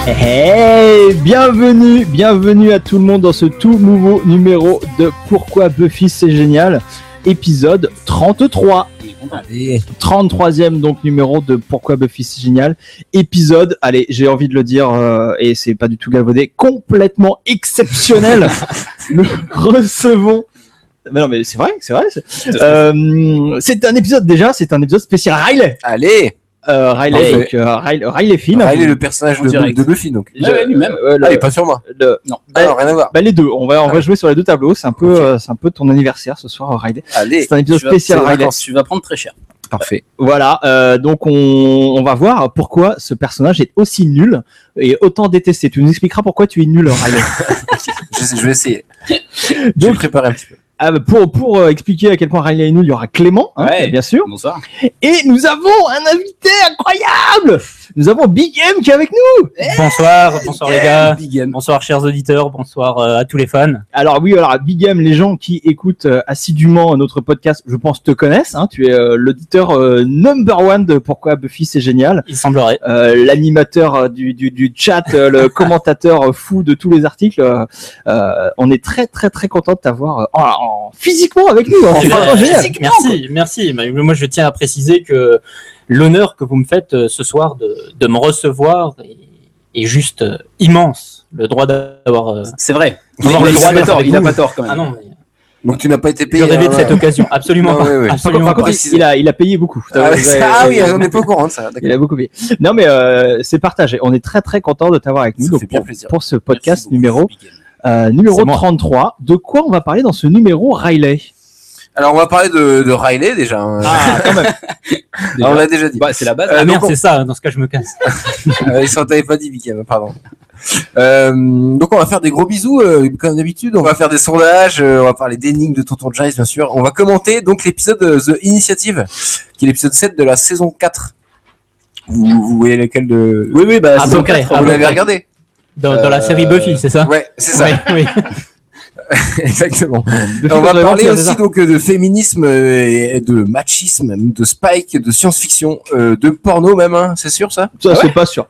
Hey, bienvenue à tout le monde dans ce tout nouveau numéro de Pourquoi Buffy c'est génial, épisode 33. 33e donc numéro de Pourquoi Buffy c'est génial, épisode, allez, j'ai envie de le dire et c'est pas du tout galvaudé, complètement exceptionnel. Nous recevons non mais c'est vrai. C'est un épisode spécial Riley. Allez. Riley Finn. Riley, le personnage de Buffy, donc. lui-même. Allez, pas sur moi. Non. Alors, rien à voir. Les deux. On va jouer sur les deux tableaux. C'est un peu ton anniversaire ce soir, Riley. Allez. C'est un épisode spécial Riley. Tu vas prendre très cher. Parfait. Voilà. Donc on va voir pourquoi ce personnage est aussi nul et autant détesté. Tu nous expliqueras pourquoi tu es nul, Riley. Je vais essayer. Je vais préparer un petit peu. Pour expliquer à quel point Riley est nul, il y aura Clément, bien sûr. Bonsoir. Et nous avons un invité incroyable. Nous avons Big M qui est avec nous. Bonsoir les gars. Big M. Bonsoir chers auditeurs, bonsoir à tous les fans. Alors Big M, les gens qui écoutent assidûment notre podcast, je pense te connaissent. Hein, tu es l'auditeur number one de Pourquoi Buffy c'est génial. Il semblerait. L'animateur du chat, le commentateur fou de tous les articles. On est très très très content de t'avoir physiquement avec nous. Merci. Moi je tiens à préciser que l'honneur que vous me faites ce soir de me recevoir est juste immense. Le droit d'avoir. C'est vrai. Il a pas tort quand même. Ah non. Donc tu n'as pas été payé. Je rêvais de cette occasion. Absolument pas. Oui. Absolument Par contre, il a payé beaucoup. Oui, on n'est pas au courant de ça. Il a beaucoup payé. Non mais c'est partagé. On est très très content de t'avoir avec nous. Donc, pour ce podcast numéro 33. De quoi on va parler dans ce numéro, Riley? Alors on va parler de Riley déjà. Ah quand même. On l'a déjà dit. Bah, c'est la base. Merde, c'est ça. Dans ce cas, je me casse. Ils s'en t'avaient pas dit, Bicam, pardon. Donc on va faire des gros bisous comme d'habitude. On va faire des sondages. On va parler d'énigmes de Tonton Giles, bien sûr. On va commenter donc l'épisode The Initiative, qui est l'épisode 7 de la saison 4. Vous voyez lequel de... Oui, bah saison 4. Vous l'avez regardé Dans la série Buffy, c'est ça? Ouais, c'est ça. Oui. Exactement. On va parler aussi donc de féminisme et de machisme, de Spike, de science-fiction, de porno même, hein, c'est sûr ça? Ça c'est pas sûr.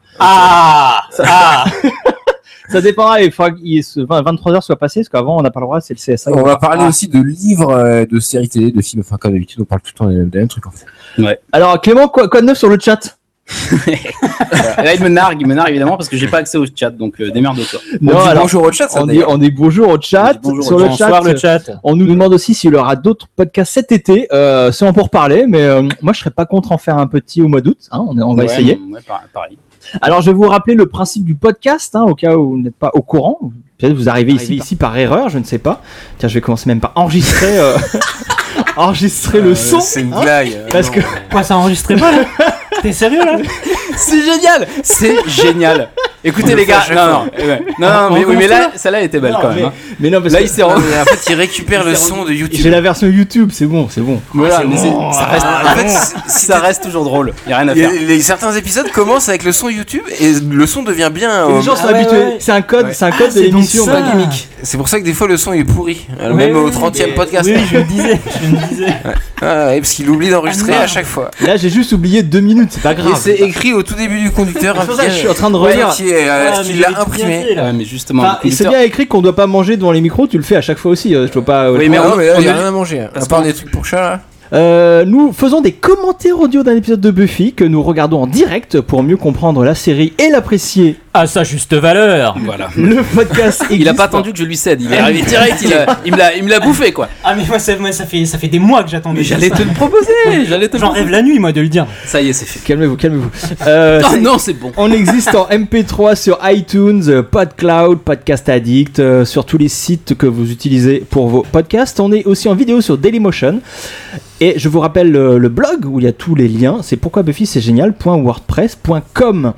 Ça dépendra, il faudra que 23h soit passé, parce qu'avant on n'a pas le droit, c'est le CSA. On va parler aussi de livres, de séries télé, de films, enfin comme d'habitude on parle tout le temps des mêmes trucs en fait. Ouais. Alors Clément, quoi de neuf sur le chat? Là il me nargue évidemment parce que j'ai pas accès au chat, donc démerde-toi. Bonjour au chat, on dit bonjour au chat. Sur le chat, on nous demande aussi s'il y aura d'autres podcasts cet été. C'est en pour parler, mais moi je serais pas contre en faire un petit au mois d'août. Hein, on va essayer. Ouais, pareil. Alors je vais vous rappeler le principe du podcast, au cas où vous n'êtes pas au courant. Peut-être vous arrivez ici par erreur, je ne sais pas. Tiens, je vais commencer même par enregistrer le son. C'est une blague. Parce que Quoi, ça enregistrait pas là? T'es sérieux là? C'est génial. Écoutez les gars, mais là, celle-là était belle quand même. Mais non, parce là que il s'est rendu. En fait, il récupère le son de YouTube. J'ai la version YouTube, c'est bon. Voilà, mais ça reste toujours drôle. Il y a rien à faire. Certains épisodes commencent avec le son YouTube et le son devient bien. Les gens sont habitués. Ouais. C'est un code de l'émission. C'est pas gimmick. C'est pour ça que des fois le son est pourri. Même au 30e podcast. Oui, je me disais. Parce qu'il oublie d'enregistrer à chaque fois. Là, j'ai juste oublié 2 minutes, c'est pas grave. Et c'est écrit au tout début du conducteur. C'est pour ça que je suis en train de relire. Qui l'a imprimé. Ouais, mais justement. C'est bien écrit qu'on doit pas manger devant les micros, tu le fais à chaque fois aussi. Je dois pas. Oui, mais il y a rien à manger. À part des trucs pour chat là. Nous faisons des commentaires audio d'un épisode de Buffy que nous regardons en direct pour mieux comprendre la série et l'apprécier à sa juste valeur. Voilà. Le podcast existe. Il a pas attendu que je lui cède. Il est arrivé direct. Il me l'a bouffé quoi. Ah mais moi ça fait des mois que j'attendais. J'allais te le proposer. J'en rêve la nuit moi de le dire. Ça y est, c'est fait. Calmez-vous. Non, c'est bon. On existe en MP3 sur iTunes, PodCloud, Podcast Addict, sur tous les sites que vous utilisez pour vos podcasts. On est aussi en vidéo sur Dailymotion. Et je vous rappelle le blog où il y a tous les liens, c'est pourquoibuffyc'estgénial.wordpress.com.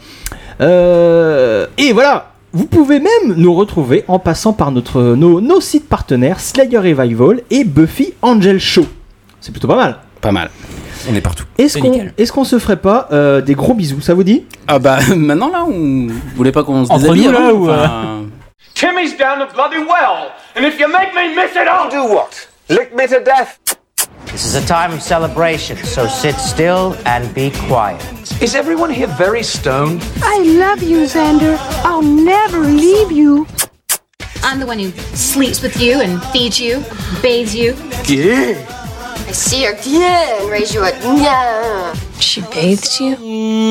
Et voilà, vous pouvez même nous retrouver en passant par nos sites partenaires Slayer Revival et Buffy Angel Show. C'est plutôt pas mal. Pas mal. On est partout. Est-ce qu'on se ferait pas des gros bisous, ça vous dit? Ah bah maintenant là, vous voulez pas qu'on se entre déshabille nous là ou Timmy's down the bloody well, and if you make me miss it, I'll do what? Lick me to death? This is a time of celebration, so sit still and be quiet. Is everyone here very stoned? I love you, Xander. I'll never leave you. I'm the one who sleeps with you and feeds you, bathes you. Yeah. I see her and raise you a yeah. She bathes you?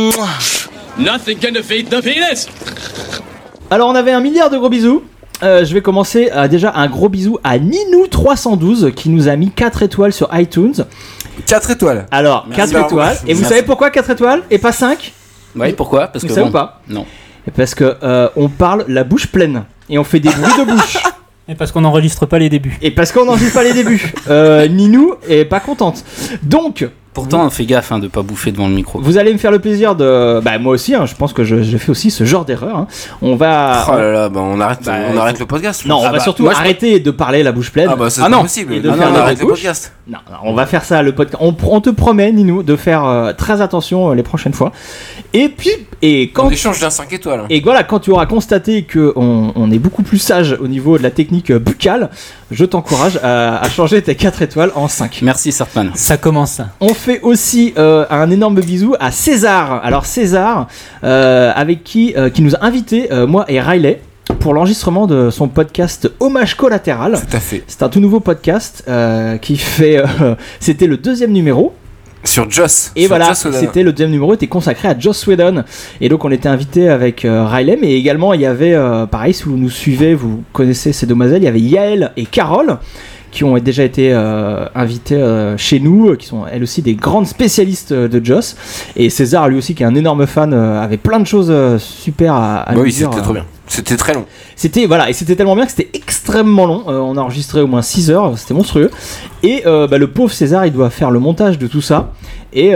Nothing can defeat the penis. Alors on avait 1 milliard de gros bisous. Je vais commencer déjà un gros bisou à Ninou312 qui nous a mis 4 étoiles sur iTunes. 4 étoiles. Alors, Merci. 4 étoiles. Et vous savez pourquoi 4 étoiles et pas 5 ? Oui, pourquoi ? Parce Vous que savez ou pas ? Non. Parce que on parle la bouche pleine et on fait des bruits de bouche. Et parce qu'on n'enregistre pas les débuts. Et parce qu'on n'enregistre pas les débuts. Ninou est pas contente. Donc, Pourtant, fais gaffe de pas bouffer devant le micro. vous allez me faire le plaisir de... Bah moi aussi, je pense que je fais aussi ce genre d'erreur. On va... Oh là là, on arrête le podcast. Non, on va surtout arrêter de parler la bouche pleine. Ah bah c'est non. pas possible. Et de Non, faire on des arrête le bouches. podcast. Non, on va faire ça, le podcast. On te promet, Ninou, de faire très attention les prochaines fois. Et puis, On quand... échange d'un 5 étoiles. Et voilà, quand tu auras constaté qu'on est beaucoup plus sage au niveau de la technique buccale, je t'encourage à changer tes 4 étoiles en 5. Merci, Sartman. Ça commence. On fait aussi un énorme bisou à César. Alors César, avec qui nous a invités, moi et Riley, pour l'enregistrement de son podcast Hommage collatéral. Tout à fait. C'est un tout nouveau podcast qui fait... c'était le 2e numéro. Sur Joss. Et sur voilà, Joss Whedon. c'était le 2e numéro, était consacré à Joss Whedon. Et donc on était invité avec Riley, mais également il y avait, pareil, si vous nous suivez, vous connaissez ces demoiselles, il y avait Yael et Carole, qui ont déjà été invitées chez nous, qui sont elles aussi des grandes spécialistes de Joss. Et César, lui aussi, qui est un énorme fan, avait plein de choses super à nous Oui, dire. c'était trop bien. C'était très long. C'était voilà, et c'était tellement bien que c'était extrêmement long. On a enregistré au moins 6 heures, c'était monstrueux. Et le pauvre César, il doit faire le montage de tout ça. Et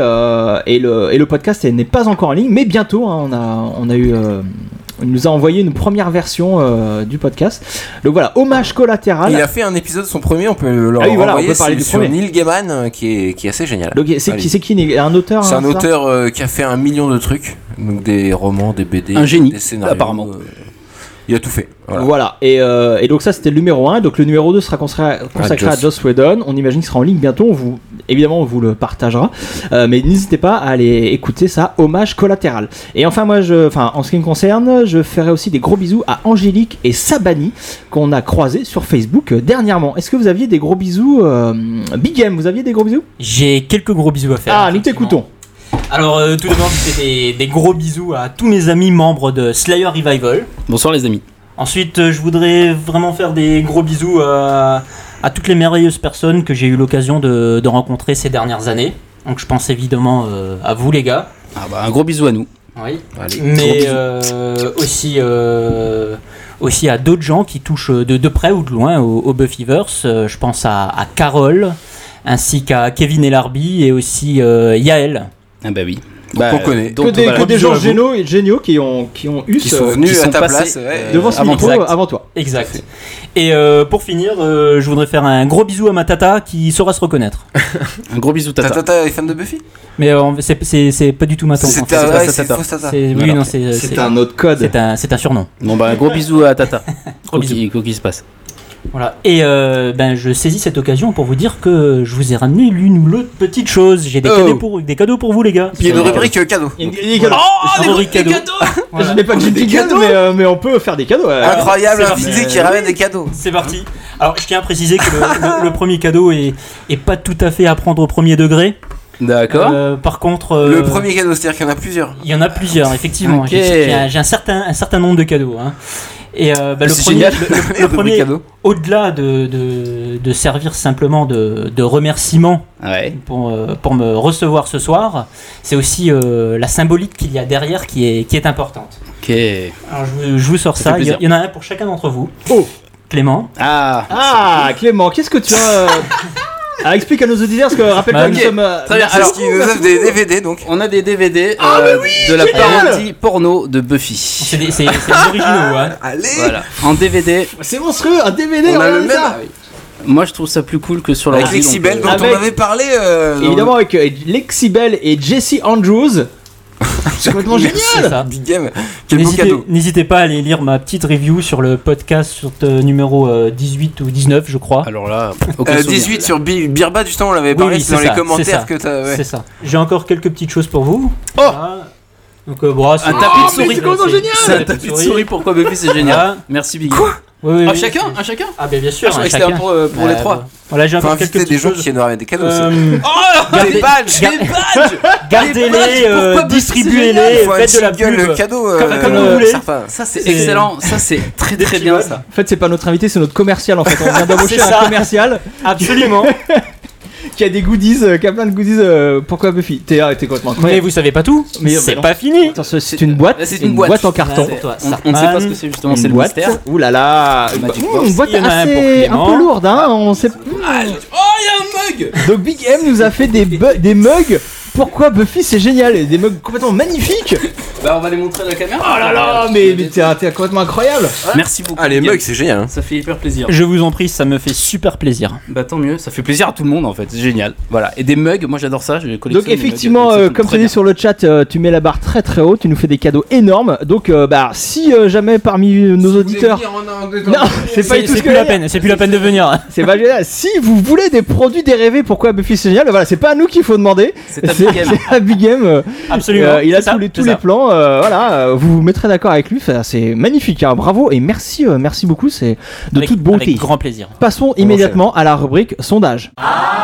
le podcast n'est pas encore en ligne, mais bientôt. On a eu, il nous a envoyé une première version du podcast. Donc voilà, hommage collatéral. Il a fait un épisode, son premier, on peut le Ah oui, voilà, renvoyer, on peut parler du sur premier. Neil Gaiman, qui est assez génial. Donc c'est qui un auteur. C'est un ça auteur qui a fait 1 million de trucs, donc des romans, des BD, Un génie, des scénarios. apparemment. Il a tout fait. Voilà. Et donc ça c'était le numéro 1. Donc le numéro 2 sera consacré à Joss Whedon. On imagine qu'il sera en ligne bientôt. Évidemment on vous le partagera. Mais n'hésitez pas à aller écouter ça, hommage collatéral. Et enfin moi en ce qui me concerne, je ferai aussi des gros bisous à Angélique et Sabani qu'on a croisés sur Facebook dernièrement. Est-ce que vous aviez des gros bisous Big M, vous aviez des gros bisous? J'ai quelques gros bisous à faire. Ah, nous t'écoutons. Alors tout d'abord je fais des gros bisous à tous mes amis membres de Slayer Revival. Bonsoir les amis. Ensuite je voudrais vraiment faire des gros bisous à toutes les merveilleuses personnes que j'ai eu l'occasion de rencontrer ces dernières années. Donc je pense évidemment à vous les gars. Ah bah un gros bisou à nous. Oui. Allez, Mais aussi à d'autres gens qui touchent de près ou de loin au Buffyverse. Je pense à Carole, ainsi qu'à Kevin Ellarby et aussi Yael. Ah bah oui. qu'on connaît. Que des gens géniaux qui ont eu Qui sont venus à ta place devant ce micro avant toi. Exact. Et pour finir, je voudrais faire un gros bisou à ma tata qui saura se reconnaître. Un gros bisou Ta tata. tata est fan de Buffy? Mais c'est pas du tout ma tante. C'est en fait. c'est fausse tata. Oui, non, C'est un autre code. C'est un surnom. Bon bah un gros bisou à tata. Gros bisous. Quoi qu'il se passe. Voilà. Et je saisis cette occasion pour vous dire que je vous ai ramené l'une ou l'autre petite chose. J'ai des cadeaux pour vous les gars. Puis il y a une rubrique cadeau. Des cadeaux. Oh, des rubriques cadeaux. Je n'ai pas dit des cadeaux, mais on peut faire des cadeaux. Incroyable, c'est invité parti. qui ramène des cadeaux. C'est parti. Alors je tiens à préciser que le premier cadeau est pas tout à fait à prendre au premier degré. D'accord. Par contre, Le premier cadeau, c'est-à-dire qu'il y en a plusieurs. il y en a plusieurs, effectivement. Ok. J'ai un certain nombre de cadeaux. Hein. Et le C'est premier, génial. le premier cadeau. au-delà de servir simplement de remerciement Ouais. pour me recevoir ce soir, c'est aussi la symbolique qu'il y a derrière qui est importante. Ok. Alors je vous sors Ça ça. fait Il plaisir. y en a un pour chacun d'entre vous. Oh. Clément. Ah. Clément, qu'est-ce que tu as Alors explique à nos auditeurs, parce que rappelle-toi que nous sommes... Très bien. C'est Alors, ce qui nous offre des DVD donc. on a des DVD de la parodie porno de Buffy. C'est des originaux. Hein. Allez. Voilà. En DVD. C'est monstrueux, un DVD, On a regarde le même. ça. Moi je trouve ça plus cool que sur Avec l'ordi. Lexibel donc, dont Avec- on avait parlé. Évidemment avec Lexibel et Jesse Andrews. C'est complètement C'est génial. ça. Big Game, quel beau cadeau. N'hésitez pas à aller lire ma petite review sur le podcast sur numéro 18 ou 19, je crois. Alors là, aucun souvenir. 18 sur Birba, justement, on l'avait parlé, c'est dans les commentaires que t'as. Ouais. C'est ça. J'ai encore quelques petites choses pour vous. Oh Voilà. Donc, bon, Un tapis de souris. c'est complètement génial. C'est un tapis de souris, pourquoi Buffy c'est génial. Voilà. Merci Big. Oui, oui, Un oui. chacun. Ah, ben bien sûr. Je croyais que chacun. c'était pour les trois. Voilà, j'ai Faut encore quelques inviter des petites gens choses. qui nous ramènent des cadeaux aussi. Des badges. Gardez-les, distribuez-les, Faut un faites de la jingle pub. cadeau. Comme vous voulez. Ça c'est C'est- excellent. Ça c'est très très bien ça. En fait, c'est pas notre invité, c'est notre commercial. En fait, on vient d'embaucher C'est un ça. commercial Absolument. qui a des goodies, qui a plein de goodies. Pourquoi Buffy t'es complètement Mais incroyable. vous savez pas tout. Mais C'est non. pas fini. Attends, c'est une boîte. Là, c'est une boîte. en carton. C'est toi, On ne sait pas ce que c'est justement, c'est Une le boîte. mystère. Ouh là là. Magic Une box. boîte Il y en a un pour assez un Clément. peu lourde, hein. On sait. Oh, il y a un mug. Donc Big M nous a fait des mugs. Pourquoi Buffy c'est génial, et des mugs complètement magnifiques. Bah on va les montrer à la caméra. Oh là là, mais t'es complètement incroyable. Merci beaucoup. Ah, les Big mugs, Game. c'est génial. Hein. Ça fait hyper plaisir. Je vous en prie, ça me fait super plaisir. Bah tant mieux, ça fait plaisir à tout le monde en fait, c'est génial. Voilà, et des mugs, moi j'adore ça, je collectionne. Donc les mugs, effectivement, donc ça comme très tu dis bien. sur le chat, tu mets la barre très très haut, tu nous fais des cadeaux énormes. Donc bah si jamais parmi nos auditeurs, non, c'est pas du tout ce C'est que plus la j'allais dire. peine, c'est plus la peine de venir. C'est pas génial. Si vous voulez des produits dérivés, pourquoi Buffy c'est génial, voilà, c'est pas à nous qu'il faut demander. C'est à Big Game. C'est à Big Game. Absolument. Il a C'est ça, tous c'est les ça. plans. Voilà, vous vous mettrez d'accord avec lui. Enfin, c'est magnifique. Hein, bravo et merci, merci beaucoup. C'est de Avec- toute beauté. Avec grand plaisir. Passons immédiatement à la rubrique sondage.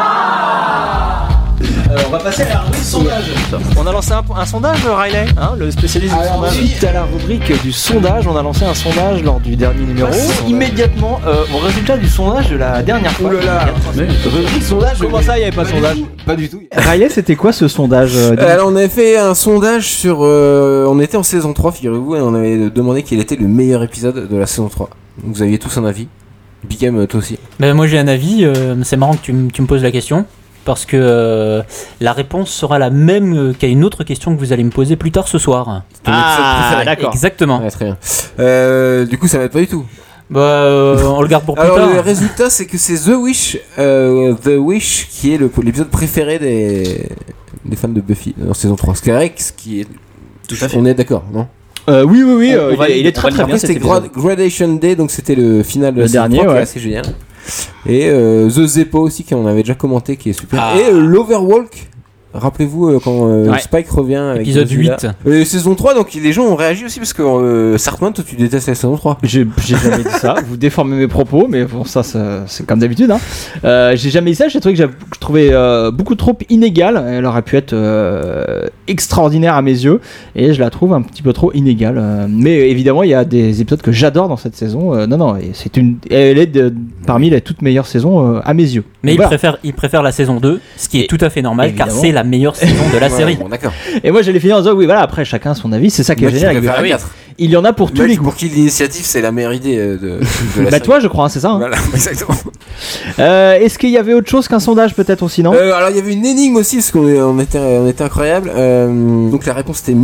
On va passer à la rubrique sondage. On a lancé un sondage, Riley, hein, le spécialiste du sondage. Suite à la rubrique du sondage, on a lancé un sondage lors du dernier numéro. Immédiatement au résultat du sondage de la dernière fois. Rubrique sondage. Comment ça, il n'y avait pas de sondage? Pas du tout. Riley, c'était quoi ce sondage Alors on avait fait un sondage sur... on était en saison 3, figurez-vous, et on avait demandé quel était le meilleur épisode de la saison 3. Donc vous aviez tous un avis. Big M, toi aussi. Ben, moi j'ai un avis, c'est marrant que tu me poses la question. Parce que la réponse sera la même qu'à une autre question que vous allez me poser plus tard ce soir. Ton épisode préféré. d'accord. Exactement. Ouais, très bien. Du coup ça m'aide pas du tout. Bah, on le garde pour plus Alors tard. le résultat c'est que c'est The Wish qui est l'épisode préféré des fans de Buffy dans saison 3. Ce qui est... Tout à fait. On est d'accord, non? Oui, oui, On va il est très très bien. Après c'était cet épisode. Gradation Day, donc c'était le final de Le la saison dernier, 3, qui ouais. est assez génial. Et The Zeppo aussi, qu'on avait déjà commenté, qui est super. Ah. Et l'Overwalk, rappelez-vous quand Ouais. Spike revient avec Épisode Drusilla. 8. Saison 3, donc les gens ont réagi aussi parce que Sartman, toi tu détestes la saison 3. J'ai jamais dit ça, vous déformez mes propos, mais bon, ça c'est comme d'habitude. Hein. J'ai jamais dit ça, j'ai trouvé que je trouvais beaucoup trop inégale. Elle aurait pu être extraordinaire à mes yeux, et je la trouve un petit peu trop inégale. Mais évidemment, il y a des épisodes que j'adore dans cette saison. Non, et elle est parmi les toutes meilleures saisons à mes yeux. Mais Et il voilà. préfère la saison 2, ce qui est Et- tout à fait normal car évidemment. c'est la meilleure saison de la Ouais, série. Bon, d'accord. Et moi, j'allais finir en disant oui, voilà. Après, chacun son avis. C'est ça qui est Moi, qui génial. avec préfère Buffy. la 4. Il y en a pour tous Mec, les goûts. pour qui l'initiative c'est la meilleure idée de la Bah série. toi, je crois, hein, c'est ça. Hein. Voilà, exactement. Est-ce qu'il y avait autre chose qu'un sondage peut-être aussi, non Alors il y avait une énigme aussi parce qu'on était incroyable. Donc la réponse était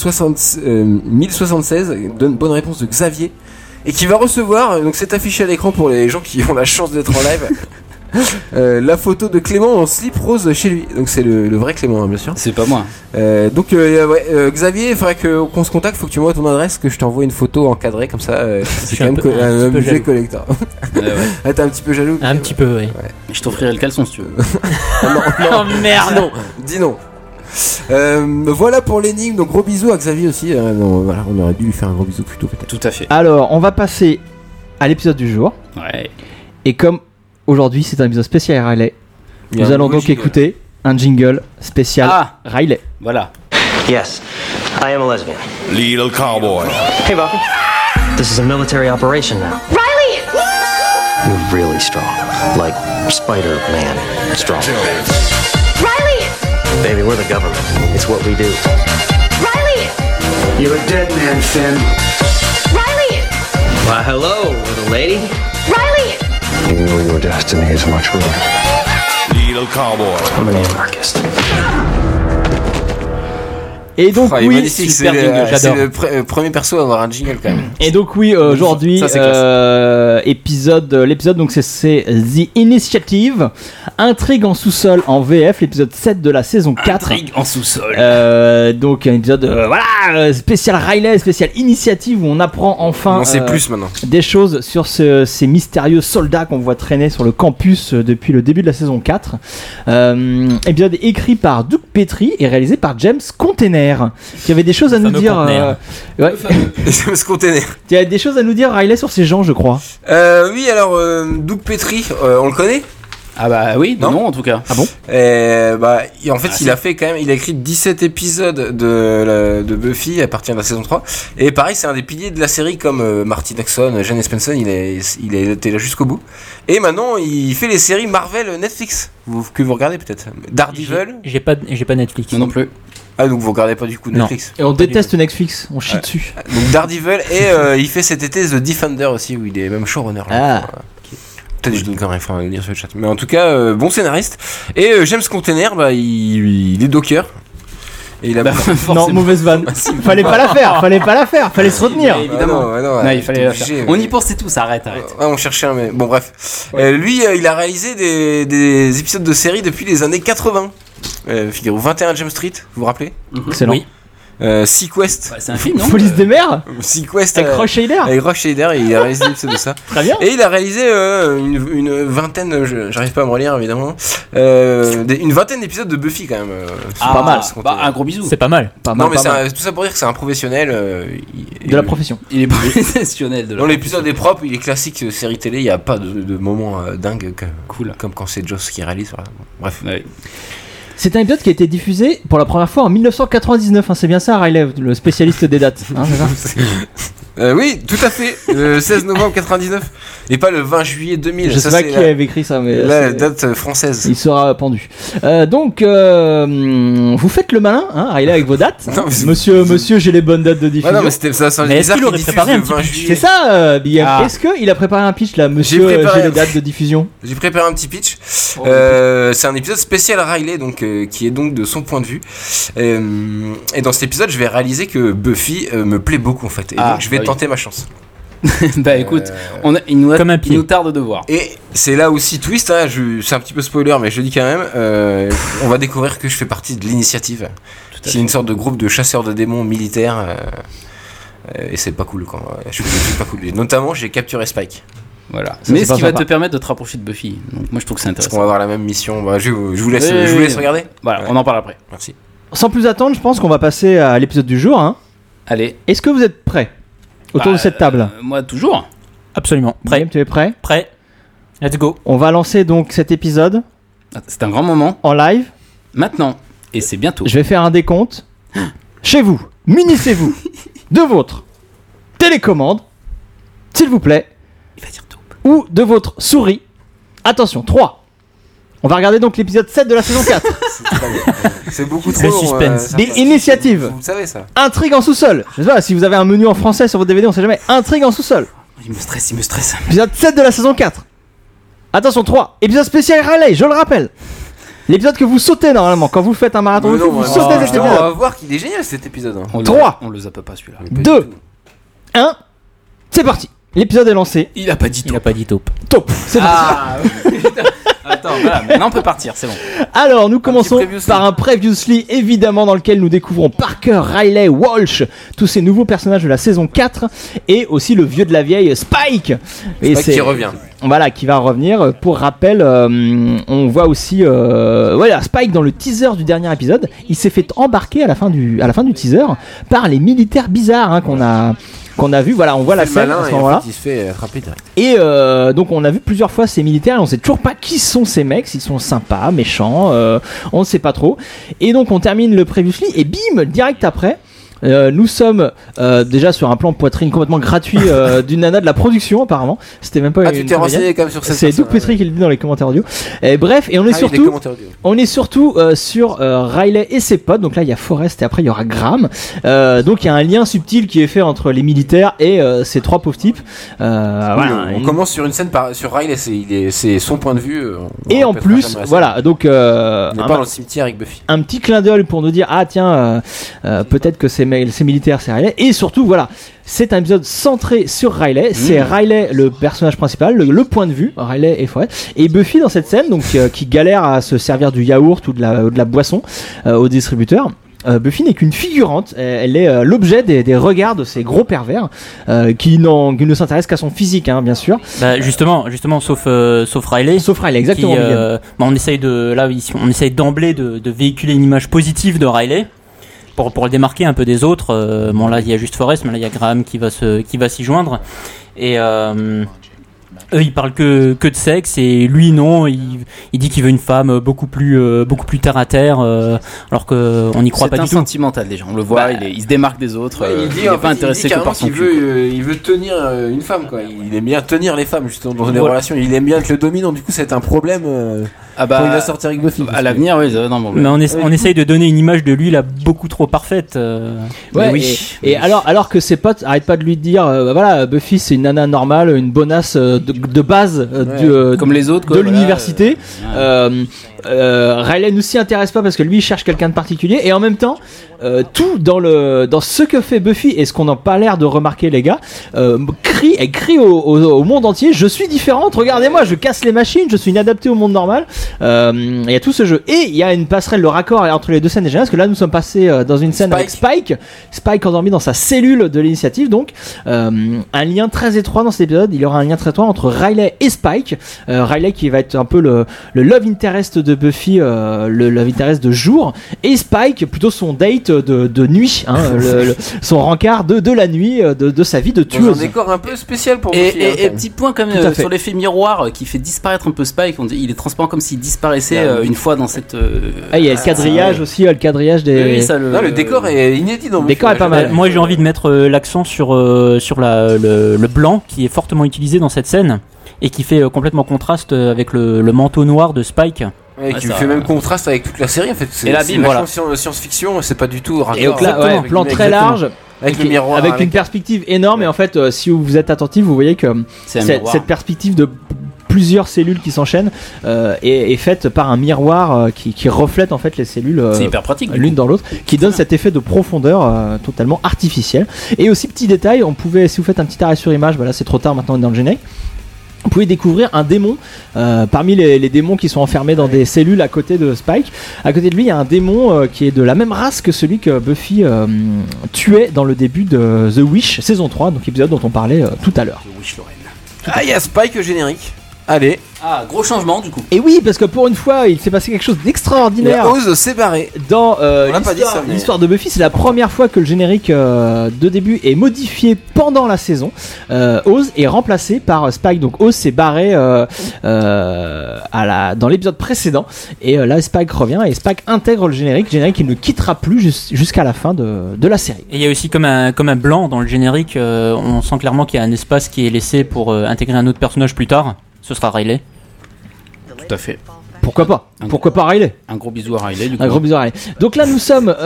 1076. Bonne réponse de Xavier et qui va recevoir. Donc c'est affiché à l'écran pour les gens qui ont la chance d'être en live. La photo de Clément en slip rose chez lui. Donc c'est le vrai Clément, hein, bien sûr. C'est pas moi. Xavier, il faudrait qu'on se contacte. Faut que tu m'envoies ton adresse, que je t'envoie une photo encadrée comme ça. C'est suis quand un même peu un objet jaloux. collector. Ouais. Ah, t'es un petit peu jaloux. Un petit peu, oui. Je t'offrirai le caleçon si tu veux. Non, Oh merde. non, dis non. Voilà pour l'énigme, donc gros bisous à Xavier aussi. Non, voilà, on aurait dû lui faire un gros bisou plus tôt peut-être. Tout à fait. Alors, on va passer à l'épisode du jour. Ouais. Et comme aujourd'hui c'est un épisode spécial Riley, Il y a nous un allons nouveau donc jingle. écouter un jingle spécial Ah. Riley. Voilà. Yes, I am a lesbian. Little cowboy. Hey, Buffy. This is a military operation now. Riley! You're really strong. Like Spider-Man strong. Riley! Baby, we're the government. It's what we do. Riley! You're a dead man, Finn. Riley! Why, hello, little lady. Riley! You know your destiny is much ruder. Little cowboy. I'm an anarchist. Et donc il est oui, magnifique, super c'est jingle, j'adore. le premier perso à avoir un jingle quand même. et donc oui, aujourd'hui Ça, c'est classe. l'épisode donc c'est The Initiative, Intrigue en sous-sol en VF, l'épisode 7 de la saison 4. Intrigue en sous-sol. Donc un épisode spécial Riley, spécial Initiative où on apprend enfin On sait plus maintenant. des choses sur ces mystérieux soldats qu'on voit traîner sur le campus depuis le début de la saison 4. Épisode écrit par Doug Petrie et réalisé par James Container, qui avait des choses à nous dire. Ce container. Tu as des choses à nous dire, Riley, sur ces gens, je crois. Oui, alors Doug Petrie, on le connaît? Ah bah oui, non en tout cas. Ah bon? En fait, il a écrit 17 épisodes de Buffy à partir de la saison 3. Et pareil, c'est un des piliers de la série comme Marty Dixon, Jane Espenson, il a été là jusqu'au bout. Et maintenant, il fait les séries Marvel Netflix, que vous regardez peut-être. Daredevil. J'ai pas Netflix. Moi non plus. Ah, donc vous regardez pas du coup Netflix. Et on déteste Netflix, on chie dessus. Donc Daredevil, et il fait cet été The Defender aussi, où il est même showrunner. Peut-être que je dis une connerie, il faudra le dire sur le chat. Mais en tout cas, bon scénariste. Et James Container, il est docker. Et il a non, mauvaise vanne. Fallait pas la faire, fallait se retenir. Évidemment. Non, il fallait la faire. On y pensait tous, arrête. On cherchait un, mais bon, bref. Lui, il a réalisé des épisodes de série depuis les années 80. Figurez-vous, 21 James Street, vous vous rappelez? Excellent. Oui. Sequest. C'est un film, non? Police des mers Sequest. avec Roy Scheider. Avec Roy Scheider, il a réalisé des épisodes de ça. Très bien. Et il a réalisé une vingtaine, j'arrive pas à me relire évidemment, une vingtaine d'épisodes de Buffy quand même. Pas mal. Un gros bisou. C'est pas mal. Non mais tout ça pour dire que c'est un professionnel de la profession. Il est professionnel de la Dans l'épisode est propre, il est classique série télé, il n'y a pas de moment dingue comme quand c'est Joss qui réalise. Voilà. Bref. Ouais. C'est un épisode qui a été diffusé pour la première fois en 1999, c'est bien ça, Riley, le spécialiste des dates. C'est ça oui, tout à fait, le 16 novembre 99, et pas le 20 juillet 2000. Je sais pas qui avait écrit ça, mais la date française. Il sera pendu. Donc, vous faites le malin, Riley, avec vos dates. Non, monsieur, j'ai les bonnes dates de diffusion. Non, mais c'était ça. Mais est-ce qu'il aurait préparé un petit pitch? C'est ça, Big M. Est-ce qu'il a préparé un pitch là, monsieur? J'ai les dates de diffusion. J'ai préparé un petit pitch. C'est un épisode spécial Riley, donc qui est donc de son point de vue. Et dans cet épisode, je vais réaliser que Buffy me plaît beaucoup en fait. Et donc je vais tenter ma chance. Bah écoute, il nous tarde de voir. Et c'est là aussi twist, c'est un petit peu spoiler, mais je le dis quand même. On va découvrir que je fais partie de l'initiative. C'est une sorte de groupe de chasseurs de démons militaires. Et c'est pas cool quand je suis pas cool. Et notamment, j'ai capturé Spike. Voilà. Mais ce qui va te permettre de te rapprocher de Buffy. Donc moi je trouve que c'est intéressant. Parce qu'on va avoir la même mission. Je vous laisse regarder. Voilà, on en parle après. Merci. Sans plus attendre, je pense qu'on va passer à l'épisode du jour. Allez. Est-ce que vous êtes prêts autour de cette table? Moi toujours. Absolument. Prêt. Tu es prêt? Prêt. Let's go. On va lancer donc cet épisode. C'est un grand moment. En live. Maintenant. Et c'est bientôt. Je vais faire un décompte. Chez vous, munissez-vous de votre télécommande, s'il vous plaît. Il va dire tout. Ou de votre souris. Attention, 3. On va regarder donc l'épisode 7 de la saison 4. C'est beaucoup trop Le suspense. Des initiatives. Vous savez ça. Intrigue en sous-sol. Je sais pas, si vous avez un menu en français sur votre DVD, on sait jamais. Intrigue en sous-sol. Il me stresse. Épisode 7 de la saison 4. Attention, 3. Épisode spécial Riley, je le rappelle. L'épisode que vous sautez normalement. Quand vous faites un marathon de foot, vous sautez cet épisode. On va voir qu'il est génial cet épisode. 3. On le zappe pas celui-là. 2. 1. C'est parti. L'épisode est lancé. Il a pas dit taupe. Taupe. C'est parti. Attends, voilà, maintenant on peut partir, c'est bon. Alors, nous commençons par un Previously, évidemment, dans lequel nous découvrons Parker, Riley, Walsh, tous ces nouveaux personnages de la saison 4, et aussi le vieux de la vieille, Spike. Et Spike qui revient. Voilà, qui va revenir. Pour rappel, on voit aussi Spike dans le teaser du dernier épisode. Il s'est fait embarquer à la fin du teaser par les militaires bizarres qu'on a vu, voilà, on voit la scène à ce moment-là. Il se fait frapper direct. Et donc on a vu plusieurs fois ces militaires et on sait toujours pas qui sont ces mecs, s'ils sont sympas, méchants, on ne sait pas trop. Et donc on termine le Previously et bim, direct après, Nous sommes déjà sur un plan poitrine complètement gratuit d'une nana de la production apparemment. C'était même pas tu t'es renseigné quand même sur cette C'est Doug Petrie qui le dit dans les commentaires audio. Et bref, et on est surtout sur Riley et ses potes. Donc là il y a Forrest et après il y aura Graham. Donc il y a un lien subtil qui est fait entre les militaires et ces trois pauvres types. On commence sur une scène sur Riley, c'est son point de vue. Et en plus, voilà, donc on n'est pas dans le cimetière avec Buffy. Un petit clin d'œil pour nous dire peut-être que c'est militaire, c'est Riley. Et surtout, voilà, c'est un épisode centré sur Riley. C'est Riley le personnage principal, le point de vue, Riley et Forrest. Et Buffy dans cette scène, donc qui galère à se servir du yaourt ou de la boisson au distributeur. Buffy n'est qu'une figurante, elle est l'objet des regards de ces gros pervers qui ne s'intéressent qu'à son physique, hein, bien sûr. Bah justement, sauf Riley. Sauf Riley, exactement. On essaye d'emblée de véhiculer une image positive de Riley. Pour le démarquer un peu des autres, bon là il y a juste Forrest, mais là il y a Graham qui va s'y joindre. Et eux ils parlent que de sexe et lui non, il dit qu'il veut une femme beaucoup plus terre à terre, alors que on n'y croit pas du tout. C'est un sentimental déjà, on le voit, il se démarque des autres. Il est pas intéressé que par son cul. Il veut tenir une femme quoi. Il aime bien tenir les femmes justement dans des relations. Il aime bien être le dominant. Du coup c'est un problème. Quand il va sortir avec Buffy. À l'avenir, oui. Mais on essaye de donner une image de lui là beaucoup trop parfaite. Et alors que ses potes arrêtent pas de lui dire, voilà, Buffy c'est une nana normale, une bonasse de base comme les autres de l'université. Riley ne s'y intéresse pas parce que lui il cherche quelqu'un de particulier et en même temps tout dans ce que fait Buffy et ce qu'on n'a pas l'air de remarquer les gars, elle crie au monde entier, je suis différente, regardez-moi, je casse les machines, je suis inadaptée au monde normal. Il y a tout ce jeu et il y a une passerelle, le raccord entre les deux scènes est génial parce que là nous sommes passés dans une scène avec Spike endormi dans sa cellule de l'initiative, donc un lien très étroit dans cet épisode. Il y aura un lien très étroit entre Riley et Spike. Riley qui va être un peu le love interest de Buffy, le love interest de jour, et Spike plutôt son date de nuit, hein, son rencard de la nuit, de sa vie de tueuse. Un décor un peu spécial pour Buffy. Et petit point comme sur l'effet miroir qui fait disparaître un peu Spike, on dit, il est transparent comme s'il disparaissait une fois dans cette. Il y a le quadrillage aussi, le quadrillage des. Oui, le décor est inédit dans le décor est pas mal. Moi j'ai envie de mettre l'accent sur le blanc qui est fortement utilisé dans cette scène et qui fait complètement contraste avec le manteau noir de Spike. Qui fait même contraste avec toute la série en fait. C'est science-fiction, c'est pas du tout raccord. Et donc là, plan très large. Avec le miroir, avec une perspective énorme, et en fait si vous êtes attentif vous voyez que cette perspective de plusieurs cellules qui s'enchaînent est faite par un miroir qui reflète en fait les cellules c'est hyper pratique, l'une dans l'autre, qui donne cet effet de profondeur totalement artificiel. Et aussi petit détail, si vous faites un petit arrêt sur image, là c'est trop tard, maintenant on est dans le générique, vous pouvez découvrir un démon parmi les démons qui sont enfermés dans des cellules à côté de Spike. À côté de lui, il y a un démon qui est de la même race que celui que Buffy tuait dans le début de The Wish, saison 3, donc épisode dont on parlait tout à l'heure. The Wish Lorraine. Il y a Spike générique. Allez. Gros changement du coup. Et oui, parce que pour une fois, il s'est passé quelque chose d'extraordinaire. Oz s'est barré. Dans l'histoire de Buffy, c'est la première fois que le générique de début est modifié pendant la saison. Oz est remplacé par Spike. Donc Oz s'est barré dans l'épisode précédent. Et là, Spike revient et Spike intègre le générique qu'il ne quittera plus jusqu'à la fin de la série. Et il y a aussi comme un blanc dans le générique. On sent clairement qu'il y a un espace qui est laissé pour intégrer un autre personnage plus tard. Ce sera Riley. Tout à fait. Pourquoi pas Riley. Un gros bisou à Riley. Un gros bisou à Riley. Donc là nous sommes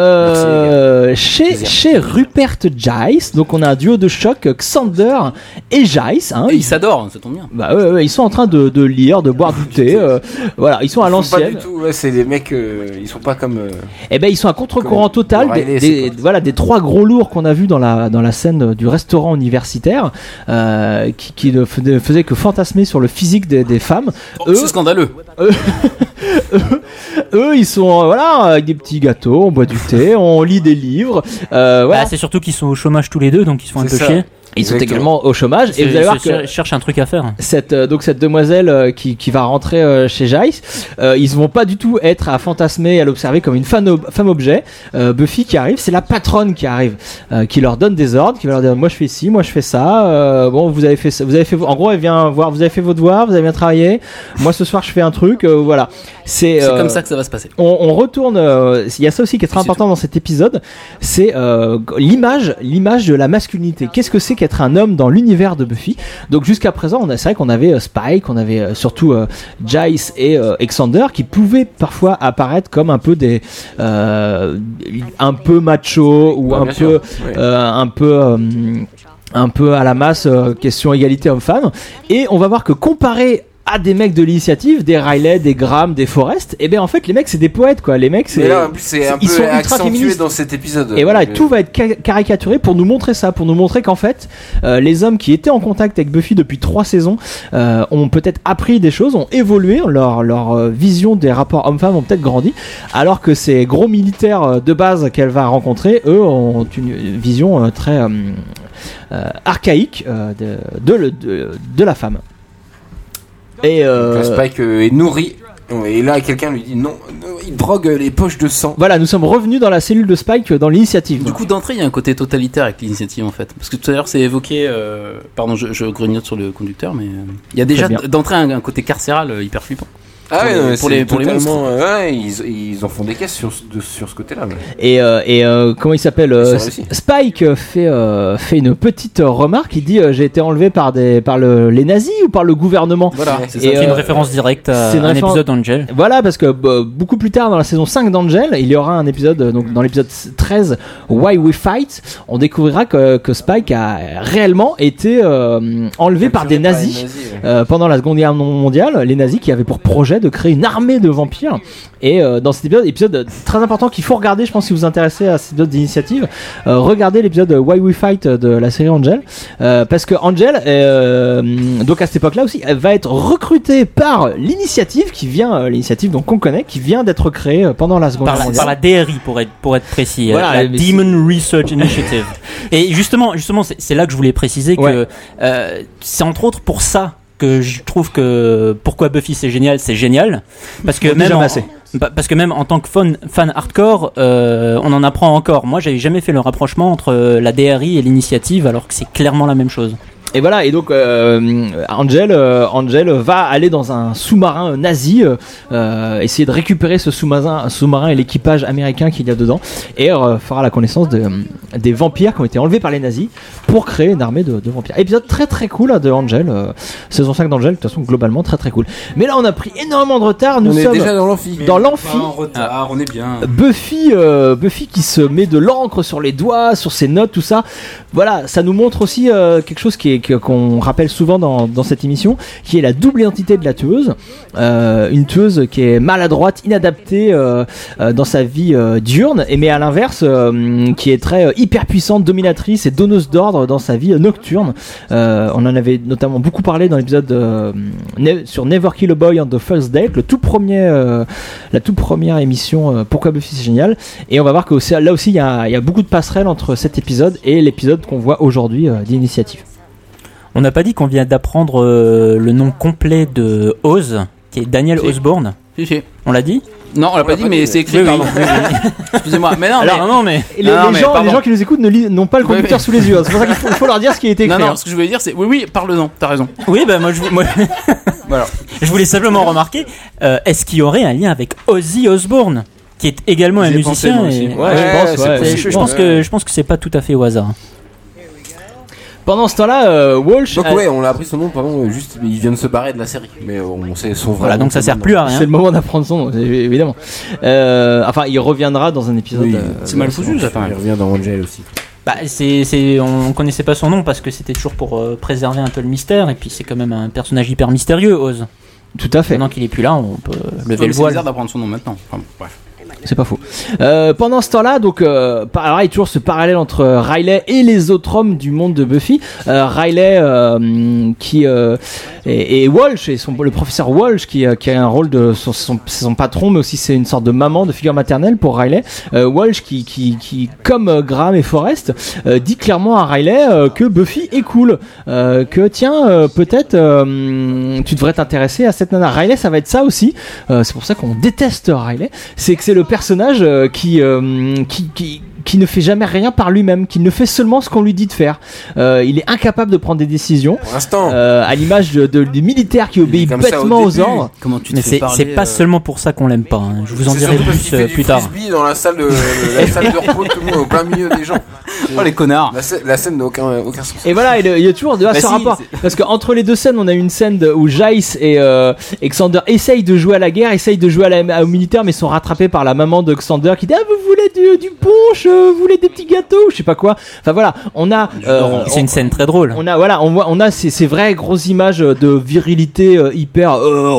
chez Rupert Giles. Donc on a un duo de choc, Xander et Giles. Et ils s'adorent, ça tombe bien. Bah ouais, ils sont en train de lire, de boire du thé. Voilà, ils sont à l'ancienne. Pas du tout. Ouais, c'est des mecs. Ils sont pas comme. Ils sont à contre-courant total. Des trois gros lourds qu'on a vus dans la scène du restaurant universitaire, qui ne faisaient que fantasmer sur le physique des femmes. C'est scandaleux. Eux, ils sont avec des petits gâteaux, on boit du thé, on lit des livres. C'est surtout qu'ils sont au chômage tous les deux, donc ils se font un peu chier. Ils sont Exactement. également au chômage. Et vous allez voir que cherche un truc à faire. cette demoiselle qui va rentrer chez Jace, ils vont pas du tout être à fantasmer et à l'observer comme une femme objet. Buffy qui arrive, c'est la patronne qui arrive, qui leur donne des ordres, qui va leur dire moi je fais ci, moi je fais ça. Bon, vous avez fait ça, en gros elle vient voir, vous avez fait vos devoirs, vous avez bien travaillé. Moi ce soir je fais un truc, voilà. C'est comme ça que ça va se passer. On retourne. Il y a ça aussi qui est très important dans cet épisode, c'est l'image de la masculinité. Qu'est-ce que c'est qu'être un homme dans l'univers de Buffy? Donc jusqu'à présent, c'est vrai qu'on avait Spike, on avait surtout Giles et Xander qui pouvaient parfois apparaître comme un peu des un peu macho ou un peu à la masse question égalité homme-femme. Et on va voir que comparé à des mecs de l'initiative, des Riley, des Graham, des Forrest, et bien en fait les mecs c'est des poètes quoi. Les mecs c'est. Mais là en plus c'est un ils peu sont ultra accentué féministes dans cet épisode. Et voilà, tout va être caricaturé pour nous montrer ça, pour nous montrer qu'en fait les hommes qui étaient en contact avec Buffy depuis 3 saisons ont peut-être appris des choses, ont évolué, leur vision des rapports hommes-femmes ont peut-être grandi, alors que ces gros militaires de base qu'elle va rencontrer, eux ont une vision très archaïque de la femme. Et Spike est nourri. Et là, quelqu'un lui dit non, il drogue les poches de sang. Voilà, nous sommes revenus dans la cellule de Spike dans l'initiative. Du coup, d'entrée, il y a un côté totalitaire avec l'initiative en fait. Parce que tout à l'heure, c'est évoqué. Pardon, je grignote sur le conducteur, mais il y a déjà d'entrée un côté carcéral hyper flippant. Ah ouais, pour les monstres. Ouais, ils en font des caisses sur ce côté-là. Mais... Et comment il s'appelle Spike fait une petite remarque. Il dit j'ai été enlevé par les nazis ou par le gouvernement. Voilà, c'est une référence directe à un épisode d'Angel. Voilà, parce que beaucoup plus tard dans la saison 5 d'Angel, il y aura un épisode, donc dans l'épisode 13, Why We Fight, on découvrira que Spike a réellement été enlevé par des nazis, pendant la Seconde Guerre mondiale, les nazis qui avaient pour projet de créer une armée de vampires. Et dans cet épisode très important qu'il faut regarder, je pense, si vous vous intéressez à cet épisode d'initiative, regardez l'épisode Why We Fight de la série Angel, parce que Angel, donc à cette époque-là aussi, elle va être recrutée par l'initiative l'initiative donc qu'on connaît, qui vient d'être créée pendant la Seconde Guerre mondiale. Par la DRI pour être précis, voilà, la Demon Research Initiative. Et justement, c'est là que je voulais préciser que c'est entre autres pour ça que je trouve que pourquoi Buffy c'est génial parce que même en tant que fan hardcore on en apprend encore. Moi j'avais jamais fait le rapprochement entre la DRI et l'initiative alors que c'est clairement la même chose. Et voilà, et donc Angel va aller dans un sous-marin nazi, essayer de récupérer ce sous-marin et l'équipage américain qu'il y a dedans, et fera la connaissance des vampires qui ont été enlevés par les nazis pour créer une armée de vampires. Épisode très très cool de Angel, saison 5 d'Angel, de toute façon globalement très très cool. Mais là on a pris énormément de retard, on est déjà dans l'amphi. Dans l'amphi. En retard, on est bien. Buffy qui se met de l'encre sur les doigts, sur ses notes, tout ça. Voilà, ça nous montre aussi quelque chose qu'on rappelle souvent dans cette émission, qui est la double identité de la tueuse. Une tueuse qui est maladroite, inadaptée dans sa vie diurne, mais à l'inverse qui est très hyper puissante, dominatrice et donneuse d'ordre dans sa vie nocturne. On en avait notamment beaucoup parlé dans l'épisode sur Never Kill a Boy on the First Date, la toute première émission Pourquoi Buffy c'est génial. Et on va voir que là aussi il y a beaucoup de passerelles entre cet épisode et l'épisode qu'on voit aujourd'hui d'Initiative. On n'a pas dit qu'on vient d'apprendre le nom complet de Oz, qui est Daniel Osborne. Si. On l'a dit ? Non, on l'a pas dit, mais c'est écrit. Pardon. Excusez-moi. Mais non. Alors, mais... Les gens qui nous écoutent n'ont pas le conducteur sous les yeux. C'est pour ça qu'il faut leur dire ce qui a été écrit. Non, ce que je voulais dire, c'est oui, parle-en. T'as raison. Oui, moi, voilà. Je voulais simplement remarquer, est-ce qu'il y aurait un lien avec Ozzy Osbourne, qui est également un musicien je pense que c'est pas tout à fait au hasard. Pendant ce temps-là, Walsh. Donc on l'a appris son nom, pardon, juste il vient de se barrer de la série. Mais on sait son vrai. Voilà, donc ça sert plus à rien. C'est le moment d'apprendre son nom, évidemment. Enfin, il reviendra dans un épisode. Oui, c'est mal foutu, ça. Il revient dans Angel aussi. On connaissait pas son nom parce que c'était toujours pour préserver un peu le mystère, et puis c'est quand même un personnage hyper mystérieux, Oz. Tout à fait. Maintenant qu'il est plus là, on peut lever le C'est voile. bizarre d'apprendre son nom maintenant. Enfin, bref. c'est pas faux. Pendant ce temps-là, donc pareil, toujours ce parallèle entre Riley et les autres hommes du monde de Buffy. Riley qui et Walsh, et le professeur Walsh qui a un rôle de son patron, mais aussi c'est une sorte de maman, de figure maternelle pour Riley. Walsh qui comme Graham et Forrest dit clairement à Riley que Buffy est cool, que tiens peut-être tu devrais t'intéresser à cette nana. Riley, ça va être ça aussi. C'est pour ça qu'on déteste Riley. C'est que c'est le personnage qui ne fait jamais rien par lui-même, qui ne fait seulement ce qu'on lui dit de faire. Il est incapable de prendre des décisions. Pour l'instant. À l'image des militaires qui obéissent bêtement aux ordres. Comment tu te Mais fais parler, c'est pas seulement pour ça qu'on l'aime pas. Hein. Je vous en dirai plus tard. Frisbee dans la salle de repos, tout le monde au plein milieu des gens. Oh les connards. La scène n'a aucun sens. Et voilà, il y a toujours ce rapport. Parce qu'entre les deux scènes, on a une scène où Giles et Xander essayent de jouer à la guerre, essayent de jouer aux militaires, mais sont rattrapés par la maman de Xander qui dit vous voulez du punch, vous voulez des petits gâteaux, je sais pas quoi. Enfin voilà, on a. C'est une scène très drôle. On a ces vraies grosses images de virilité hyper.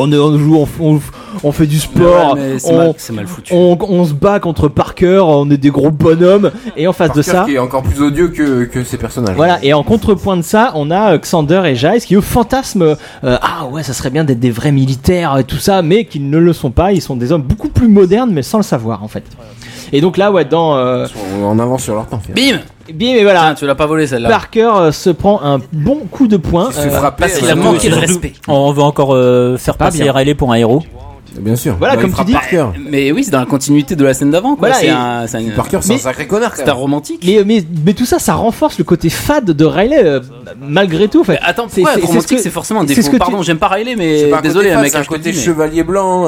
On fait du sport, c'est mal foutu. On se bat contre Parker, on est des gros bonhommes, et en face Parker de ça. qui est encore plus odieux que ces personnages. Voilà, et en contrepoint de ça, on a Xander et Giles qui eux fantasment ça serait bien d'être des vrais militaires et tout ça, mais qu'ils ne le sont pas. Ils sont des hommes beaucoup plus modernes, mais sans le savoir en fait. Et donc là, ils sont en avance sur leur temps. Bim, et voilà. Tiens, tu l'as pas volé celle-là. Parker se prend un bon coup de poing. Il se fait frapper. Parce qu'il a manqué de respect. On va encore faire passer Riley pour un héros. Bien sûr. Voilà, comme tu dis. Parker. Mais oui, c'est dans la continuité de la scène d'avant. Quoi. Voilà, Parker, c'est un sacré connard. C'est un romantique. Mais tout ça renforce le côté fade de Riley, malgré tout. En fait. Mais attends, pourquoi être romantique, c'est forcément un défaut. Pardon, j'aime pas Riley, mais désolé, mec. C'est un côté chevalier blanc.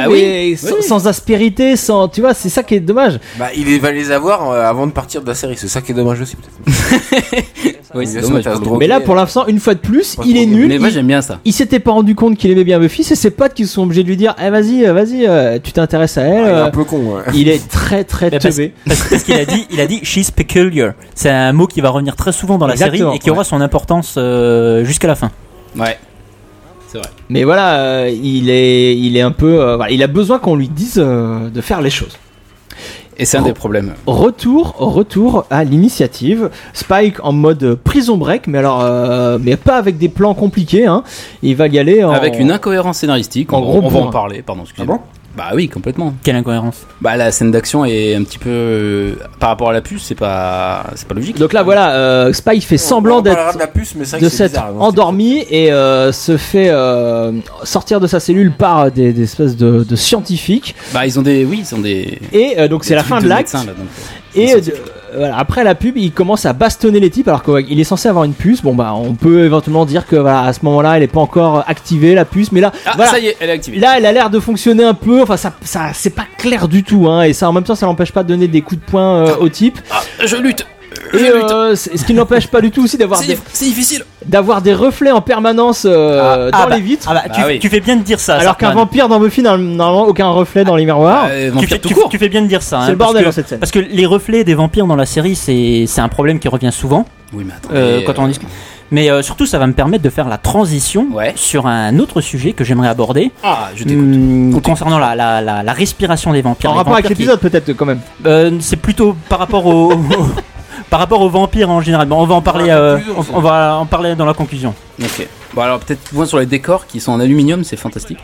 Sans aspérité, tu vois, c'est ça qui est dommage. Il va les avoir avant de partir de la série. C'est ça qui est dommage aussi, peut-être. Oui, c'est dommage. Mais là, pour l'instant, une fois de plus, il est nul. Mais moi, j'aime bien ça. Il s'était pas rendu compte qu'il aimait bien Buffy. C'est ses potes qui sont obligés de lui dire vas-y, tu t'intéresses à elle. Il est un peu con. Ouais. Il est très teubé. Parce qu'il a dit she's peculiar. C'est un mot qui va revenir très souvent dans la série et qui aura son importance jusqu'à la fin. Ouais. C'est vrai. Mais voilà, il est un peu. Il a besoin qu'on lui dise de faire les choses. Et c'est un des problèmes. Retour à l'initiative. Spike en mode prison break, mais pas avec des plans compliqués. Hein. Il va y aller avec une incohérence scénaristique. On va en parler. Pardon, excusez-moi. Bah oui, complètement. Quelle incohérence? La scène d'action est un petit peu par rapport à la puce, c'est pas logique. Donc là voilà, Spike fait semblant de s'être endormi et se fait sortir de sa cellule par des espèces de scientifiques. Ils ont des et donc c'est la fin de l'acte. Et après la pub, il commence à bastonner les types alors qu'il est censé avoir une puce. On peut éventuellement dire que à ce moment-là, elle est pas encore activée la puce, mais là, ça y est, elle est activée. Là, elle a l'air de fonctionner un peu. Enfin, ça, c'est pas clair du tout, hein. Et ça, en même temps, ça l'empêche pas de donner des coups de poing au type. Je lutte. Et ce qui n'empêche pas du tout aussi d'avoir c'est difficile d'avoir des reflets en permanence dans les vitres. Tu fais bien de dire ça. Alors qu'un vampire dans Buffy n'a normalement aucun reflet dans les miroirs. Tu fais bien de dire ça. C'est le bordel dans cette scène. Parce que les reflets des vampires dans la série, c'est un problème qui revient souvent. Oui, mais quand on en discute. Mais surtout, ça va me permettre de faire la transition sur un autre sujet que j'aimerais aborder. Je t'écoute. Concernant la respiration des vampires. En rapport avec l'épisode, peut-être quand même. C'est plutôt par rapport au par rapport aux vampires en général. On va en parler. On va en parler dans la conclusion. Ok. Bon alors peut-être point sur les décors qui sont en aluminium, c'est fantastique.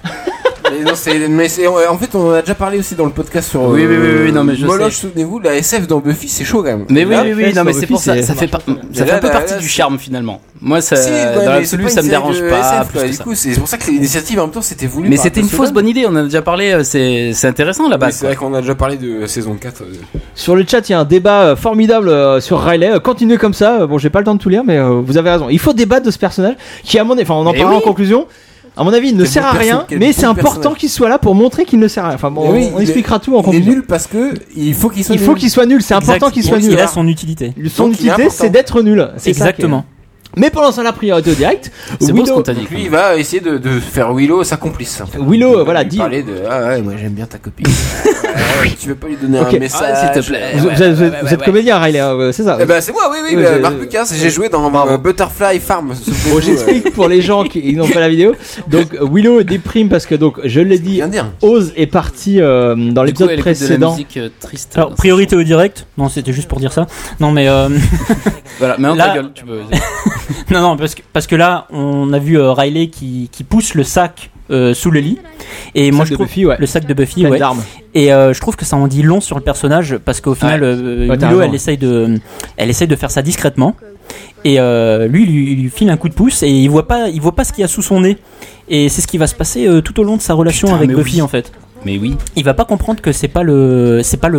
En fait, on en a déjà parlé aussi dans le podcast sur. Oui, non, mais je Moloch, sais. souvenez-vous, la SF dans Buffy, c'est chaud quand même. Mais oui, non, mais c'est pour ça. Ça fait un peu partie du charme finalement. Moi, dans l'absolu, ça me dérange pas. Du coup, c'est pour ça que l'initiative en même temps, c'était voulu. Mais c'était une fausse bonne idée. On en a déjà parlé. C'est intéressant là-bas. C'est vrai qu'on a déjà parlé de saison 4. Sur le chat, il y a un débat formidable sur Riley. Continuez comme ça. Bon, j'ai pas le temps de tout lire, mais vous avez raison. Il faut débattre de ce personnage qui, à mon avis, on en parlera en conclusion. À mon avis, il ne sert à rien, mais c'est important qu'il soit là pour montrer qu'il ne sert à rien. Enfin, on expliquera tout en conclusion. Il est nul parce que il faut qu'il soit nul. Il faut qu'il soit nul, c'est important qu'il soit nul. Il a son utilité. Son utilité, c'est d'être nul. Exactement. Mais pendant ça, la priorité au direct, c'est Willow, beau ce qu'on t'a dit. Lui, il va essayer de faire Willow sa complice. En fait. Willow, voilà, dit. Parler de ouais, moi j'aime bien ta copine. Tu veux pas lui donner Okay. un message, s'il te plaît. Vous êtes comédien, Riley, c'est ça. Eh ben c'est moi, oui, Ouais, Marc Lucas, j'ai joué dans Butterfly Farm. Bon, j'explique pour les gens qui n'ont pas la vidéo. Donc Willow déprime parce que donc je l'ai dit, Oz est parti dans l'épisode précédent. De la musique triste. Alors priorité au direct. Non, c'était juste pour dire ça. Non mais voilà, mais là... ta gueule, tu peux. non, parce que là, on a vu Riley qui pousse le sac sous le lit. Et moi, je trouve Buffy, ouais. le sac de Buffy, ouais. Et je trouve que ça en dit long sur le personnage parce qu'au final, Willow, elle essaye de faire ça discrètement. Et lui, il lui file un coup de pouce et il voit pas ce qu'il y a sous son nez. Et c'est ce qui va se passer tout au long de sa relation avec Buffy, en fait. Mais oui. Il va pas comprendre que c'est pas le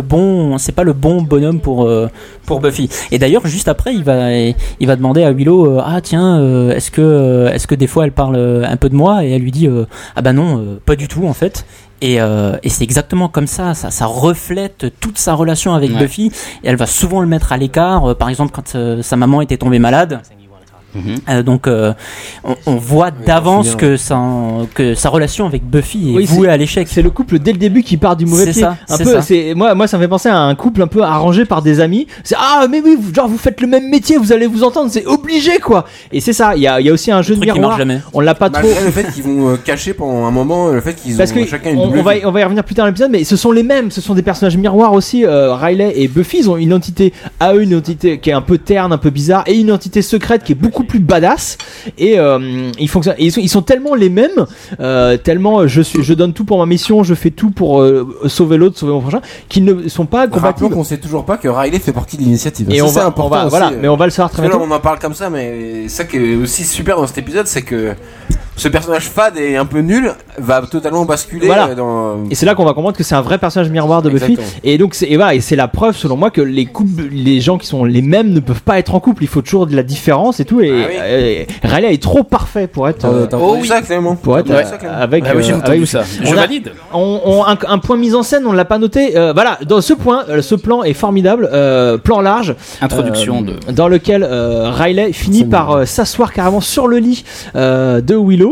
bon bonhomme pour Buffy. Et d'ailleurs juste après il va demander à Willow est-ce que des fois elle parle un peu de moi, et elle lui dit ah bah non, pas du tout en fait. Et c'est exactement comme ça reflète toute sa relation avec Buffy, et elle va souvent le mettre à l'écart, par exemple quand sa maman était tombée malade. Donc on voit d'avance que sa relation avec Buffy est vouée à l'échec. C'est le couple dès le début qui part du mauvais pied. Moi ça me fait penser à un couple un peu arrangé par des amis. C'est mais oui, genre vous faites le même métier, vous allez vous entendre, c'est obligé quoi. Et c'est ça, il y a aussi un jeu de miroir. On l'a pas trop. Le fait qu'ils vont cacher pendant un moment le fait qu'ils ont chacun une double. On va y revenir plus tard dans l'épisode, mais ce sont les mêmes, ce sont des personnages miroirs aussi. Riley et Buffy, ils ont une entité à eux, une entité qui est un peu terne, un peu bizarre, et une entité secrète qui est beaucoup plus badass, et ils fonctionnent, et ils sont tellement les mêmes, tellement je donne tout pour ma mission, je fais tout pour sauver l'autre, sauver mon prochain, qu'ils ne sont pas compatibles. Rappelons qu'on sait toujours pas que Riley fait partie de l'initiative. Et c'est important aussi, voilà, mais on va le savoir très bientôt. Là, on en parle comme ça, mais ça qui est aussi super dans cet épisode, c'est que ce personnage fade et un peu nul va totalement basculer dans... Et c'est là qu'on va comprendre que c'est un vrai personnage miroir de Buffy. Et donc c'est la preuve selon moi que les gens qui sont les mêmes ne peuvent pas être en couple. Il faut toujours de la différence et tout. Et Riley est trop parfait pour être pour être avec ça. Je valide. Un point mise en scène, on l'a pas noté. Voilà, dans ce point, ce plan est formidable. Plan large. Introduction dans lequel Riley finit par s'asseoir carrément sur le lit de Willow.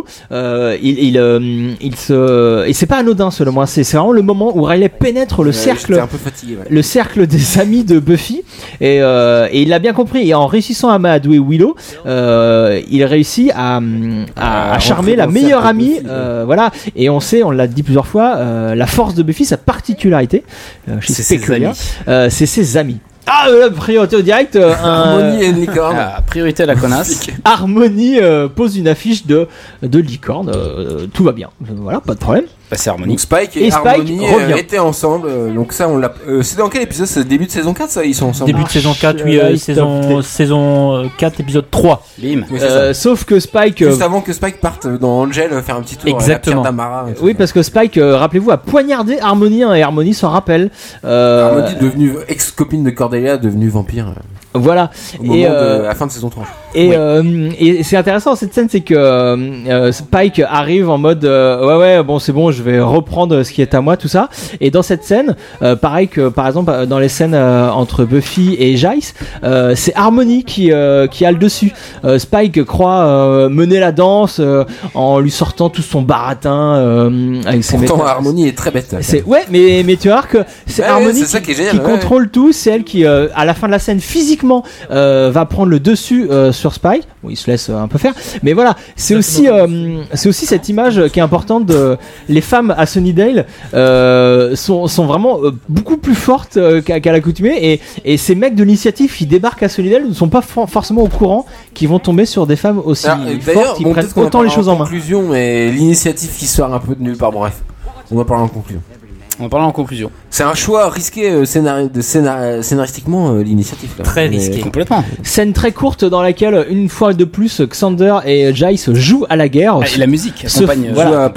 Et c'est pas anodin selon moi, c'est vraiment le moment où Riley pénètre le cercle, un peu fatigué, le cercle des amis de Buffy, et il l'a bien compris, et en réussissant à amadouer Willow, il réussit à charmer la meilleure amie, voilà. Et on l'a dit plusieurs fois, la force de Buffy, sa particularité, c'est ses amis. C'est ses amis. Priorité au direct. Harmonie et une licorne. Priorité à la connasse. Harmonie pose une affiche de licorne. Tout va bien. Voilà, pas de problème. C'est Harmonie. Donc Spike et Harmonie étaient ensemble. Donc ça, on l'a. C'est dans quel épisode? C'est le début de saison 4, ça? Ils sont ensemble. Début de saison 4, oui. Saison 4, épisode 3. Bim. Oui, sauf que Spike. Juste avant que Spike parte dans Angel faire un petit tour. Exactement. À la Pierre d'Amara. Oui, parce que Spike, rappelez-vous, a poignardé Harmonie, et Harmonie s'en rappelle. Harmonie devenue ex-copine de Cordelia, devenue vampire. Voilà. Au moment de la fin de saison 3. Et c'est intéressant cette scène, c'est que Spike arrive en mode bon c'est bon, je vais reprendre ce qui est à moi, tout ça. Et dans cette scène, pareil que par exemple dans les scènes entre Buffy et Giles, c'est Harmonie qui a le dessus. Spike croit mener la danse en lui sortant tout son baratin avec ses Pourtant Harmonie est très bête. Mais tu vois que c'est Harmonie qui contrôle tout, c'est elle qui à la fin de la scène physiquement va prendre le dessus sur Spike. Bon, il se laisse un peu faire, mais voilà, c'est aussi cette image qui est importante de les femmes à Sunnydale sont vraiment beaucoup plus fortes qu'à l'accoutumée, et ces mecs de l'initiative qui débarquent à Sunnydale ne sont pas forcément au courant qu'ils vont tomber sur des femmes aussi fortes qui prennent autant les choses en main. Conclusion, mais l'initiative qui sort un peu de nulle part. Bref, on va parler en conclusion. On va parler en conclusion. C'est un choix risqué scénaristiquement, l'initiative. Là. Très risqué. Complètement. Scène très courte dans laquelle, une fois de plus, Xander et Giles jouent à la guerre. Et la musique accompagne.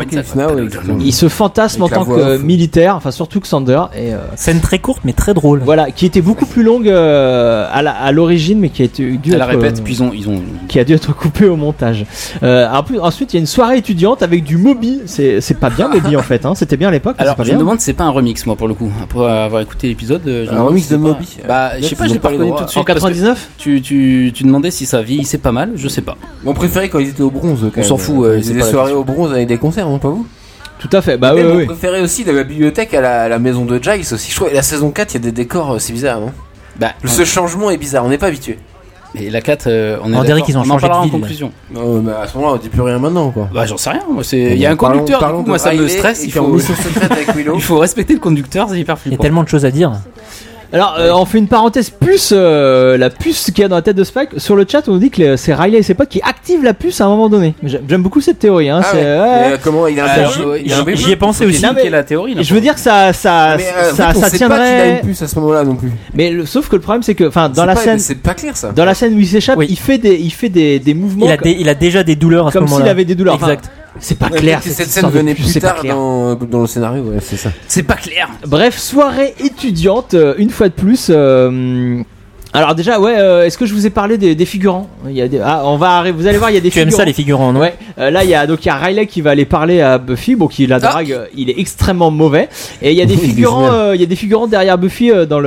Ils se fantasment en tant que militaires, enfin surtout Xander. Scène très courte mais très drôle. Voilà, qui était beaucoup plus longue à l'origine, mais qui a été dû à la répète, puis ils ont qui a dû être coupé au montage. Ensuite, il y a une soirée étudiante avec du Moby. C'est pas bien Moby en fait, hein. C'était bien à l'époque. Alors je me demande si c'est pas un remix, moi, pour le coup. coup. Après avoir écouté l'épisode, un remix de Moby. Bah, je sais pas, j'ai pas reconnu tout de suite. En 99 tu demandais si ça vieillissait pas mal, je sais pas. Mon préféré quand ils étaient au bronze. On s'en fout. Ils étaient des soirées au bronze avec des concerts, non, pas vous? Tout à fait, bah oui. Mon préféré aussi de la bibliothèque à la maison de Giles aussi. Je trouve la saison 4, il y a des décors, c'est bizarre, non? Bah, ce changement est bizarre, on n'est pas habitué. Et la 4, on dirait qu'ils ont changé de ville. En conclusion. Non, mais à ce moment-là, on dit plus rien maintenant, quoi. Bah, j'en sais rien. Moi, il y a un conducteur, du coup, moi, ça me stresse. Il faut respecter le conducteur, c'est hyper flippant. Il y a tellement de choses à dire. Alors, on fait une parenthèse puce, la puce qu'il y a dans la tête de Spike. Sur le chat, on nous dit que c'est Riley et ses potes qui activent la puce à un moment donné. J'aime beaucoup cette théorie. Hein. Comment il a un J'y ai pensé aussi. C'est la théorie. Je veux dire que ça tiendrait. Pas qu'il a une puce à ce moment-là non plus. Mais sauf que le problème, c'est que, enfin, dans la scène, c'est pas clair ça. Dans la scène où il s'échappe, il fait des mouvements. Il a déjà des douleurs à ce moment-là. Comme s'il avait des douleurs. Exact. C'est pas clair. Cette scène venait plus tard dans le scénario, ouais, c'est ça. C'est pas clair. Bref, soirée étudiante, une fois de plus. Alors déjà, est-ce que je vous ai parlé des figurants? Il y a vous allez voir, il y a des figurants. Tu aimes ça les figurants, non? Ouais. Là, il y a Riley qui va aller parler à Buffy, bon, qui la drague, il est extrêmement mauvais. Et il y a des figurants, derrière Buffy dans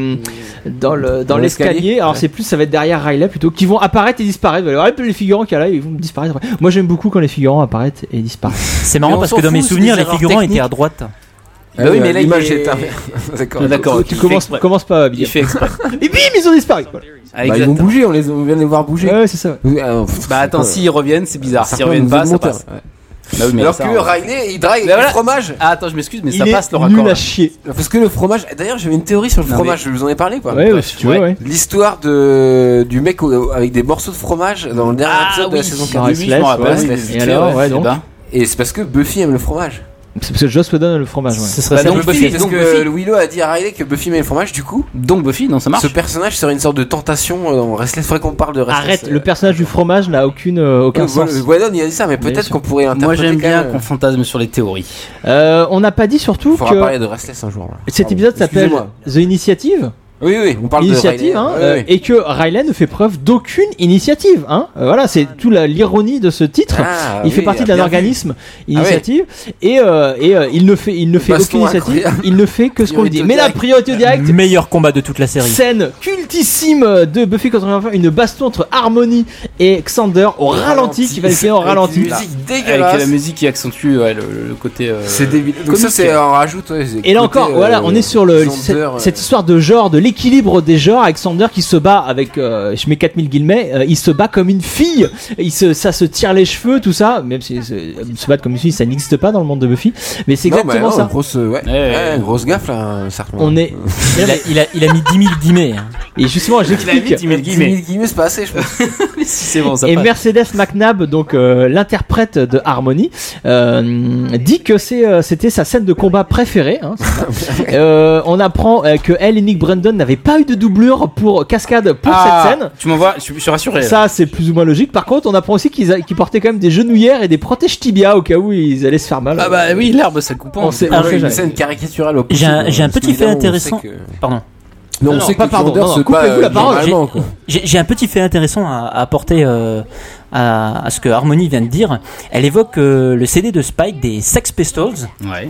l'escalier. Alors ça va être derrière Riley plutôt, qui vont apparaître et disparaître. Vous allez voir les figurants qu'il y a là, ils vont disparaître. Moi, j'aime beaucoup quand les figurants apparaissent et disparaissent. C'est marrant parce que dans mes souvenirs, les figurants étaient à droite. Bah oui, mais là, l'image est D'accord. Tu commences pas, il fait exprès. Et bim, ils ont disparu. Ils vont bouger, on vient de les voir bouger. Ouais, c'est ça. Bah attends, s'ils reviennent, c'est bizarre. S'ils reviennent pas, ça passe. Bah oui, alors que Riley, il drague le fromage. Ah, attends, je m'excuse, mais il ça passe le raccord. Nul à chier. Parce que le fromage. D'ailleurs, j'avais une théorie sur le fromage. Je vous en ai parlé, quoi. Ouais, si tu veux, ouais. L'histoire du mec avec des morceaux de fromage dans le dernier épisode de la saison 4. Oui, je me rappelle. Et alors, ouais, donc. Et c'est parce que Buffy aime le fromage. C'est parce que Joss Whedon a le fromage. Ouais. Ce serait donc Buffy, parce que Willow a dit à Riley que Buffy aimait le fromage, du coup. Donc Buffy, non, ça marche. Ce personnage serait une sorte de tentation dans Restless. Faudrait qu'on parle de Restless. Arrête, le personnage du fromage n'a aucun sens. Whedon, il a dit ça, mais peut-être qu'on pourrait interpréter. Moi, j'aime bien qu'on fantasme sur les théories. On n'a pas dit surtout que. On va parler de Restless un jour. Cet épisode s'appelle The Initiative. Oui, on parle initiative, de Riley, et que Riley ne fait preuve d'aucune initiative. Voilà, c'est tout l'ironie de ce titre. Il fait partie d'un organisme initiative et il ne fait aucune initiative. Il ne fait que ce qu'on lui dit. Mais la priorité direct. Meilleur combat de toute la série. Scène cultissime de Buffy contre les vampires, une baston entre Harmony et Xander au ralenti, qui va essayer en ralenti. Musique dégueulasse. Avec la musique qui accentue le côté. C'est débile. Donc ça c'est en rajoute. Et là encore, voilà, on est sur cette histoire de genre de l'équilibre des genres. Alexander qui se bat avec je mets 4000 guillemets, il se bat comme une fille, ça se tire les cheveux, tout ça, même si se battre comme une fille ça n'existe pas dans le monde de Buffy, mais c'est exactement ça. Grosse gaffe là, certainement. On est il a mis 10 000 guillemets et justement j'explique 10 000 guillemets c'est pas assez, je pense. Si c'est bon, ça et passe. Mercedes McNabb, donc l'interprète de Harmony, dit que c'était sa scène de combat préférée, on apprend que elle et Nick Brandon n'avaient pas eu de doublure pour cascade pour cette scène. Tu m'envoies, je suis rassuré. Ça c'est plus ou moins logique. Par contre, on apprend aussi qu'ils portaient quand même des genouillères et des protèges tibia au cas où ils allaient se faire mal. Ah bah oui, l'herbe ça coupe. C'est une scène caricaturale. J'ai un petit fait intéressant. Pardon. Non, on sait pas, pardon. Coupez-vous la parole. J'ai un petit fait intéressant à apporter à ce que Harmony vient de dire. Elle évoque le CD de Spike des Sex Pistols. Ouais.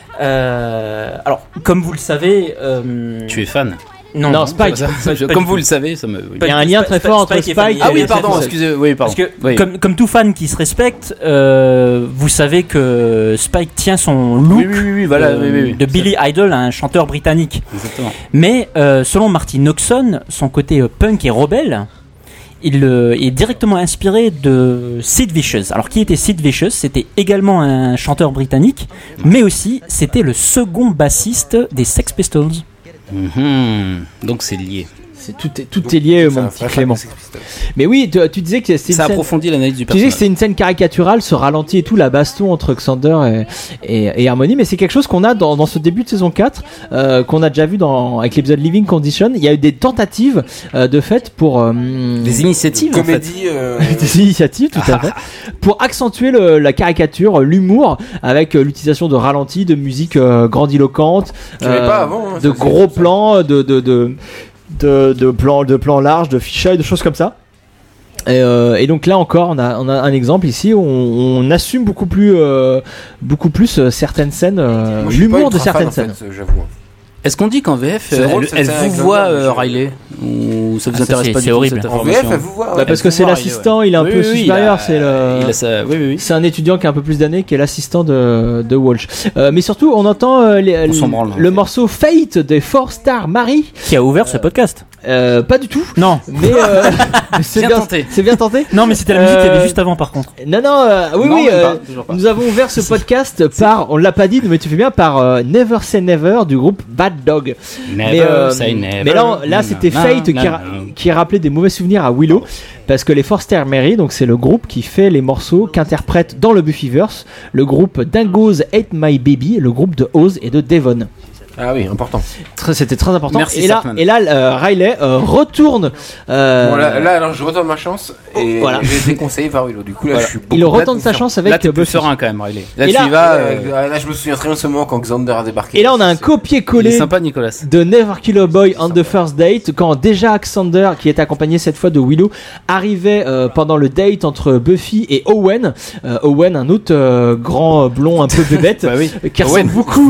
Alors, comme vous le savez, tu es fan. Non, Spike. Comme vous le savez, ça me. Il y a un lien très fort entre Spike. Ah oui, pardon, excusez. Oui, pardon. Parce que comme tout fan qui se respecte, vous savez que Spike tient son look de Billy Idol, un chanteur britannique. Exactement. Mais selon Martin Noxon, son côté punk et rebelle, il est directement inspiré de Sid Vicious. Alors qui était Sid Vicious? C'était également un chanteur britannique, mais aussi c'était le second bassiste des Sex Pistols. Donc c'est lié. Tout est lié, mon petit Clément. Mais oui, tu disais que c'est ça approfondit l'analyse du personnage. Tu disais que c'est une scène caricaturale, ce ralenti et tout, la baston entre Xander et Harmony, mais c'est quelque chose qu'on a dans ce début de saison 4, qu'on a déjà vu avec l'épisode Living Condition. Il y a eu des tentatives de fait pour des initiatives, comédie, des initiatives, tout à fait, pour accentuer la caricature, l'humour, avec l'utilisation de ralentis, de musique grandiloquente, de gros plans, de plans larges, de fisheye, de choses comme ça. Et donc là encore, on a un exemple ici où on assume beaucoup plus certaines scènes, l'humour de certaines scènes. J'avoue. Est-ce qu'on dit qu'en VF, C'est drôle, elle c'était vous avec voit Londres, Riley ou ça vous intéresse c'est pas du tout horrible. cette En information? VF, elle vous voit. Bah, parce que c'est voit l'assistant, Riley, il est un ouais. peu Oui, supérieur. il a sa... Oui. C'est un étudiant qui a un peu plus d'années, qui est l'assistant de Walsh. Mais surtout, on entend On s'en branle, le morceau Fate des 4-Star Mary. Qui a ouvert ce podcast. Pas du tout. Non. Mais c'est Bien tenté. C'est bien tenté. Non, mais c'était la musique qu'il y avait juste avant, par contre. Non, oui, Non, oui. même pas, toujours pas. Nous avons ouvert ce podcast par, on l'a pas dit, mais tu fais bien, par Never Say Never du groupe Bad Dog. Never say never. Mais là c'était Fate qui rappelait des mauvais souvenirs à Willow, parce que les 4-Star Mary, donc c'est le groupe qui fait les morceaux qu'interprète dans le Buffyverse le groupe Dingoes Hate My Baby, le groupe de Oz et de Devon. Ah oui, important. C'était très important. Merci, et là, Riley retourne. Bon, là, alors je retourne ma chance et Voilà. j'ai été conseillé par Willow. Du coup, là, Voilà. je suis Il beaucoup retente sa chance avec Là, t'es plus Buffy. serein quand même, Riley. Là, Et tu là, y vas. Là, je me souviens très bien de ce moment quand Xander a débarqué. Et là, on a un Il est copier-coller sympa, Nicolas. de Never Kill a Boy on the First Date, quand déjà Alexander, qui est accompagné cette fois de Willow, arrivait pendant le date entre Buffy et Owen. Owen, un autre grand blond un peu bébête, Bah oui. qui Owen, ressemble beaucoup.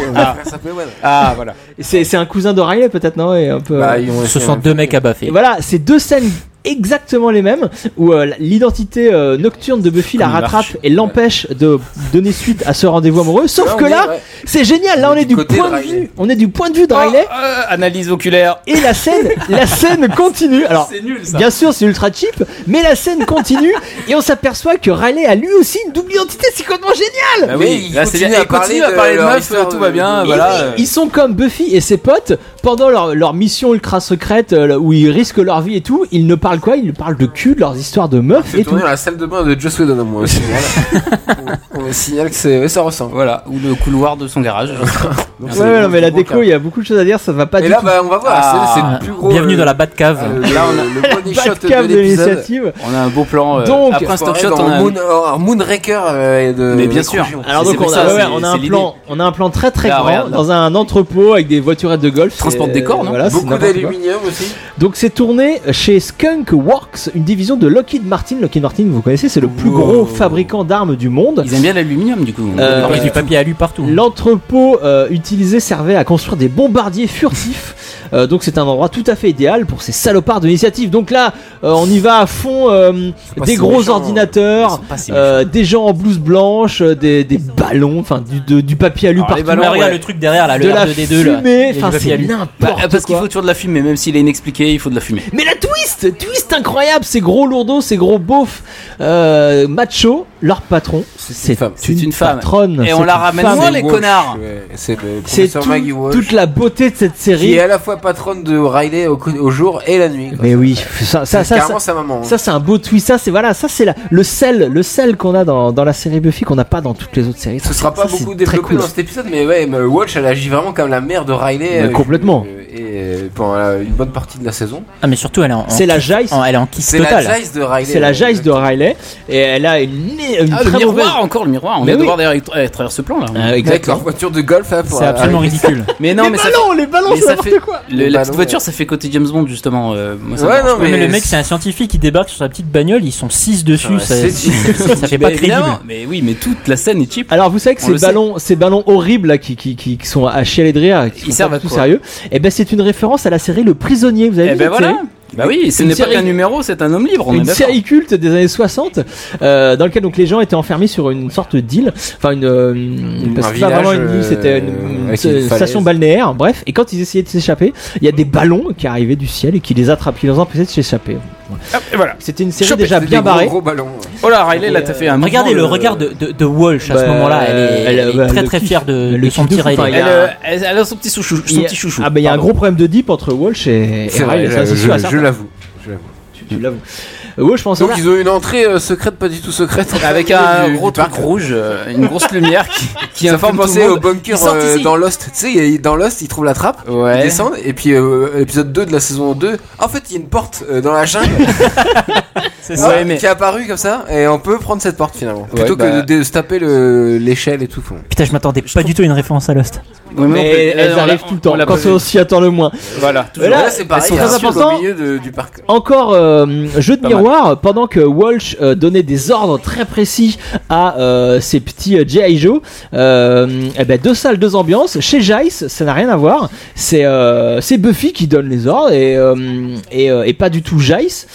Ah, voilà. C'est un cousin de Riley peut-être, non? Et un peu. Bah, ils ont Ce essayé sont un deux peu. mecs à baffer. Et voilà, c'est deux scènes exactement les mêmes, où l'identité nocturne de Buffy la Comme il rattrape marche. et l'empêche de donner suite à ce rendez-vous amoureux. Sauf Là, que on est, là, ouais. c'est génial. Là, on est du côté point de de Riley. vue. On est du point de vue de Riley. Analyse oculaire. Et la scène continue. Alors, C'est nul, ça. bien sûr, c'est ultra cheap, mais la scène continue et on s'aperçoit que Riley a lui aussi une double identité. C'est complètement génial. Bah Mais oui, il là c'est continue bien. à Il continue parler à parler de de leur meufs, histoire tout va bien, de- voilà. Ils sont comme Buffy et ses potes pendant leur mission ultra secrète où ils risquent leur vie et tout. Ils ne parlent quoi? Ils parlent de cul, de leurs histoires de meufs C'est et tout. tourné dans la salle de bain de Joss Whedon, moi aussi. Voilà. On signale que ça ressemble. Voilà, ou le couloir de son garage. Donc, Ouais, c'est ouais, le non, mais la gros déco, cas. il y a beaucoup de choses à dire. Ça va pas Et du là, tout. bah, on va voir. C'est le plus gros. Bienvenue dans la Batcave. Là, on a le body shot Batcave de de l'épisode. l'initiative. On a un beau plan. Donc, après un stock shot, dans on a un... Moonraker de. Mais bien sûr. Crougion. Alors C'est donc pour on ça, a, ouais, c'est- on a c'est un l'idée. plan, on a un plan très très Là, grand regarde, là. dans un entrepôt avec des voiturettes de golf. Transport C'est- décor, non voilà, c'est Beaucoup n'importe quoi. d'aluminium aussi. Donc c'est tourné chez Skunk Works, une division de Lockheed Martin. Lockheed Martin, vous connaissez, c'est le plus Wow. gros fabricant d'armes du monde. Ils aiment bien l'aluminium du coup. Il y a du papier alu partout. L'entrepôt utilisé servait à construire des bombardiers furtifs. Donc c'est un endroit tout à fait idéal pour ces salopards de l'initiative. Donc là, on y va à fond. pas Des si gros méchant, ordinateurs, Ils sont pas si méchants. des gens en blouse blanche, des ballons, enfin du papier alu Alors, les partout. ballons, regarde ouais. le truc derrière là, le de la R2D2 là. fumée, Il y a du enfin papier c'est alu. n'importe Parce qu'il quoi. faut toujours de la fumée, même s'il est inexpliqué, il faut de la fumée. Mais la twist incroyable, ces gros lourdeaux, ces gros beaufs macho, leur patron, c'est une femme. C'est une femme. patronne, Et c'est on la une ramène femme. loin, les connards. Ouais, c'est le C'est professeur Maggie Walsh. toute la beauté de cette Qui série. est à la fois patronne de Riley au jour et la nuit. quoi. Mais oui, ça, Carrément sa maman. ça c'est un beau twist. Ça c'est voilà, ça c'est le sel qu'on a dans la série Buffy qu'on n'a pas dans toutes les autres séries. Ce sera pas Ça, c'est beaucoup très développé cool. dans cet épisode, mais ouais, mais Walsh elle agit vraiment comme la mère de Riley. Mais complètement. Pendant une bonne partie de la saison. Ah mais surtout elle est en C'est la Jace. elle est en kick C'est total. la Jace de Riley. C'est la Jace de Riley et elle a une Ah, très le miroir, mauvaise. encore le miroir. On Mais vient de oui. voir derrière à travers ce plan là. Ah, Avec leur exactement. voiture de golf. Hein, pour C'est absolument ridicule. Mais non, mais ça fait. Les ballons, Mais c'est ça n'importe fait. quoi. Les La ballons, petite voiture, ouais. ça fait côté James Bond justement. Moi, ça Ouais, me marche non, pas. Mais le mec c'est un scientifique qui débarque sur sa petite bagnole, ils sont 6 dessus, Ouais, ça c'est fait pas Mais crédible. évidemment, mais oui, mais toute la scène est cheap. Alors vous savez que On le ces ballons horribles là, qui sont à chialer de rire, qui Ils sont servent pas à tout quoi sérieux. Et ben c'est une référence à la série Le Prisonnier. Vous avez Eh vu ben cette voilà. série Bah oui, ce Une n'est pas série- qu'un numéro, c'est un homme libre. On est Une d'accord. série culte des années 60 dans lequel donc les gens étaient enfermés sur une sorte d'île, enfin parce que c'est pas village, vraiment une île, c'était une avec une station falaise. balnéaire. Bref, et quand ils essayaient de s'échapper, il y a des ballons qui arrivaient du ciel et qui les attrapent, qui les empêchaient de s'échapper. Hop, et voilà. C'était une série Chopé, déjà Des bien gros, barrée. gros ballons. Oh là, Riley, là, t'as fait un. Regardez le mouvement, regard de Walsh à ce Bah, moment-là, elle est bah, très le très kiff- fière de le son kiff de petit fou, enfin, Riley. il y a- Elle a son petit chouchou. Il y a- Ah ben il y a un gros problème de dip entre Walsh et C'est Riley, vrai, ça, c'est sûr et je certain. l'avoue. Tu l'avoues. Walsh, je pense. Donc ils ont une entrée secrète, pas du tout secrète. Avec un gros truc rouge, une grosse lumière qui Ça fait informe tout le penser monde. au bunker Ils sortent ici. dans Lost. Tu sais, dans Lost, ils trouvent la trappe, Ouais. ils descendent, et puis épisode 2 de la saison 2, en fait, il y a une porte dans la jungle C'est ça. Ouais, mais qui est apparue comme ça, et on peut prendre cette porte finalement. Ouais, Plutôt bah- que de se taper l'échelle et tout. Putain, je m'attendais pas du tout à une référence à Lost. mais elles arrivent tout le temps quand on s'y attend le moins. Voilà. Là, c'est pareil, très important. Au milieu du parc. Encore jeu de miroir, pendant que Walsh donnait des ordres très précis à ses petits G.I. Joe, deux salles, deux ambiances. Chez Jace, ça n'a rien à voir. C'est Buffy qui donne les ordres et pas du tout Jace.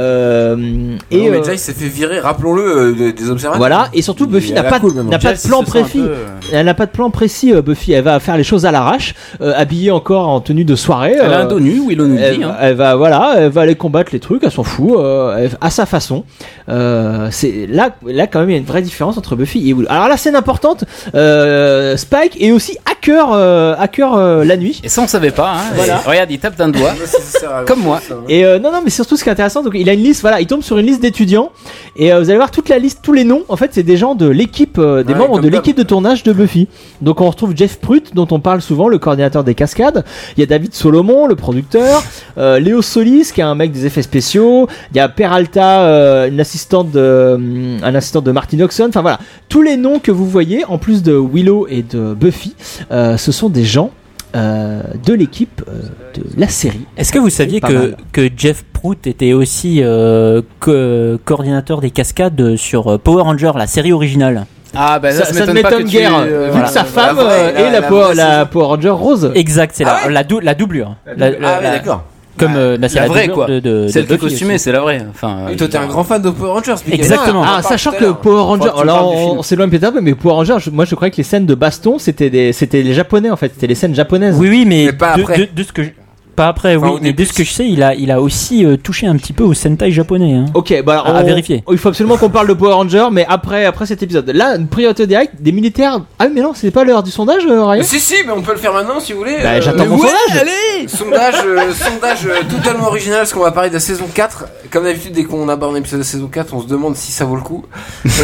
Mais Jace s'est fait virer, rappelons-le, des observateurs. Voilà, et surtout Buffy n'a pas de plan précis. Elle n'a pas de plan précis. Buffy, elle va faire les choses à l'arrache, habillée encore en tenue de soirée. Elle a un dos nu, Willow nous dit. Elle va aller combattre les trucs, elle s'en fout, à sa façon. C'est là quand même il y a une vraie différence entre Buffy et Willow. Alors la scène importante, Spike est aussi hacker la nuit. Et ça on savait pas. Hein. Voilà. Regarde, il tape d'un doigt, comme moi. Et non, mais surtout ce qui est intéressant, donc il a une liste. Voilà, il tombe sur une liste d'étudiants et vous allez voir toute la liste, tous les noms. En fait, c'est des gens de l'équipe, des membres de l'équipe de tournage de Buffy. Donc on retrouve Jeff Pruitt, dont on parle souvent, le coordinateur des cascades. Il y a David Solomon, le producteur. Léo Solis, qui est un mec des effets spéciaux. Il y a Peralta, un assistant de Martin Oxon. Enfin voilà, tous les noms que vous voyez, en plus de Willow et de Buffy, ce sont des gens de l'équipe de la série. Est-ce que vous saviez que Jeff Pruitt était aussi coordinateur des cascades sur Power Rangers, la série originale? Ah bah ça ne m'étonne guère, vu que sa femme est la Power Ranger rose. Exact, c'est la doublure. D'accord. Comme c'est la vraie doublure quoi. Celle qui est costumée, c'est la vraie. Enfin, toi t'es un grand fan de Power Rangers. Exactement. Sachant que Power Rangers, alors on s'éloigne peut-être, mais Power Rangers, moi je croyais que les scènes de baston c'était les japonais en fait, c'était les scènes japonaises. Oui, mais pas après. De ce que pas après, oui, mais de ce que je sais, il a aussi touché un petit peu au Sentai japonais. Hein. Ok, bah alors à vérifier. Il faut absolument qu'on parle de Power Rangers, mais après cet épisode. Là, une priorité directe des militaires. Ah mais non, c'est pas l'heure du sondage, Ryan. Si, mais on peut le faire maintenant si vous voulez. Bah, j'attends mon sondage. Allez. Sondage totalement original, parce qu'on va parler de la saison 4. Comme d'habitude, dès qu'on aborde un épisode de la saison 4, on se demande si ça vaut le coup.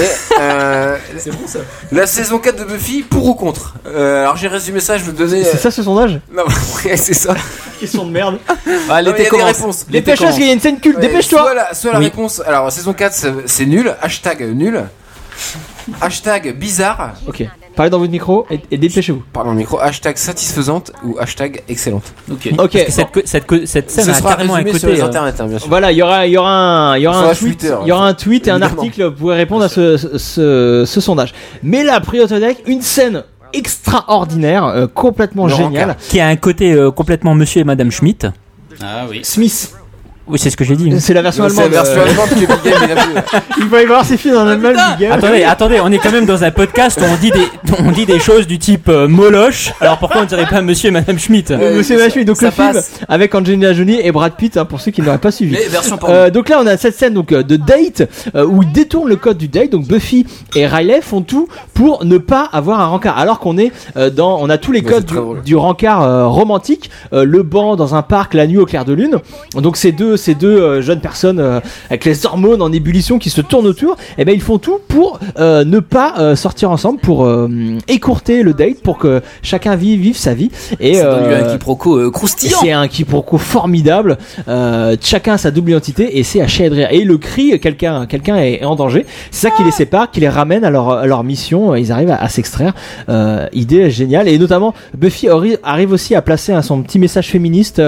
C'est bon ça. La saison 4 de Buffy, pour ou contre. Alors j'ai résumé ça, je vais vous donner. C'est ça ce sondage? Non, c'est ça. Question de merde. Il y a des réponses. Dépêche-toi, parce qu'il y a une scène culte, dépêche-toi. Soit la réponse. Alors, saison 4, c'est nul. Hashtag nul. Hashtag bizarre. Ok. Parlez dans votre micro et dépêchez-vous. Pardon, micro. Hashtag satisfaisante ou hashtag excellente. Ok. Cette scène a carrément un côté. Sur les internets, bien sûr. Voilà, il y aura un tweet et un article. Vous pourrez répondre à ce sondage. Mais là, priorité direct, une scène extraordinaire, complètement génial, qui a un côté complètement Monsieur et Madame Schmidt. Ah oui. Smith. Oui, c'est ce que j'ai dit. C'est la version allemande. C'est la version allemande que Big Game il a vu. Il va y voir ses filles en allemand, Big Game. Attendez, on est quand même dans un podcast où on dit des choses du type Moloch. Alors pourquoi on dirait pas Monsieur et Madame Schmidt? Monsieur et Madame Schmidt, donc le film avec Angelina Jolie et Brad Pitt, pour ceux qui n'auraient pas suivi. Donc là, on a cette scène de date où ils détournent le code du date. Donc Buffy et Riley font tout pour ne pas avoir un rencard, alors qu'on est on a tous les codes du rencard romantique, le banc dans un parc la nuit au clair de lune. Donc ces deux jeunes personnes avec les hormones en ébullition qui se tournent autour, et ben ils font tout pour ne pas sortir ensemble, pour écourter le date, pour que chacun vive sa vie. Et ça donne lieu à un quiproquo croustillant. C'est un quiproquo formidable. Chacun a sa double identité et c'est à chier de rire. Et le cri, quelqu'un est en danger. C'est ça qui les sépare, qui les ramène à leur mission. Ils arrivent à s'extraire. Idée géniale. Et notamment Buffy arrive aussi à placer son petit message féministe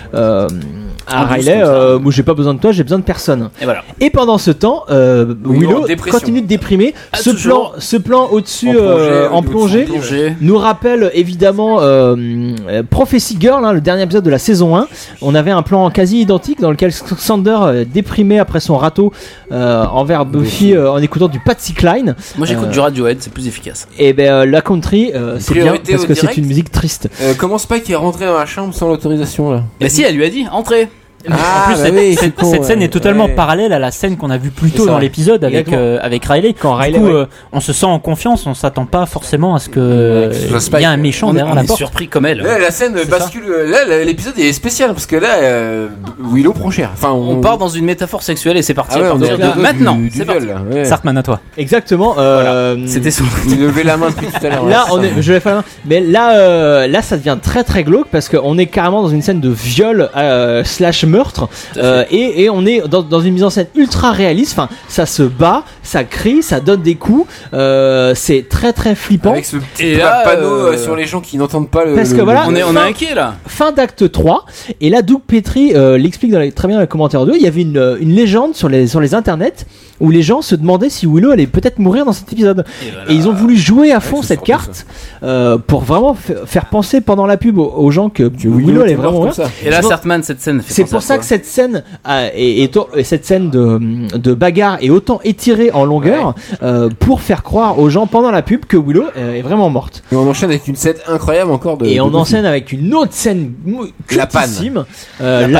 à Riley. Moi j'ai pas besoin de toi, j'ai besoin de personne. Et voilà. Et pendant ce temps, Willow continue de déprimer. Ce plan au-dessus en plongée nous rappelle évidemment Prophecy Girl, le dernier épisode de la saison 1. On avait un plan quasi identique dans lequel Xander déprimait après son râteau envers Buffy en écoutant du Patsy Cline. Moi j'écoute du Radiohead, c'est plus efficace. Et la country c'est bien parce que c'est une musique triste. Comment Spike est rentré dans la chambre sans l'autorisation là? Mais si, elle lui a dit entrez. En plus, cette scène est totalement parallèle à la scène qu'on a vue plus tôt dans l'épisode avec Riley. Quand Riley, on se sent en confiance, on s'attend pas forcément à ce que il y a un méchant derrière la porte. On est surpris comme elle. Là, la scène bascule. Là, l'épisode est spécial parce que là, Willow prend cher. Enfin, on part dans une métaphore sexuelle et c'est parti. Maintenant, c'est parti. Sartman à toi. Exactement. C'était son. Il levait la main depuis tout à l'heure. Là, je vais faire la main. Mais là, ça devient très très glauque parce qu'on est carrément dans une scène de viol / meurtre meurtre. Et on est dans une mise en scène ultra réaliste. Enfin, ça se bat, ça crie, ça donne des coups. C'est très très flippant. Avec ce petit panneau sur les gens qui n'entendent pas le. Parce que voilà, on est inquiet là. Fin d'acte 3. Et là, Doug Petrie l'explique très bien dans les commentaires 2. Il y avait une légende sur les internets où les gens se demandaient si Willow allait peut-être mourir dans cet épisode. Et ils ont voulu jouer à fond cette carte pour vraiment faire penser pendant la pub aux gens que Willow allait vraiment mourir. Et là, Sartman, cette scène. C'est pour ça que cette scène cette scène de bagarre est autant étirée en longueur pour faire croire aux gens pendant la pub que Willow est vraiment morte. Et on enchaîne avec une scène incroyable encore et on enchaîne avec une autre scène cultissime, la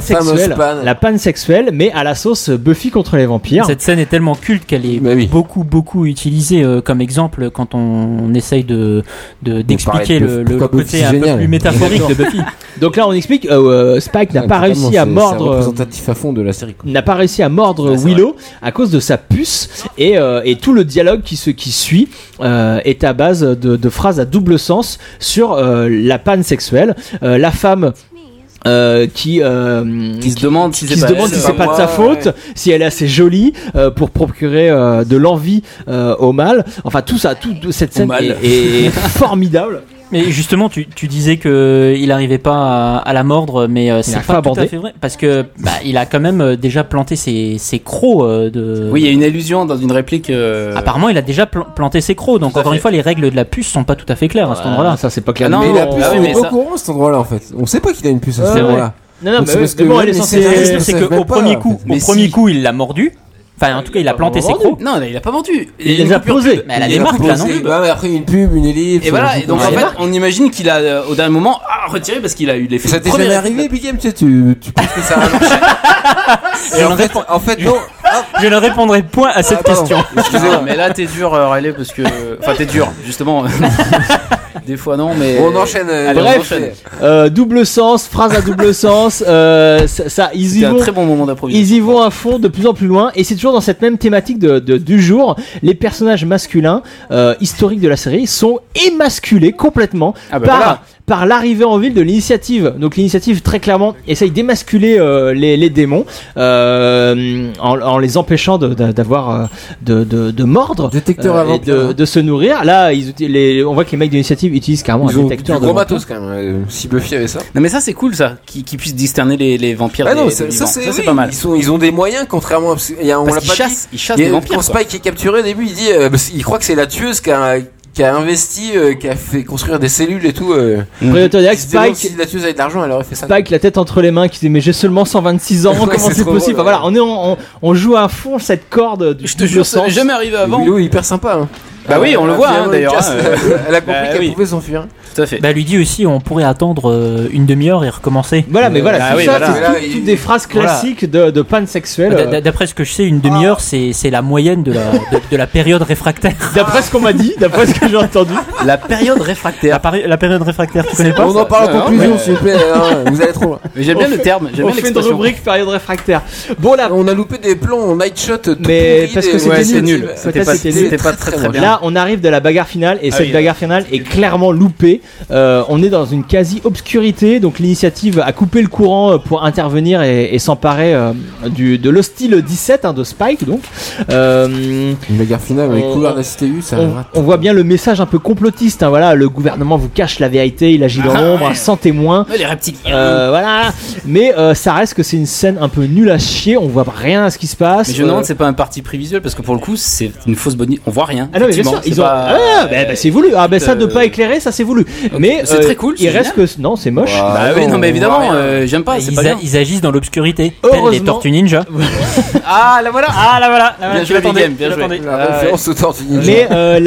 panne sexuelle, mais à la sauce Buffy contre les vampires. Cette scène est tellement culte qu'elle est beaucoup utilisée comme exemple quand on essaye d'expliquer le côté un peu plus métaphorique de Buffy. Donc là on explique Spike n'a pas réussi à mordre, c'est représentatif à fond de la série, quoi. N'a pas réussi à mordre Willow à cause de sa puce et tout le dialogue qui suit est à base de phrases à double sens sur la panne sexuelle. La femme qui se demande si c'est pas de sa faute, si elle est assez jolie pour procurer de l'envie au mâle. Enfin toute cette scène est formidable. Mais justement, tu disais que il arrivait pas à la mordre, mais c'est pas tout à fait vrai parce que il a quand même déjà planté ses crocs de. Oui, il y a une allusion dans une réplique. Apparemment, il a déjà planté ses crocs. Donc encore une fois, les règles de la puce sont pas tout à fait claires à cet endroit-là. Ça c'est pas clair. Mais la puce, on est pas au courant à cet endroit-là en fait. On sait pas qu'il a une puce à cet endroit-là. Non, mais bon, elle est censée. C'est qu'au premier coup, il l'a mordu. Enfin, en tout cas, il a planté ses crocs. Non, il a pas vendu. Il les a posés. Mais elle a des marques là, non? Mais après, une pub, une ellipse. Et voilà. Et donc, en fait, on imagine qu'il a, au dernier moment, retiré parce qu'il a eu l'effet. Ça t'est jamais arrivé, Big Game, tu penses que ça a marché? Et en fait, non. Je ne répondrai point à cette question. Excusez-moi. Mais là, t'es dur, Riley, parce que. Enfin, t'es dur, justement. Des fois, non, mais. On enchaîne. Bref, double sens, phrase à double sens. Ils y vont. C'est un très bon moment d'improvisation. Ils y vont à fond, de plus en plus loin. Et c'est toujours dans cette même thématique du jour. Les personnages masculins historiques de la série sont émasculés complètement par l'arrivée en ville de l'initiative. Donc l'initiative très clairement essaye d'émasculer les démons en les empêchant d'avoir de mordre et de se nourrir. Là on voit que les mecs de l'initiative utilisent carrément un détecteur de gros matos quand même. Si Buffy avait ça. Non mais ça c'est cool ça, qu'ils puissent discerner les vampires. Ça c'est pas mal. Ils ont des moyens contrairement à on l'a pas dit. Ils chassent des vampires. Quand Spike est capturé au début, il dit il croit que c'est la tueuse qui a investi, qui a fait construire des cellules et tout. Spike, si la tueuse avait de l'argent, elle aurait fait ça. Spike, la tête entre les mains, qui dit mais j'ai seulement 126 ans, comment c'est possible? Enfin, voilà, on joue à fond cette corde du. Je te jure, ça n'est jamais arrivé avant. Willow est hyper sympa. Hein. Bah oui, on le voit d'ailleurs. Elle a compris qu'elle pouvait s'enfuir. Tout à fait. Bah lui dit aussi on pourrait attendre une demi-heure et recommencer. Voilà, mais voilà, c'est toutes des phrases classiques de panne sexuelle. D'après ce que je sais, une demi-heure c'est la moyenne de la période réfractaire. D'après ce qu'on m'a dit, d'après ce que j'ai entendu. La période réfractaire. La période réfractaire, tu connais pas? On en parle en conclusion s'il vous plaît. Vous allez trop loin. Mais j'aime bien le terme, j'aime bien l'expression. On fait une rubrique période réfractaire. Bon là, on a loupé des plans en night shot. Mais parce que c'était nul. C'était pas très bien. Là, on arrive de la bagarre finale et cette bagarre finale est clairement loupée. On est dans une quasi-obscurité, donc l'initiative a coupé le courant pour intervenir et s'emparer de l'hostile 17 de Spike. Donc une bagarre finale avec couleur de la CTU, ça. On voit bien le message un peu complotiste. Voilà, le gouvernement vous cache la vérité, il agit dans l'ombre, sans témoin. Les reptiliens. Voilà, mais ça reste que c'est une scène un peu nulle à chier. On voit rien à ce qui se passe. Mais je me demande, c'est pas un parti pris visuel parce que pour le coup, c'est une fausse bonne. On voit rien. Ah non, mais bien sûr, ils ont. C'est voulu. Ça de pas éclairer, ça c'est voulu. Mais c'est très cool. Il reste que non, c'est moche. Bah oui, non, mais évidemment, j'aime pas. Ils agissent dans l'obscurité. Tels les Tortues Ninja. Ah là voilà. Bien joué, bien joué. Référence aux Tortues Ninja. Mais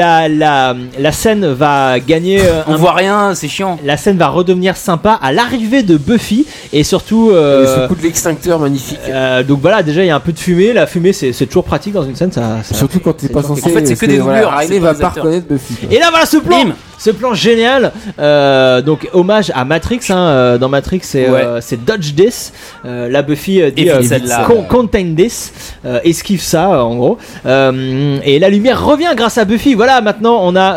la scène va gagner. On voit rien, c'est chiant. La scène va redevenir sympa à l'arrivée de Buffy et surtout. Ce coup de l'extincteur magnifique. Donc voilà, déjà il y a un peu de fumée. La fumée, c'est toujours pratique dans une scène. Surtout quand t'es pas censé. En fait, c'est que des doublures. Riley va pas reconnaître Buffy. Et là voilà ce plan. Ce plan génial, donc hommage à Matrix. Dans Matrix, c'est Dodge This. La Buffy dit Contain This, esquive ça en gros. Et la lumière revient grâce à Buffy. Voilà, maintenant on a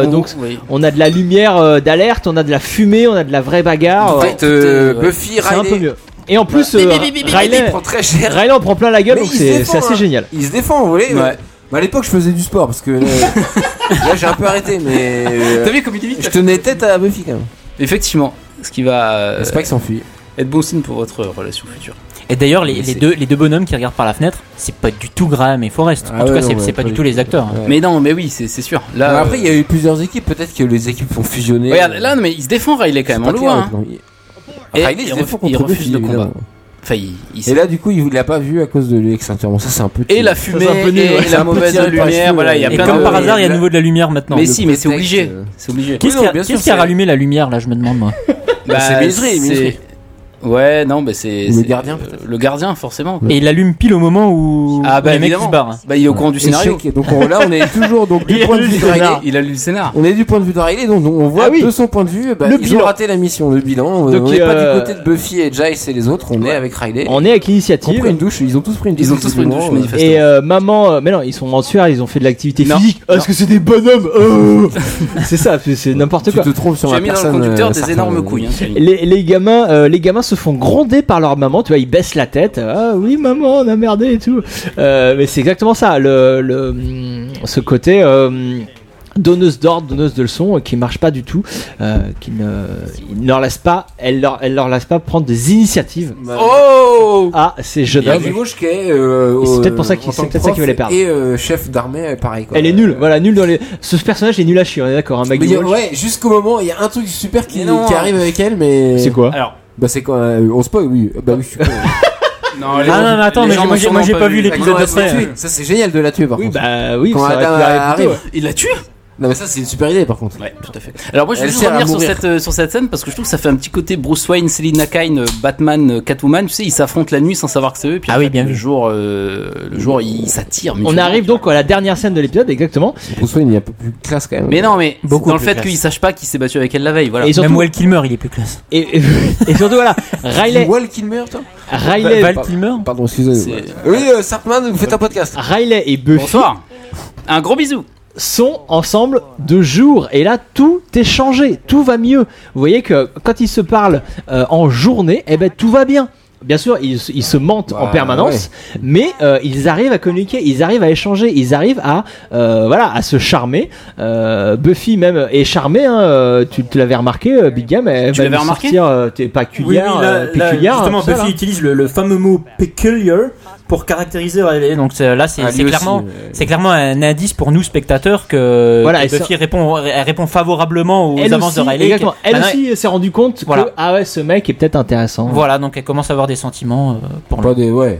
on a de la lumière d'alerte, on a de la fumée, on a de la vraie bagarre. En fait, Buffy, c'est un peu mieux. Et en plus, Riley prend très cher. Riley en prend plein la gueule, Mais donc il se c'est défend, assez hein. génial. Il se défend, vous voyez. Ouais. À l'époque, je faisais du sport parce que là, j'ai un peu arrêté, mais T'as vu comme il est vite? je tenais tête à Buffy quand même. Effectivement, ce qui va Spike s'enfuit. être bon signe pour votre relation future. Et d'ailleurs, les deux bonhommes qui regardent par la fenêtre, c'est pas du tout Graham et Forrest. En tout cas, c'est pas du tout les acteurs. Ouais. Mais non, mais oui, c'est sûr. Là, Mais après, il y a eu plusieurs équipes. Peut-être que les équipes vont fusionner. regarde, là, non, mais il se défend Riley quand même, on le voit. Hein. Et Riley, il se défend contre refuse Buffy, le combat. évidemment. Enfin, Et là, du coup, il l'a pas vu à cause de l'extincteur. Bon, ça, c'est un peu. et la fumée, un peu nul, et ouais. la mauvaise lumière, voilà, il y a Et plein comme de... par hasard, il y a à nouveau de la lumière maintenant. Mais si, mais c'est prétexte, obligé. C'est obligé. Qu'est-ce Oui, non, bien sûr, qui a c'est- rallumé la lumière là, je me demande moi. Bah, c'est Misery. Ouais, non, bah c'est... Ou le c'est- gardien, peut-être. Le gardien, forcément. Et il l'allume pile au moment où Ah bah les mecs qui évidemment. se barrent. Bah il est au courant du scénario. Échec. Donc là, on est toujours donc du Il a point de lu vue le de Riley. scénar. Il a lu le scénar. On est du point de vue de Riley, donc on voit Ah oui. de son point de vue, bah, Le ils bilan. ont raté la mission, le bilan. Donc, on n'est pas du côté de Buffy et Giles et les autres, on est avec Riley. On est avec Ils ont l'initiative. pris une douche, ils ont tous pris une douche. Ils ont tous pris une douche, visiblement, manifestement. Et maman, mais non, ils sont en sueur, ils ont fait de l'activité Non. physique. Est-ce que c'est des bonhommes C'est ça, c'est n'importe Tu quoi. te trompes sur Tu la as mis dans le personne. conducteur des certains, énormes couilles. Hein, Camille. Les gamins se font gronder par leur maman, tu vois, ils baissent la tête. Ah oui, maman, on a merdé et tout. Mais c'est exactement ça, ce côté donneuse d'ordre, donneuse de leçons, qui marche pas du tout, qui ne leur laisse pas, elle leur laisse pas prendre des initiatives Oh à ces jeunes Il y a hommes. Limoges qui est. c'est peut-être pour ça qu'il- en tant c'est que peut-être ça prof qu'il va les perdre. Et chef d'armée, pareil quoi. Elle est nulle, voilà, nulle dans les. Ce personnage est nul à chier, on est d'accord, hein, Mais Maggie Walsh. ouais, jusqu'au moment, il y a un truc super qui Mais non. arrive avec elle, mais. C'est quoi Alors, Bah c'est quand on spoil, oui. Bah oui, je suis con. non, Ah non, mais attends, mais moi j'ai pas vu l'épisode Comment elle se fait d'après. tuer. Ça c'est génial de la tuer par Oui, contre. bah oui, Quand ça aurait Adam pu arriver plus arrive. tôt, ouais. il l'a tué. Non mais ça c'est une super idée par contre. Ouais, tout à fait. Alors moi je vais Elle juste sert à revenir sur mourir. cette scène parce que je trouve que ça fait un petit côté Bruce Wayne, Selina Kyle, Batman, Catwoman. Tu sais, ils s'affrontent la nuit sans savoir que c'est eux. Puis Ah en oui, fait, bien le vu. jour, ils s'attirent. On mutuellement. arrive donc à la dernière scène de l'épisode, exactement. Bruce Wayne il est un peu plus classe quand même. Mais non, mais Beaucoup dans le plus fait classe. qu'il sache pas qu'il s'est battu avec elle la veille. Voilà. Et surtout, Même Val Kilmer, il est plus classe. et surtout voilà, Riley, Wall Kilmer toi. Riley, Val Kilmer. Pardon, excusez-moi. C'est- Oui, Sartman, vous faites un podcast. Riley et Buffy Bonsoir. Un gros bisou. sont ensemble de jour et là tout est changé, tout va mieux. Vous voyez que quand ils se parlent en journée, eh ben tout va bien. Bien sûr, ils se mentent en Bah, permanence, mais ils arrivent à communiquer, ils arrivent à échanger, ils arrivent à à se charmer. Buffy même est charmée, hein, tu l'avais remarqué, Big Game. Elle Tu va l'avais nous remarqué sortir, t'es peculiar, péculiar. justement, tout ça, Buffy là. utilise le fameux mot peculiar pour caractériser Riley. Donc là, c'est Ah, lui clairement, aussi, c'est clairement un indice pour nous spectateurs que, Voilà, que et ça- Buffy répond favorablement aux Elle avances aussi, de Riley. exactement. Elle Maintenant, aussi s'est rendu compte Voilà. que ah ouais, ce mec est peut-être intéressant. Voilà, donc elle commence à avoir des sentiments pour lui. Pas des ouais.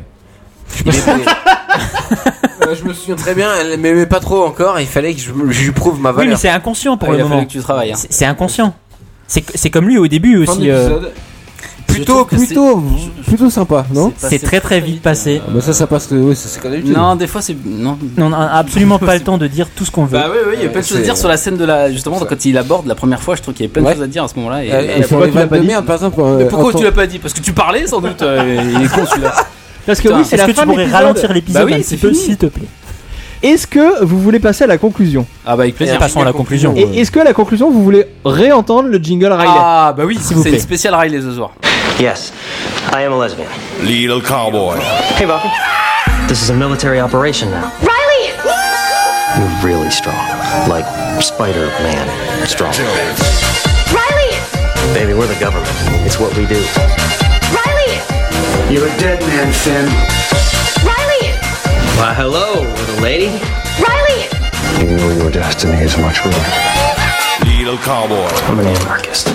Je me souviens très bien, elle m'aimait pas trop encore, il fallait que je lui prouve ma Oui, valeur. mais c'est inconscient pour Il le a fallu moment. que tu travailles. Hein. C'est inconscient. C'est comme lui au début Fin aussi. d'épisode. Plutôt, trouve que plutôt sympa, non? C'est très très vite passé. Bah ça passe, oui, c'est comme d'habitude. Non, des fois c'est non. On n'a absolument pas le temps de dire tout ce qu'on veut. Bah oui, il y a plein de choses à dire sur la scène de la justement quand il aborde la première fois. Je trouve qu'il y a plein de Ouais. choses à dire à ce moment-là. Et... Ils font pourquoi des tu l'as vannes pas de dit merde, par exemple. Mais pourquoi tu l'as pas dit? Parce que tu parlais sans doute. Il est con celui-là. Parce que Putain, oui, c'est Est-ce la que fin tu de pourrais l'épisode. ralentir l'épisode Bah oui, un c'est petit peu, fini. s'il te plaît? Est-ce que vous voulez passer à la conclusion? Ah bah avec plaisir. Passons à la conclusion. Et est-ce que à la conclusion vous voulez réentendre le jingle Riley? Ah bah oui, S'il vous c'est plaît. une spéciale Riley ce soir. Yes, I am a lesbian. Little cowboy. Hey, Buffy. This is a military operation now. Riley! You're really strong. Like Spider-Man strong. Riley! Baby, we're the government. It's what we do. Riley! You're a dead man, Finn. Riley! Why, hello, little lady. Riley! You know your destiny is much ruler. Little cowboy. I'm an anarchist.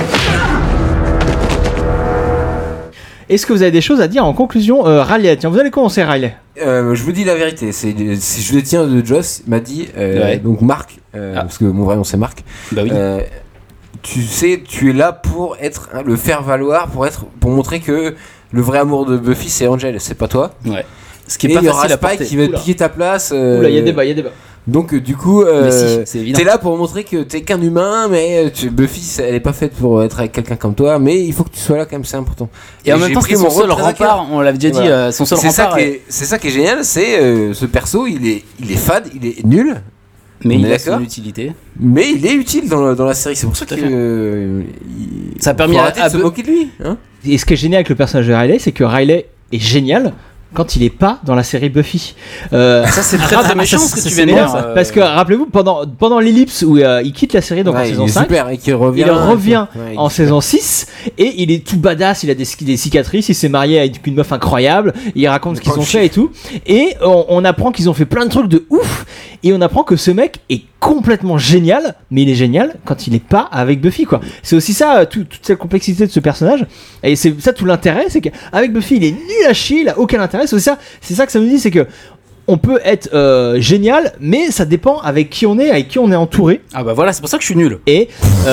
Est-ce que vous avez des choses à dire en conclusion? Riley, tiens, vous allez commencer Riley. Je vous dis la vérité, je le tiens de Joss, m'a dit, Ouais. donc Marc, parce que mon vrai nom c'est Marc. Bah oui. Tu sais, tu es là pour le faire valoir, pour montrer que le vrai amour de Buffy c'est Angel, c'est pas toi. Ouais. Ce qui est Et pas il y aura facile à Spike porter. qui va te Oula. piquer ta place. Oula, il y a débat. Donc du coup, Mais si, c'est évident. t'es là pour montrer que t'es qu'un humain, mais Buffy, elle est pas faite pour être avec quelqu'un comme toi, mais il faut que tu sois là quand même, c'est important. Et en même j'ai temps, pris c'est mon son seul rôle très à cœur. rempart. On l'avait déjà dit, Voilà. son seul C'est ça rempart. qui est, c'est ça qui est génial, c'est ce perso, il est fade, il est nul, Mais il a son utilité. Mais il est utile dans la série, c'est pour ça que ça a permis à se moquer de lui. Hein, et ce qui est génial avec le personnage de Riley, c'est que Riley est génial quand il est pas dans la série Buffy. Ça c'est très méchant ce que tu viens de dire. Parce que rappelez-vous, pendant l'ellipse où il quitte la série, donc en saison 5, super, et qu'il revient, il revient en saison 6 et il est tout badass, il a des cicatrices, il s'est marié avec une meuf incroyable, il raconte ce qu'ils ont fait et tout. Et on apprend qu'ils ont fait plein de trucs de ouf et on apprend que ce mec est complètement génial, mais il est génial quand il est pas avec Buffy, quoi. C'est aussi ça, toute cette complexité de ce personnage, et c'est ça tout l'intérêt, c'est qu'avec Buffy il est nul à chier, il a aucun intérêt. C'est ça que ça nous dit, c'est que on peut être génial, mais ça dépend avec qui on est entouré. Ah bah voilà, c'est pour ça que je suis nul. Et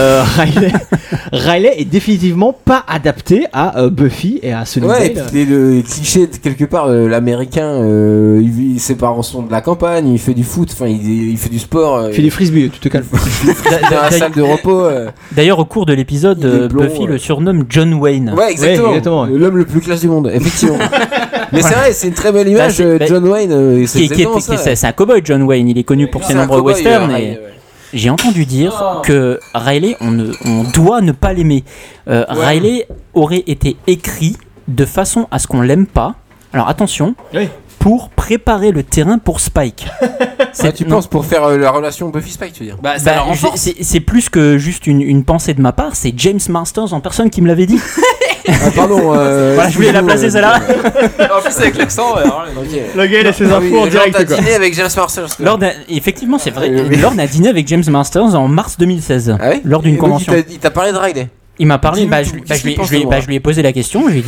Riley est définitivement pas adapté à Buffy et à ce niveau. Ouais, et le cliché quelque part, l'américain, ses parents sont de la campagne, il fait du foot, enfin il fait du sport. Il fait du frisbee, tu te calmes. Dans la salle de repos. D'ailleurs, au cours de l'épisode, Buffy le surnomme John Wayne. Ouais, exactement. L'homme le plus classe du monde, effectivement. Mais c'est vrai, c'est une très belle image, John Wayne. C'est un cowboy, John Wayne. Il est connu pour ses nombreux westerns. J'ai entendu dire que Riley, on doit ne pas l'aimer. Riley aurait été écrit de façon à ce qu'on l'aime pas. Alors attention, pour préparer le terrain pour Spike. Tu penses pour faire la relation Buffy-Spike, tu veux dire? C'est plus que juste une pensée de ma part. C'est James Marsters en personne qui me l'avait dit. Pardon. Voilà, je voulais la placer celle-là. En plus avec l'accent. Le gars il a ses infos en direct. T'as dîné avec James Marsters. Effectivement, c'est vrai. Lord a dîné avec James Marsters en mars 2016 lors d'une convention. Il t'a parlé de Riley. Il m'a parlé, je lui ai posé la question, j'ai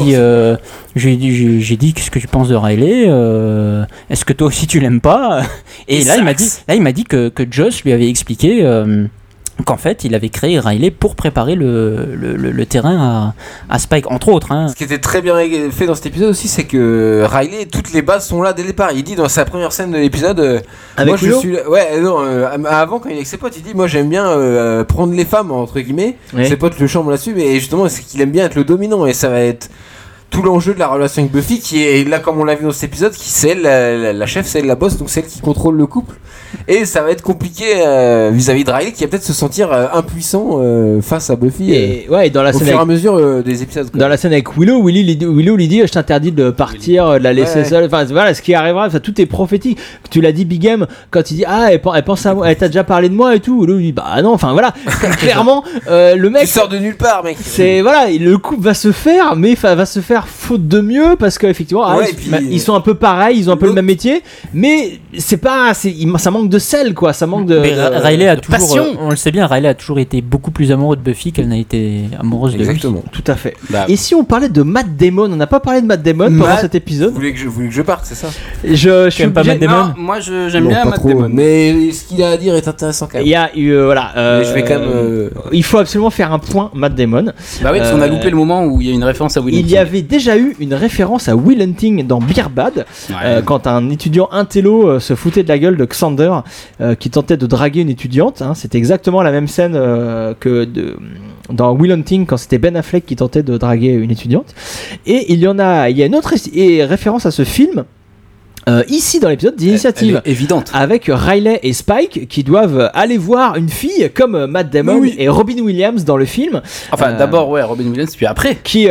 dit qu'est-ce que tu penses de Riley, est-ce que toi aussi tu l'aimes pas? Et là il m'a dit que Joss lui avait expliqué qu'en fait il avait créé Riley pour préparer le terrain à Spike, entre autres. Hein. Ce qui était très bien fait dans cet épisode aussi, c'est que Riley, toutes les bases sont là dès le départ. Il dit dans sa première scène de l'épisode, avec moi je suis avant quand il est avec ses potes, il dit moi j'aime bien prendre les femmes entre guillemets. Ses potes le chambrent là-dessus, mais justement c'est qu'il aime bien être le dominant, et ça va être tout l'enjeu de la relation avec Buffy, qui est là comme on l'a vu dans cet épisode, qui c'est elle la chef, c'est elle la boss, donc c'est elle qui contrôle le couple. Et ça va être compliqué vis-à-vis de Riley, qui va peut-être se sentir impuissant face à Buffy. Et dans la au scène fur et à mesure des épisodes. Dans la scène avec Willow lui dit je t'interdis de partir, de la laisser seule. Enfin voilà ce qui arrivera. Enfin, tout est prophétique. Tu l'as dit Big M quand il dit elle pense à moi, elle t'a déjà parlé de moi et tout. Willow lui dit bah non. Enfin voilà, clairement le mec. Tu sors de nulle part, mec. C'est voilà, le couple va se faire, mais va se faire faute de mieux parce qu'effectivement ils sont un peu pareils, ils ont un peu le même métier, mais c'est pas, ça manque de sel quoi, ça manque de. Riley a toujours, on le sait bien, Riley a toujours été beaucoup plus amoureux de Buffy qu'elle n'a été amoureuse de lui. Tout à fait. Et si on parlait de Matt Damon, on n'a pas parlé de Matt Damon pendant cet épisode. Vous voulez que je parte, c'est ça? Je suis pas Matt Damon. Moi j'aime bien Matt Damon, mais ce qu'il a à dire est intéressant quand même. Il y a je vais quand même. Il faut absolument faire un point Matt Damon. Bah oui, parce qu'on a loupé le moment où il y a une référence à Will Hunting. Il y avait déjà eu une référence à Will Hunting dans Beer Bad, quand un étudiant intello se foutait de la gueule de Xander qui tentait de draguer une étudiante. C'était exactement la même scène que dans Will Hunting quand c'était Ben Affleck qui tentait de draguer une étudiante. Et il y a une autre référence à ce film. Ici dans l'épisode d'Initiative, évidente, avec Riley et Spike qui doivent aller voir une fille comme Matt Damon et Robin Williams dans le film. Enfin d'abord Robin Williams puis après qui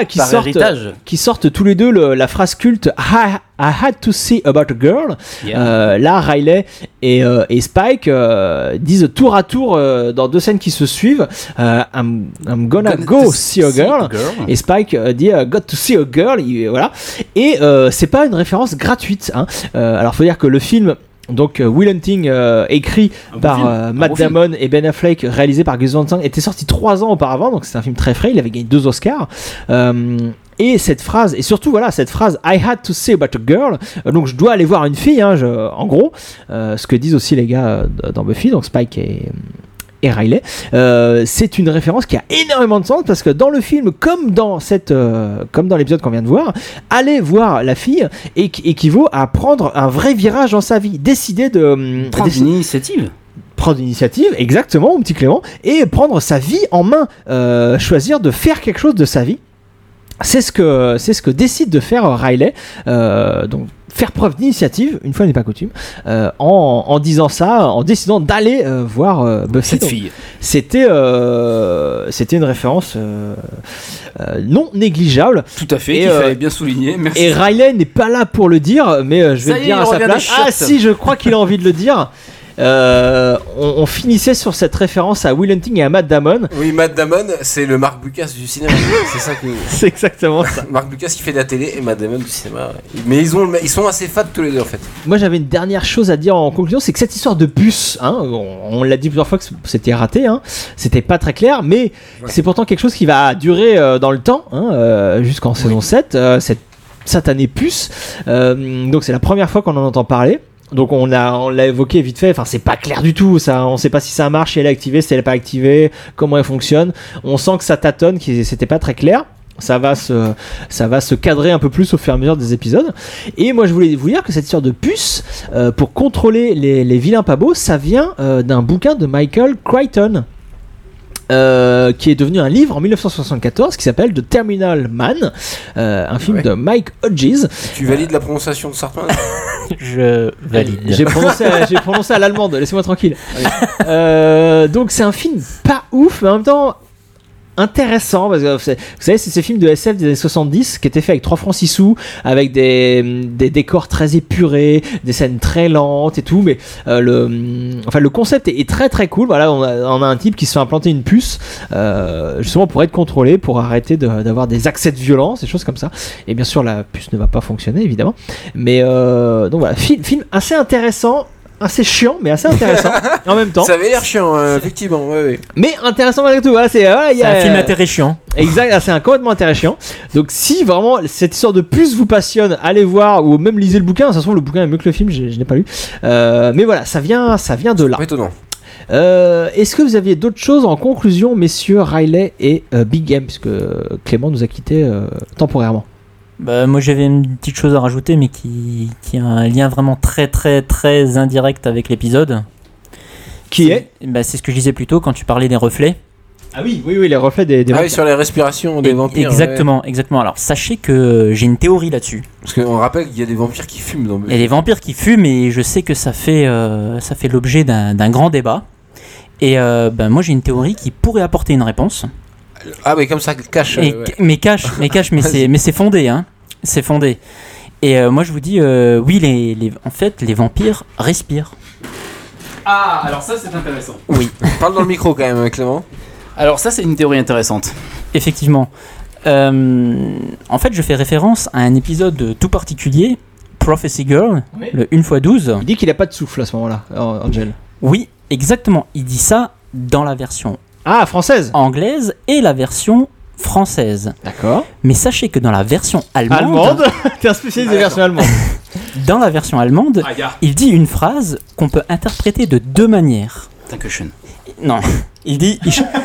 sortent tous les deux la phrase culte I had to see about a girl. Là Riley et Spike disent tour à tour dans deux scènes qui se suivent I'm gonna go see a girl. Et Spike dit got to see a girl. Et c'est pas une référence gratuite. Alors faut dire que le film, donc Will Hunting, écrit par Matt Damon et Ben Affleck, réalisé par Gus Van Sant, était sorti 3 ans auparavant, donc c'est un film très frais. Il avait gagné 2 Oscars. Et cette phrase, et surtout cette phrase I had to say about a girl, donc je dois aller voir une fille, en gros, ce que disent aussi les gars dans Buffy, donc Spike et Riley, c'est une référence qui a énormément de sens parce que dans le film, comme dans l'épisode qu'on vient de voir, aller voir la fille équivaut à prendre un vrai virage dans sa vie, décider de prendre une initiative. Prendre une initiative, exactement, mon petit Clément, et prendre sa vie en main, choisir de faire quelque chose de sa vie. C'est ce que décide de faire Riley. Donc faire preuve d'initiative, une fois n'est pas coutume, en disant ça, en décidant d'aller voir Buffy. Cette fille. C'était une référence non négligeable. Tout à fait, Et, qu'il fallait bien souligner. Merci. Et Riley n'est pas là pour le dire, mais je vais Ça le y est, dire il à sa revient place. des chiottes. Ah si, je crois qu'il a envie de le dire. On finissait sur cette référence à Will Hunting et à Matt Damon. Oui, Matt Damon, c'est le Mark Lucas du cinéma. C'est ça que. C'est exactement ça. Mark Lucas qui fait de la télé et Matt Damon du cinéma. Mais ils sont assez fans tous les deux en fait. Moi j'avais une dernière chose à dire en conclusion, c'est que cette histoire de puce, hein, on l'a dit plusieurs fois que c'était raté, hein, c'était pas très clair, mais c'est pourtant quelque chose qui va durer dans le temps, hein, jusqu'en saison 7, cette satanée puce. Donc c'est la première fois qu'on en entend parler. Donc on l'a évoqué vite fait, enfin c'est pas clair du tout, ça, on sait pas si ça marche, si elle est activée, si elle est pas activée, comment elle fonctionne. On sent que ça tâtonne, que c'était pas très clair. Ça va se cadrer un peu plus au fur et à mesure des épisodes. Et moi je voulais vous dire que cette histoire de puce, pour contrôler les vilains pas beaux, ça vient d'un bouquin de Michael Crichton. Qui est devenu un livre en 1974 qui s'appelle The Terminal Man, un film de Mike Hodges. Tu valides la prononciation de Sartman? Je valide. J'ai prononcé à l'allemande, laissez-moi tranquille. Donc c'est un film pas ouf, mais en même temps intéressant, parce que vous savez, c'est ces films de SF des années 70 qui étaient faits avec 3 francs 6 sous, avec des décors très épurés, des scènes très lentes et tout, mais le concept est très très cool. Voilà, on a un type qui se fait implanter une puce justement pour être contrôlé, pour arrêter d'avoir des accès de violence, des choses comme ça. Et bien sûr la puce ne va pas fonctionner évidemment, mais donc voilà, film assez intéressant, assez chiant mais assez intéressant en même temps. Ça avait l'air chiant, effectivement, ouais. Mais intéressant malgré tout. Voilà, c'est un film intéressant. Exact, c'est un complètement intéressant. Donc si vraiment cette histoire de puce vous passionne, allez voir, ou même lisez le bouquin. Ça se trouve le bouquin est mieux que le film, je n'ai pas lu. Mais voilà, ça vient de là. Pas étonnant. Est-ce que vous aviez d'autres choses en conclusion, messieurs Riley et Big M, puisque Clément nous a quittés temporairement? Bah, moi j'avais une petite chose à rajouter, mais qui a un lien vraiment très très très indirect avec l'épisode. Qui est c'est ce que je disais plus tôt quand tu parlais des reflets. Ah oui, les reflets des vampires. Oui, sur les respirations des vampires. Exactement. Alors sachez que j'ai une théorie là-dessus. Parce qu'on rappelle qu'il y a des vampires qui fument dans le... Il y a des vampires qui fument, et je sais que ça fait l'objet d'un grand débat. Et moi j'ai une théorie qui pourrait apporter une réponse. Ah mais comme ça cache. Mais c'est fondé, hein. C'est fondé. Et moi je vous dis, oui, en fait les vampires respirent. Ah, alors ça c'est intéressant. Oui. Parle dans le micro quand même, Clément. Alors ça c'est une théorie intéressante. Effectivement. En fait je fais référence à un épisode tout particulier, Prophecy Girl, oui. Le 1x12. Il dit qu'il a pas de souffle à ce moment-là, Angel. Oui, exactement. Il dit ça dans la version française, anglaise et la version française. D'accord. Mais sachez que dans la version allemande... T'es un spécialiste des versions allemandes. Dans la version allemande, il dit une phrase qu'on peut interpréter de 2 manières. Dankeschön. Non, il dit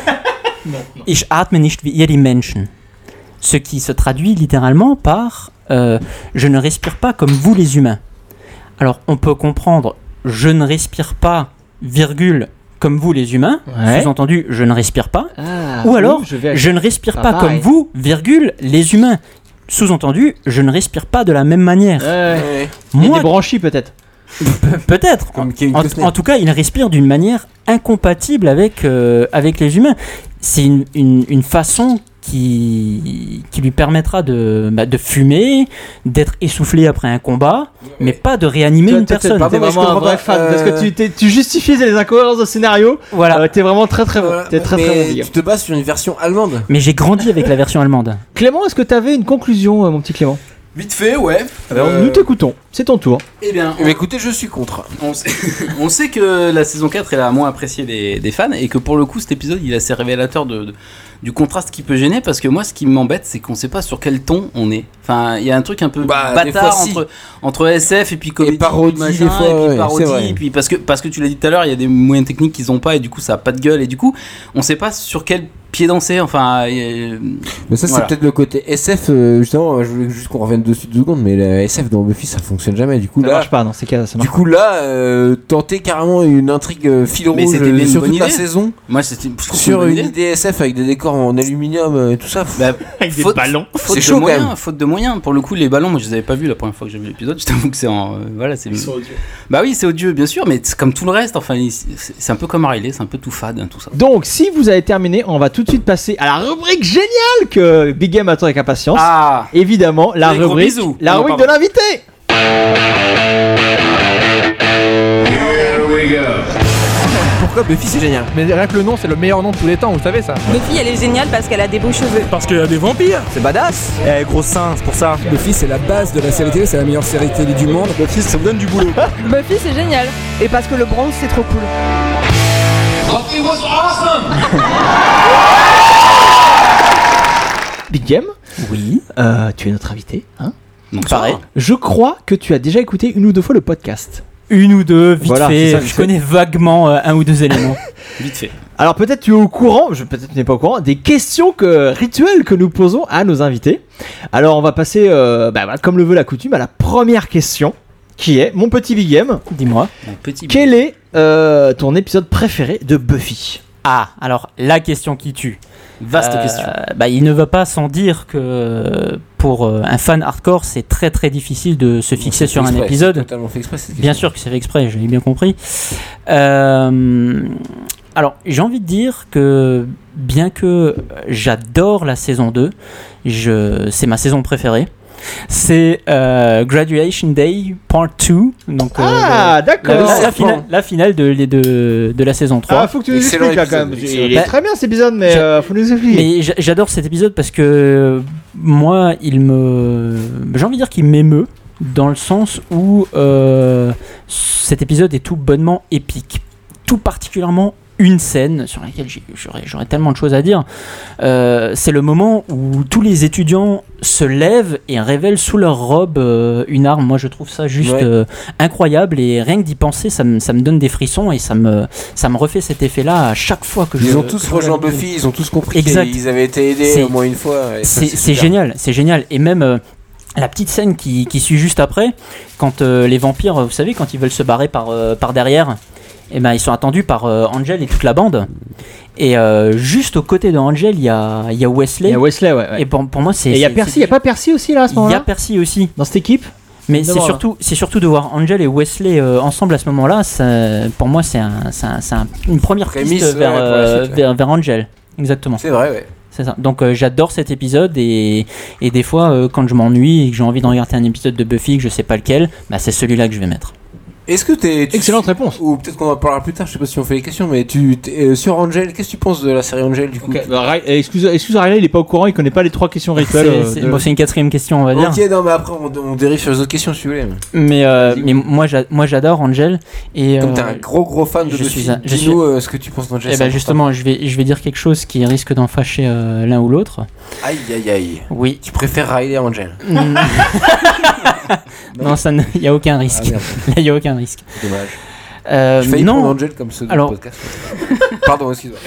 Ich atme nicht wie ihr die Menschen. Ce qui se traduit littéralement par je ne respire pas comme vous les humains. Alors on peut comprendre je ne respire pas, virgule, comme vous les humains, sous-entendu je ne respire pas, ou alors je ne respire pas comme vous, virgule, les humains, sous-entendu je ne respire pas de la même manière. Il y a des branchies peut-être. Peut-être. En tout cas, il respire d'une manière incompatible avec les humains. C'est une façon qui lui permettra de fumer, d'être essoufflé après un combat, mais pas de réanimer une personne. T'es vraiment un vrai fan, parce que tu justifies les incohérences de scénario. Voilà. T'es vraiment très très bon. T'es très bon. Tu te bases sur une version allemande. Mais j'ai grandi avec la version allemande. Clément, est-ce que t'avais une conclusion, mon petit Clément? Vite fait, ouais. Alors, nous t'écoutons, c'est ton tour. Eh bien, écoutez, je suis contre. On sait que la saison 4 est la moins appréciée des fans, et que pour le coup cet épisode il est assez révélateur du contraste qui peut gêner, parce que moi ce qui m'embête c'est qu'on sait pas sur quel ton on est. Enfin, il y a un truc un peu bâtard entre SF et puis comédie, et parodie machin, des fois, et puis parodie, et puis parce que tu l'as dit tout à l'heure, il y a des moyens techniques qu'ils ont pas, et du coup ça a pas de gueule, et du coup on sait pas sur quel pied danser, enfin. Mais ça, c'est peut-être le côté SF, justement. Je voulais juste qu'on revienne dessus 2 secondes, mais la SF dans Buffy, ça fonctionne jamais. Du coup, ça marche pas dans ces cas. Du coup, là, tenter carrément une intrigue fil rouge sur toute la saison. Moi, c'était sur une idée SF avec des décors décor en aluminium et tout ça. Avec des ballons. Faute C'est de chaud, moyens, quand même. faute de moyens. Pour le coup, les ballons, moi je les avais pas vus la première fois que j'ai vu l'épisode. Je t'avoue que c'est en. Voilà, c'est. Ils sont odieux. Bah oui, c'est odieux, bien sûr, mais c'est comme tout le reste. Enfin, c'est un peu comme Riley, c'est un peu tout fade, hein, tout ça. Donc, si vous avez terminé, on va tout de suite passer à la rubrique géniale que Big Game attend avec impatience. Ah Évidemment, la Des gros rubrique, bisous. la Non, rubrique de pardon. l'invité. Pourquoi Buffy c'est génial? Mais rien que le nom, c'est le meilleur nom de tous les temps, vous savez ça. Buffy, elle est géniale parce qu'elle a des beaux cheveux. Parce qu'il y a des vampires. C'est badass. Eh, gros sein, c'est pour ça. Buffy, c'est la base de la série télé, c'est la meilleure série télé du monde. Buffy, ça me donne du boulot. Buffy, c'est génial. Et parce que le bronze, c'est trop cool. It was awesome! Big Game, Oui. tu es notre invité. Hein, Donc, Pareil. je crois que tu as déjà écouté une ou deux fois le podcast. Une ou deux, vite Voilà, c'est fait. ça, Je c'est- connais vaguement un ou deux éléments. vite fait. Alors peut-être tu es au courant, peut-être tu n'es pas au courant, des questions rituelles que nous posons à nos invités. Alors on va passer, comme le veut la coutume, à la première question, qui est, mon petit Big Game, Dis-moi. Mon petit. quel est ton épisode préféré de Buffy ? Ah, alors la question qui tue. Vaste question. Il ne va pas sans dire que pour un fan hardcore, c'est très très difficile de se fixer sur un épisode. Totalement fait exprès, cette Bien question. sûr que c'est fait exprès, j'ai bien compris. Alors, j'ai envie de dire que bien que j'adore la saison 2, c'est ma saison préférée. C'est Graduation Day Part 2. Donc, d'accord. la finale de la saison 3. Ah, faut que tu nous Excellent expliques là quand même. épisode, Il est très bien cet épisode, mais faut nous expliquer. Mais j'adore cet épisode parce que moi, j'ai envie de dire qu'il m'émeut dans le sens où cet épisode est tout bonnement épique. Tout particulièrement une scène sur laquelle j'aurais tellement de choses à dire. C'est le moment où tous les étudiants se lèvent et révèlent sous leur robe une arme. Moi, je trouve ça juste incroyable, et rien que d'y penser, ça me donne des frissons, et ça me refait cet effet-là à chaque fois que Ils ont tous rejoint Buffy, ils ont tous compris Exact. qu'ils avaient été aidés au moins une fois. et ça, C'est super. génial, c'est génial. Et même la petite scène qui suit juste après, quand les vampires, vous savez, quand ils veulent se barrer par derrière, et ben ils sont attendus par Angel et toute la bande. Et juste aux côtés de Angel, il y a Wesley. Il y a Wesley, ouais. Et pour moi, c'est. Et il y a Percy, il y a pas Percy aussi là à ce Il y moment-là a Percy aussi. dans cette équipe. Mais Évidemment, c'est surtout de voir Angel et Wesley ensemble à ce moment-là. Pour moi, c'est une première Prémisse, piste ouais, pour la suite, vers Angel. Exactement. C'est vrai, ouais. C'est ça. Donc j'adore cet épisode, et des fois quand je m'ennuie et que j'ai envie de regarder un épisode de Buffy que je sais pas lequel, c'est celui-là que je vais mettre. Est-ce que Excellente réponse. Ou peut-être qu'on en parlera plus tard, je sais pas si on fait les questions, mais sur Angel, qu'est-ce que tu penses de la série Angel du coup? Ok, excuse Riley, il est pas au courant, il connaît pas les 3 questions rituelles. C'est une 4e question, on va dire. Ok, non, mais après on dérive sur les autres questions si vous voulez. Mais moi j'adore Angel, et Comme t'es un gros fan de Buffy, dis-nous ce que tu penses d'Angel. Et ben justement, je vais dire quelque chose qui risque d'en fâcher l'un ou l'autre. Aïe aïe aïe. Oui. Tu préfères Riley à Angel? Non, il y a aucun risque. Ah, merde. Là, il y a aucun risque. Dommage. Je failli prendre non. Angel comme pseudo Alors, podcast. Pardon, excuse-moi.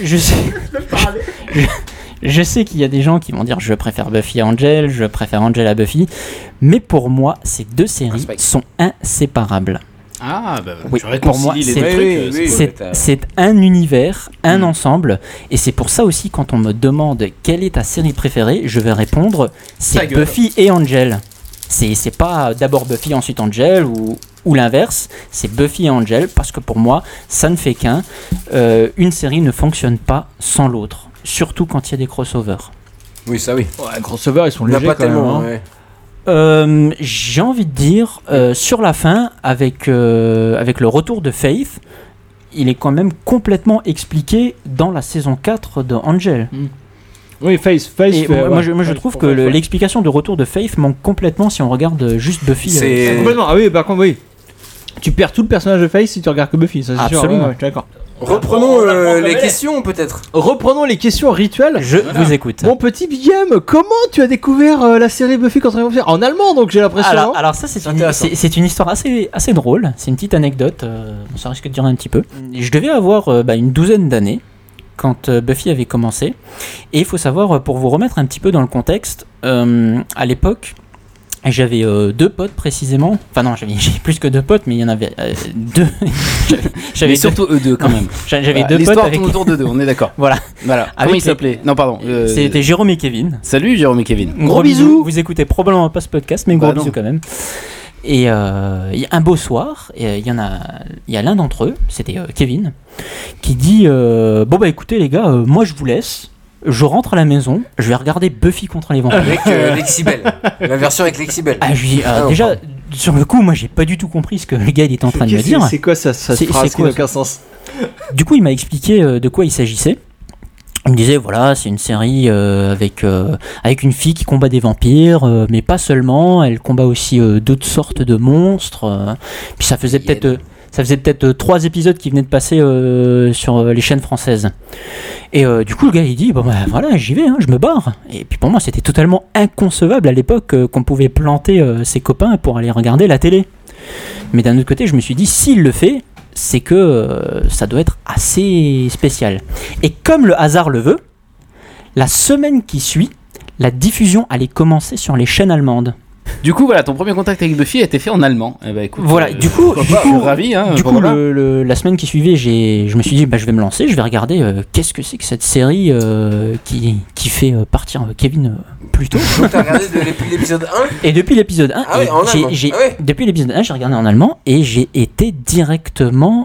Je sais qu'il y a des gens qui vont dire je préfère Buffy à Angel, je préfère Angel à Buffy, mais pour moi, ces deux séries sont inséparables. Ah, bah, Oui, je pour moi, réconcilie les trucs. c'est un univers, un ensemble, et c'est pour ça aussi, quand on me demande quelle est ta série préférée, je vais répondre c'est Buffy et Angel. C'est pas d'abord Buffy ensuite Angel ou l'inverse, c'est Buffy et Angel, parce que pour moi, ça ne fait qu'un. Une série ne fonctionne pas sans l'autre, surtout quand il y a des crossovers. Oui, ça oui. Ouais, crossovers, ils sont Il n'y a légers pas quand même. tellement, Hein. ouais. J'ai envie de dire, sur la fin, avec le retour de Faith, il est quand même complètement expliqué dans la saison 4 de Angel. Oui, Faith. Et moi, je trouve que l'explication de retour de Faith manque complètement si on regarde juste Buffy. C'est complètement. Ah oui, par contre, oui. Tu perds tout le personnage de Faith si tu regardes que Buffy, ça c'est sûr. Absolument. Ouais, je suis d'accord. Reprenons les questions peut-être. Reprenons les questions rituelles. Je vous écoute. Mon petit Big Game, comment tu as découvert la série Buffy contre les vampires en allemand, donc j'ai l'impression. Alors ça c'est une histoire assez drôle. C'est une petite anecdote. Ça risque de durer un petit peu. Je devais avoir une douzaine d'années quand Buffy avait commencé. Et il faut savoir, pour vous remettre un petit peu dans le contexte, à l'époque, Et j'avais 2 potes précisément. Enfin non, j'ai plus que 2 potes, mais il y en avait 2. J'avais surtout eux deux quand même. J'avais 2 potes. L'histoire tourne autour de 2, on est d'accord. Voilà. Comment ils s'appelaient? Non, pardon. C'était Jérôme et Kevin. Salut Jérôme et Kevin. Gros bisous. Vous écoutez probablement pas ce podcast, mais gros bisous quand même. Et un beau soir, il y a l'un d'entre eux, c'était Kevin, qui dit bon bah écoutez les gars, moi je vous laisse. Je rentre à la maison, je vais regarder Buffy contre les vampires. Avec Lexibel. La version avec Lexibel. Déjà, sur le coup, moi j'ai pas du tout compris ce que le gars il était en train de me dire. C'est quoi ça cette phrase qui n'a aucun sens? Du coup, il m'a expliqué de quoi il s'agissait. Il me disait voilà, c'est une série avec une fille qui combat des vampires, mais pas seulement, elle combat aussi d'autres sortes de monstres. Puis ça faisait peut-être 3 épisodes qui venaient de passer sur les chaînes françaises. Et du coup le gars il dit bon bah voilà, j'y vais, je me barre. Et puis pour moi c'était totalement inconcevable à l'époque qu'on pouvait planter ses copains pour aller regarder la télé. Mais d'un autre côté je me suis dit s'il le fait, c'est que ça doit être assez spécial. Et comme le hasard le veut, la semaine qui suit, la diffusion allait commencer sur les chaînes allemandes. Du coup, voilà, ton premier contact avec Buffy a été fait en allemand. Eh ben, écoute, voilà, du coup, je suis ravi. La semaine qui suivait, je me suis dit, je vais me lancer, je vais regarder qu'est-ce que c'est que cette série qui fait partir Kevin plus tôt. Donc, t'as regardé depuis l'épisode 1 ? Et depuis l'épisode 1, depuis l'épisode 1, j'ai regardé en allemand et j'ai été directement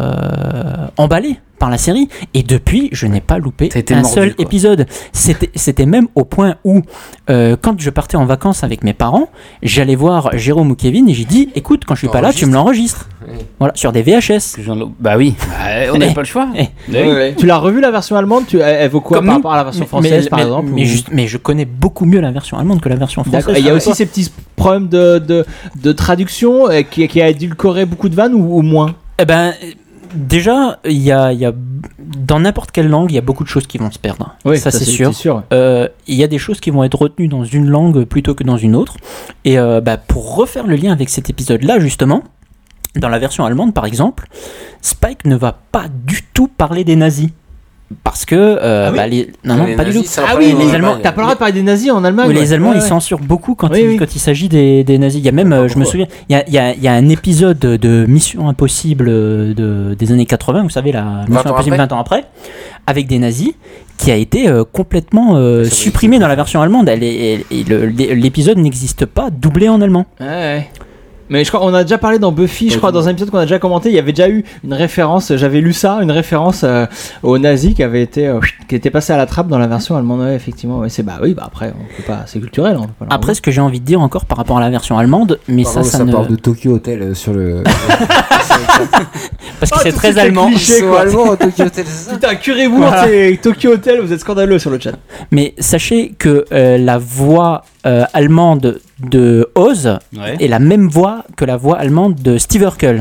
emballé par la série, et depuis je n'ai pas loupé un seul épisode. C'était même au point où quand je partais en vacances avec mes parents, j'allais voir Jérôme ou Kevin et j'ai dit écoute, quand je suis pas là tu me l'enregistres. Voilà, sur des VHS. Bah oui, on n'avait pas le choix. Tu l'as revu la version allemande, elle vaut quoi par rapport à la version française par exemple? Mais je connais beaucoup mieux la version allemande que la version française. Il y a aussi ces petits problèmes de traduction qui a édulcoré beaucoup de vannes ou moins? Eh ben déjà, il y a dans n'importe quelle langue, il y a beaucoup de choses qui vont se perdre. Oui, ça c'est sûr. Il y a des choses qui vont être retenues dans une langue plutôt que dans une autre. Et pour refaire le lien avec cet épisode-là, justement, dans la version allemande, par exemple, Spike ne va pas du tout parler des nazis. Parce que non, pas du tout. Les Allemands, t'as pas le droit de parler des nazis en Allemagne. Oui, les Allemands ils censurent beaucoup quand il s'agit des nazis. Il y a même, je me souviens, il y a un épisode de Mission Impossible des années 80, vous savez, la Mission Impossible 20 ans après, avec des nazis, qui a été complètement supprimé dans la version allemande. L'épisode n'existe pas doublé en allemand. Ouais. Mais je crois qu'on a déjà parlé dans Buffy, je crois dans un épisode qu'on a déjà commenté, il y avait déjà eu une référence, j'avais lu ça, une référence aux nazis qui était passé à la trappe dans la version allemande. Ouais, effectivement, ouais, après on peut pas, c'est culturel. Après, ce que j'ai envie de dire encore par rapport à la version allemande, mais ça parle de Tokyo Hotel sur le. Parce que c'est très allemand. Ils sont allemands, Tokyo Hotel, c'est ça. Putain, curez-vous, c'est Tokyo Hotel, vous êtes scandaleux sur le chat. Mais sachez que la voix allemande de Oz est la même voix que la voix allemande de Steve Urkel.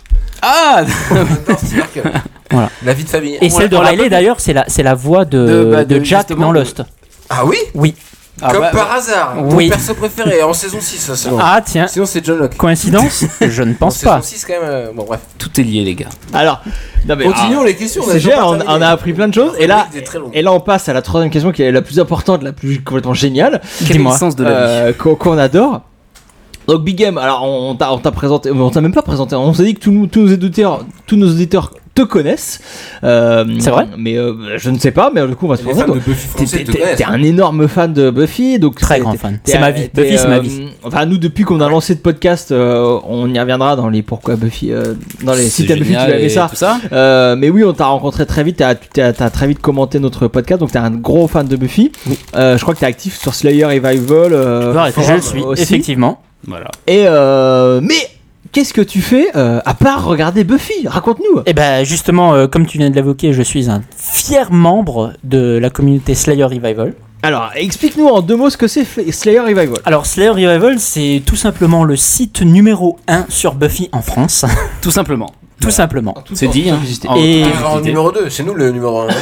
Ah Steve Urkel. Voilà. La vie de famille. Et celle de Riley d'ailleurs, c'est la voix de Jack dans Lost. Ah oui. Oui. Comme par hasard, ton perso préféré en saison 6, ça c'est bon. Ah tiens. Sinon c'est John Locke. Coïncidence? Je ne pense pas. Saison 6 quand même, bon bref. Tout est lié les gars. Alors, continuons les questions. On a appris plein de choses. Et là on passe à la troisième question qui est la plus importante, la plus complètement géniale. Quel est le sens de la vie qu'on adore. Donc Big Game, alors on t'a présenté, on t'a même pas présenté, on s'est dit que tous nos auditeurs te connaissent. C'est vrai. Mais je ne sais pas, mais du coup on va se présenter. T'es un énorme fan de Buffy, donc très grand fan. C'est ma vie. Buffy, c'est ma vie. Enfin nous, depuis qu'on a lancé le podcast, on y reviendra dans les pourquoi Buffy, dans les si t'as Buffy, tu vas aimer ça. Mais oui, on t'a rencontré très vite. T'as très vite commenté notre podcast, donc t'es un gros fan de Buffy. Je crois que t'es actif sur Slayer Revival. Je le suis aussi. Effectivement. Voilà. Et mais qu'est-ce que tu fais à part regarder Buffy? Raconte-nous. Et ben justement, comme tu viens de l'évoquer, je suis un fier membre de la communauté Slayer Revival. Alors, explique-nous en 2 mots ce que c'est Slayer Revival. Alors, Slayer Revival, c'est tout simplement le site numéro 1 sur Buffy en France. Tout simplement. Tout simplement. C'est dit. Et en numéro 2, c'est nous le numéro 1.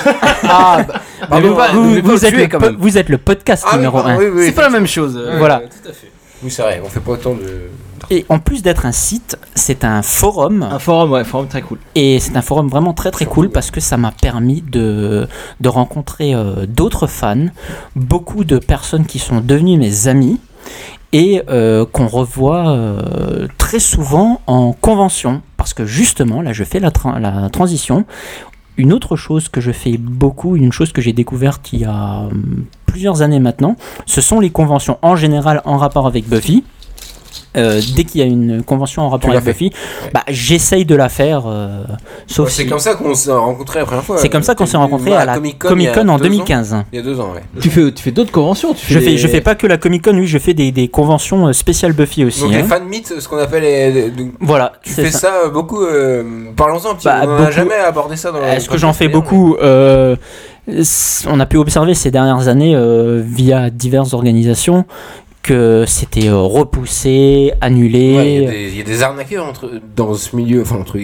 Vous êtes le podcast numéro 1. Oui, c'est pas la même chose. Voilà. Tout à fait. Oui, c'est vrai, on fait pas autant de. Et en plus d'être un site, c'est un forum. Un forum très cool. Et c'est un forum vraiment très très cool parce que ça m'a permis de rencontrer d'autres fans, beaucoup de personnes qui sont devenues mes amis. et qu'on revoit très souvent en convention. Parce que justement, là je fais la transition. Une autre chose que je fais beaucoup, une chose que j'ai découverte il y a plusieurs années maintenant, ce sont les conventions en général en rapport avec Buffy. Dès qu'il y a une convention en rapport avec Buffy, j'essaye de la faire. Sauf c'est comme ça qu'on s'est rencontrés la première fois. C'est comme ça qu'on s'est rencontrés à la Comic-Con en 2015. Il y a 2 ans, ouais. Tu fais d'autres conventions. Je fais pas que la Comic-Con, oui, je fais des conventions spéciales Buffy aussi. Donc les fan meet, ce qu'on appelle voilà. Tu fais ça beaucoup. Parlons-en un petit peu. On n'a jamais abordé ça dans le. Est-ce que j'en fais beaucoup on a pu observer ces dernières années via diverses organisations que c'était repoussé, annulé. Il y a des arnaqueurs dans ce milieu,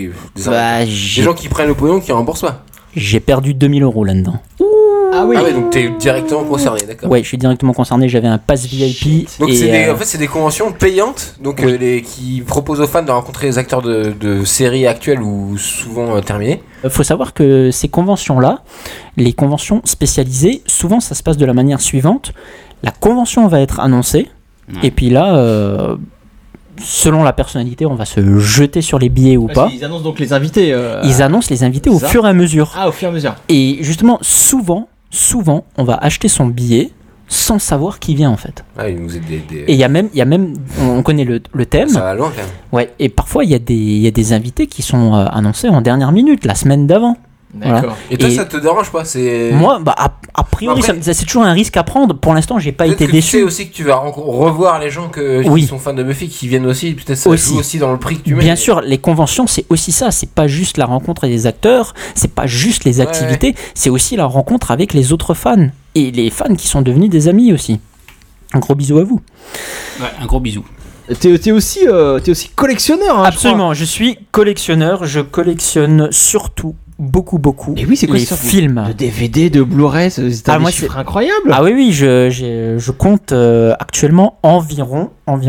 des gens qui prennent le pognon qui remboursent pas. J'ai perdu 2000 € là-dedans. Ah oui. Donc t'es directement concerné, d'accord. Ouais, je suis directement concerné, j'avais un pass VIP. Donc en fait c'est des conventions payantes, donc qui proposent aux fans de rencontrer les acteurs de séries actuelles ou souvent terminées. Faut savoir que ces conventions-là, les conventions spécialisées, souvent ça se passe de la manière suivante. La convention va être annoncée, et puis là, selon la personnalité, on va se jeter sur les billets ou pas. Ils annoncent donc les invités. Ils annoncent les invités au fur et à mesure. Ah, au fur et à mesure. Et justement, souvent, on va acheter son billet sans savoir qui vient en fait. Ah, il nous Et il y a même, on connaît le thème. Ça va loin quand même. Ouais. Et parfois, il y a des invités qui sont annoncés en dernière minute, la semaine d'avant. D'accord. Voilà. Et toi, ça te dérange pas? Moi, a priori, c'est toujours un risque à prendre. Pour l'instant, j'ai pas été déçu. Tu sais aussi que tu vas revoir les gens qui sont fans de Buffy, qui viennent aussi. Peut-être ça joue aussi dans le prix que tu mets. Bien sûr, les conventions, c'est aussi ça. C'est pas juste la rencontre des acteurs, c'est pas juste les activités, c'est aussi la rencontre avec les autres fans et les fans qui sont devenus des amis aussi. Un gros bisou à vous. Ouais, un gros bisou. T'es aussi collectionneur. Hein, absolument, je suis collectionneur. Je collectionne surtout beaucoup. Et oui, c'est quoi les films de DVD, de Blu-ray, c'est des chiffres incroyables. Ah oui, je compte actuellement environ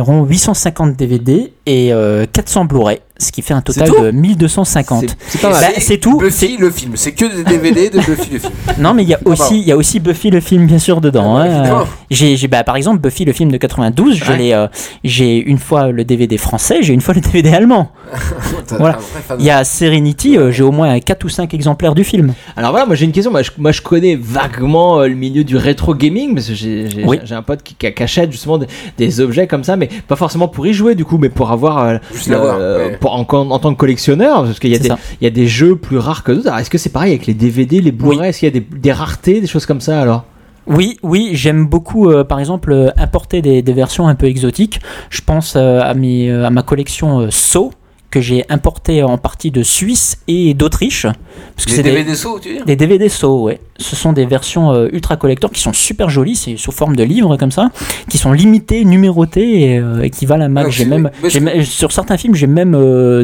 850 DVD et 400 Blu-ray, ce qui fait un total de 1250. C'est pas mal. C'est tout. Buffy le film, c'est que des DVD de Buffy le film. Non, mais il y a aussi Buffy le film bien sûr dedans. J'ai par exemple Buffy le film de 92, j'ai une fois le DVD français, j'ai une fois le DVD allemand. Voilà. Il y a Serenity, j'ai au moins 4 ou 5 exemplaires du film. Alors voilà, moi j'ai une question. Moi je connais vaguement le milieu du rétro gaming parce que j'ai un pote qui achète justement des objets comme ça, mais pas forcément pour y jouer du coup, mais pour avoir en tant que collectionneur, parce qu'il y a des jeux plus rares que d'autres. Alors, est-ce que c'est pareil avec les DVD, les Blu-ray? Est-ce qu'il y a des raretés, des choses comme ça alors? Oui, j'aime beaucoup, par exemple, importer des versions un peu exotiques. Je pense à ma collection Saw, que j'ai importé en partie de Suisse et d'Autriche. Parce que c'est des DVD Saw, tu veux dire? Des DVD Saw, ouais. Ce sont des versions ultra collector qui sont super jolies, c'est sous forme de livres comme ça, qui sont limitées, numérotées et qui valent un max. Sur certains films, j'ai même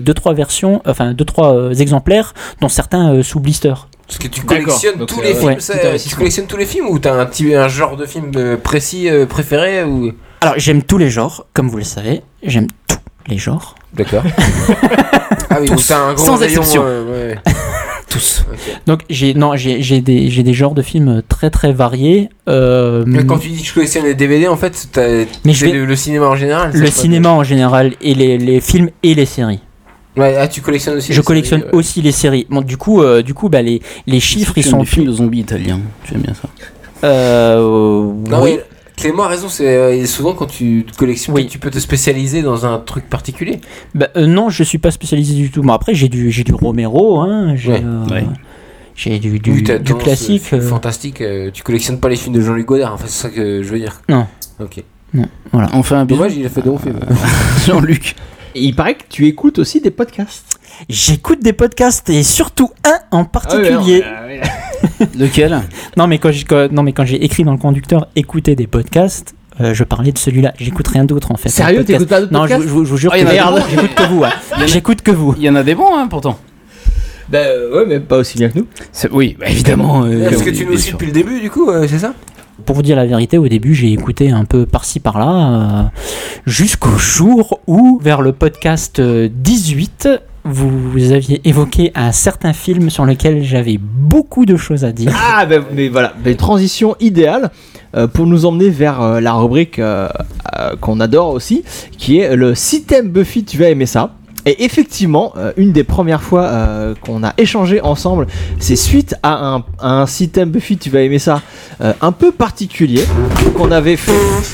2-3 exemplaires, dont certains sous blister. Parce que tu collectionnes tous les films, tu collectionnes tous les films ou t'as un genre de film précis préféré ou... Alors j'aime tous les genres, comme vous le savez, j'aime tous les genres. D'accord. Ah oui, donc t'as un gros sans rayon, exception. Tous. Okay. Donc j'ai des genres de films très très variés. Mais quand tu dis que je collectionne les DVD, en fait, le cinéma en général. Le cinéma en général et les films et les séries. Ouais, tu collectionnes aussi. Je collectionne aussi les séries. Bon, du coup, les chiffres ils sont. Des films de zombies italiens. Tu aimes bien ça? Non, oui. Clément a raison, c'est souvent quand tu collectionnes, tu peux te spécialiser dans un truc particulier. Non, je suis pas spécialisé du tout. Bon, après j'ai du Romero, hein, j'ai du classique. Fantastique. Tu collectionnes pas les films de Jean-Luc Godard, enfin c'est ça que je veux dire. Non. Ok. Non. Voilà. On fait un bisou. Dommage, il a fait de bons films. Jean-Luc. Et il paraît que tu écoutes aussi des podcasts. J'écoute des podcasts et surtout un en particulier. Lequel? Non mais quand j'ai écrit dans le conducteur écouter des podcasts, je parlais de celui-là. J'écoute rien d'autre en fait. Sérieux, t'écoutes pas d'autres podcasts? Non, je vous jure que j'écoute que vous. J'écoute que vous. Il y en a des bons, hein, pourtant. Ouais, mais pas aussi bien que nous. Oui, évidemment. Est-ce que tu nous suis depuis le début, du coup, c'est ça? Pour vous dire la vérité, au début, j'ai écouté un peu par-ci par-là, jusqu'au jour où, vers le podcast 18, vous aviez évoqué un certain film sur lequel j'avais beaucoup de choses à dire. Ah, mais voilà, transition idéale. pour nous emmener vers la rubrique qu'on adore aussi, qui est le Si t'aimes Buffy, tu vas aimer ça. Et effectivement, une des premières fois qu'on a échangé ensemble, c'est suite à un Si t'aimes Buffy, tu vas aimer ça, un peu particulier, qu'on avait fait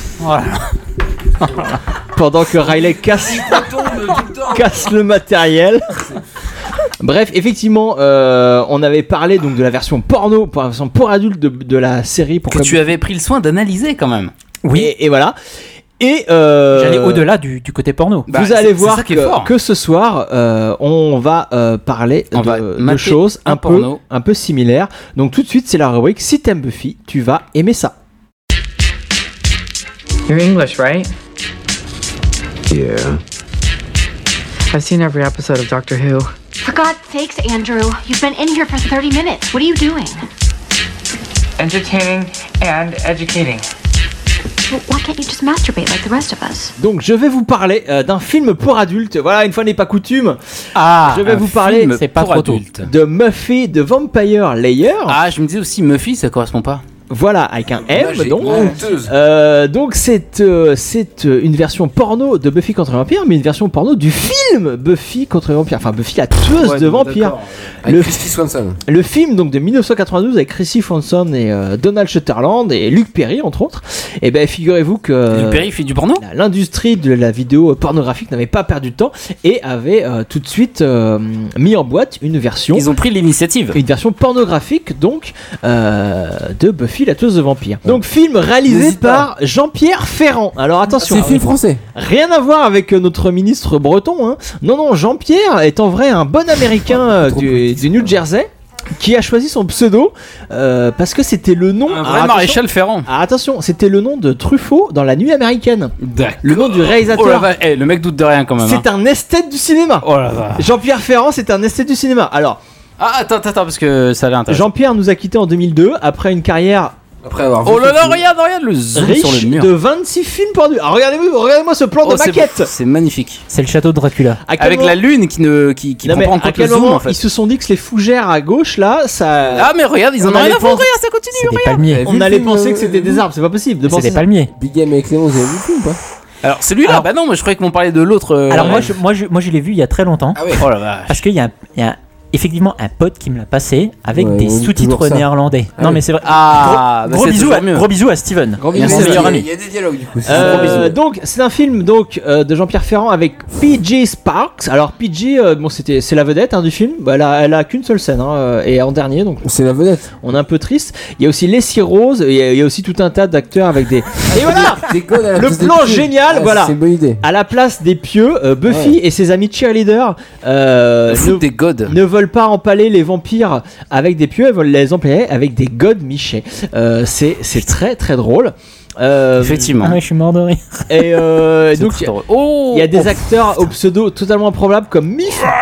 pendant que Riley casse le matériel. Bref, effectivement, on avait parlé donc de la version porno, la version pour adultes de la série. Que tu avais pris le soin d'analyser quand même. Oui, et voilà. Et j'allais au-delà du côté porno. Vous allez voir que ce soir, on va parler de choses un peu similaires. Donc tout de suite, c'est la rubrique Si t'aimes Buffy, tu vas aimer ça. You're English, right? Yeah. I've seen every episode of Doctor Who. For God's sakes, Andrew, you've been in here for 30 minutes. What are you doing? Entertaining and educating. Well, why can't you just masturbate like the rest of us? Donc je vais vous parler d'un film pour adultes. Voilà, une fois n'est pas coutume. Je vais vous parler c'est pas trop tôt. De Buffy the Vampire Slayer. Ah, je me disais aussi Muffy, ça correspond pas. Voilà, avec un M, donc c'est une version porno de Buffy contre les vampires, mais une version porno du film Buffy contre les vampires, enfin Buffy la tueuse de vampires. Avec Christy Swanson. Le film donc de 1992 avec Christy Swanson et Donald Sutherland et Luke Perry entre autres. Et ben figurez-vous que Luke Perry fait du porno. L'industrie de la vidéo pornographique n'avait pas perdu de temps et avait tout de suite mis en boîte une version. Ils ont pris l'initiative. Une version pornographique donc de Buffy la tueuse de vampires. Donc film réalisé par Jean-Pierre Ferrand. Alors attention, c'est film français. Rien à voir avec notre ministre breton. Hein. Non, Jean-Pierre est en vrai un bon américain du New Jersey qui a choisi son pseudo parce que c'était le nom. Un vrai maréchal Ferrand. Attention, c'était le nom de Truffaut dans La Nuit américaine. D'accord. Le nom du réalisateur. Le mec doute de rien quand même. C'est un esthète du cinéma. Oh la vache. Jean-Pierre Ferrand, c'est un esthète du cinéma. Alors. Attends, parce que ça a l'air intéressant. Jean-Pierre nous a quittés en 2002 après une carrière. Après avoir oh là là, regarde le zoom riche sur le mur. De 26 films perdus. Alors regardez-moi ce plan de maquette. C'est magnifique. C'est le château de Dracula. Avec la lune qui prend pas en compte le zoom en fait. Ils se sont dit que les fougères à gauche là, ça. Ah mais regarde, ils en ont rien à foutre, ça continue. C'est des palmiers. On allait penser que c'était des arbres, c'est pas possible de penser. C'est des palmiers. Big Game et Clément, vous avez vu le film ou pas? Alors celui-là, bah non, moi je croyais qu'on parlait de l'autre. Alors moi je l'ai vu il y a très longtemps. Ah oui. Oh la vache. Parce qu'il y a effectivement un pote qui me l'a passé avec des sous-titres néerlandais. Non mais c'est vrai. Gros bisous à Steven. Merci, meilleur ami. Il y a des dialogues du coup. Donc c'est un film de Jean-Pierre Ferrand avec PJ Sparks. Alors PJ, c'est la vedette du film. Elle a qu'une seule scène et en dernier donc. C'est la vedette. On est un peu triste. Il y a aussi Leslie Rose. Il y a aussi tout un tas d'acteurs avec des. Et voilà. Le plan génial. Voilà. C'est une bonne idée. À la place des pieux, Buffy et ses amis cheerleaders des godes. Ne veulent pas empaler les vampires avec des pieux, elles veulent les empaler avec des godes michets. C'est très très drôle. Effectivement. Je suis mort de rire. Et donc il y a des acteurs au pseudo totalement improbables comme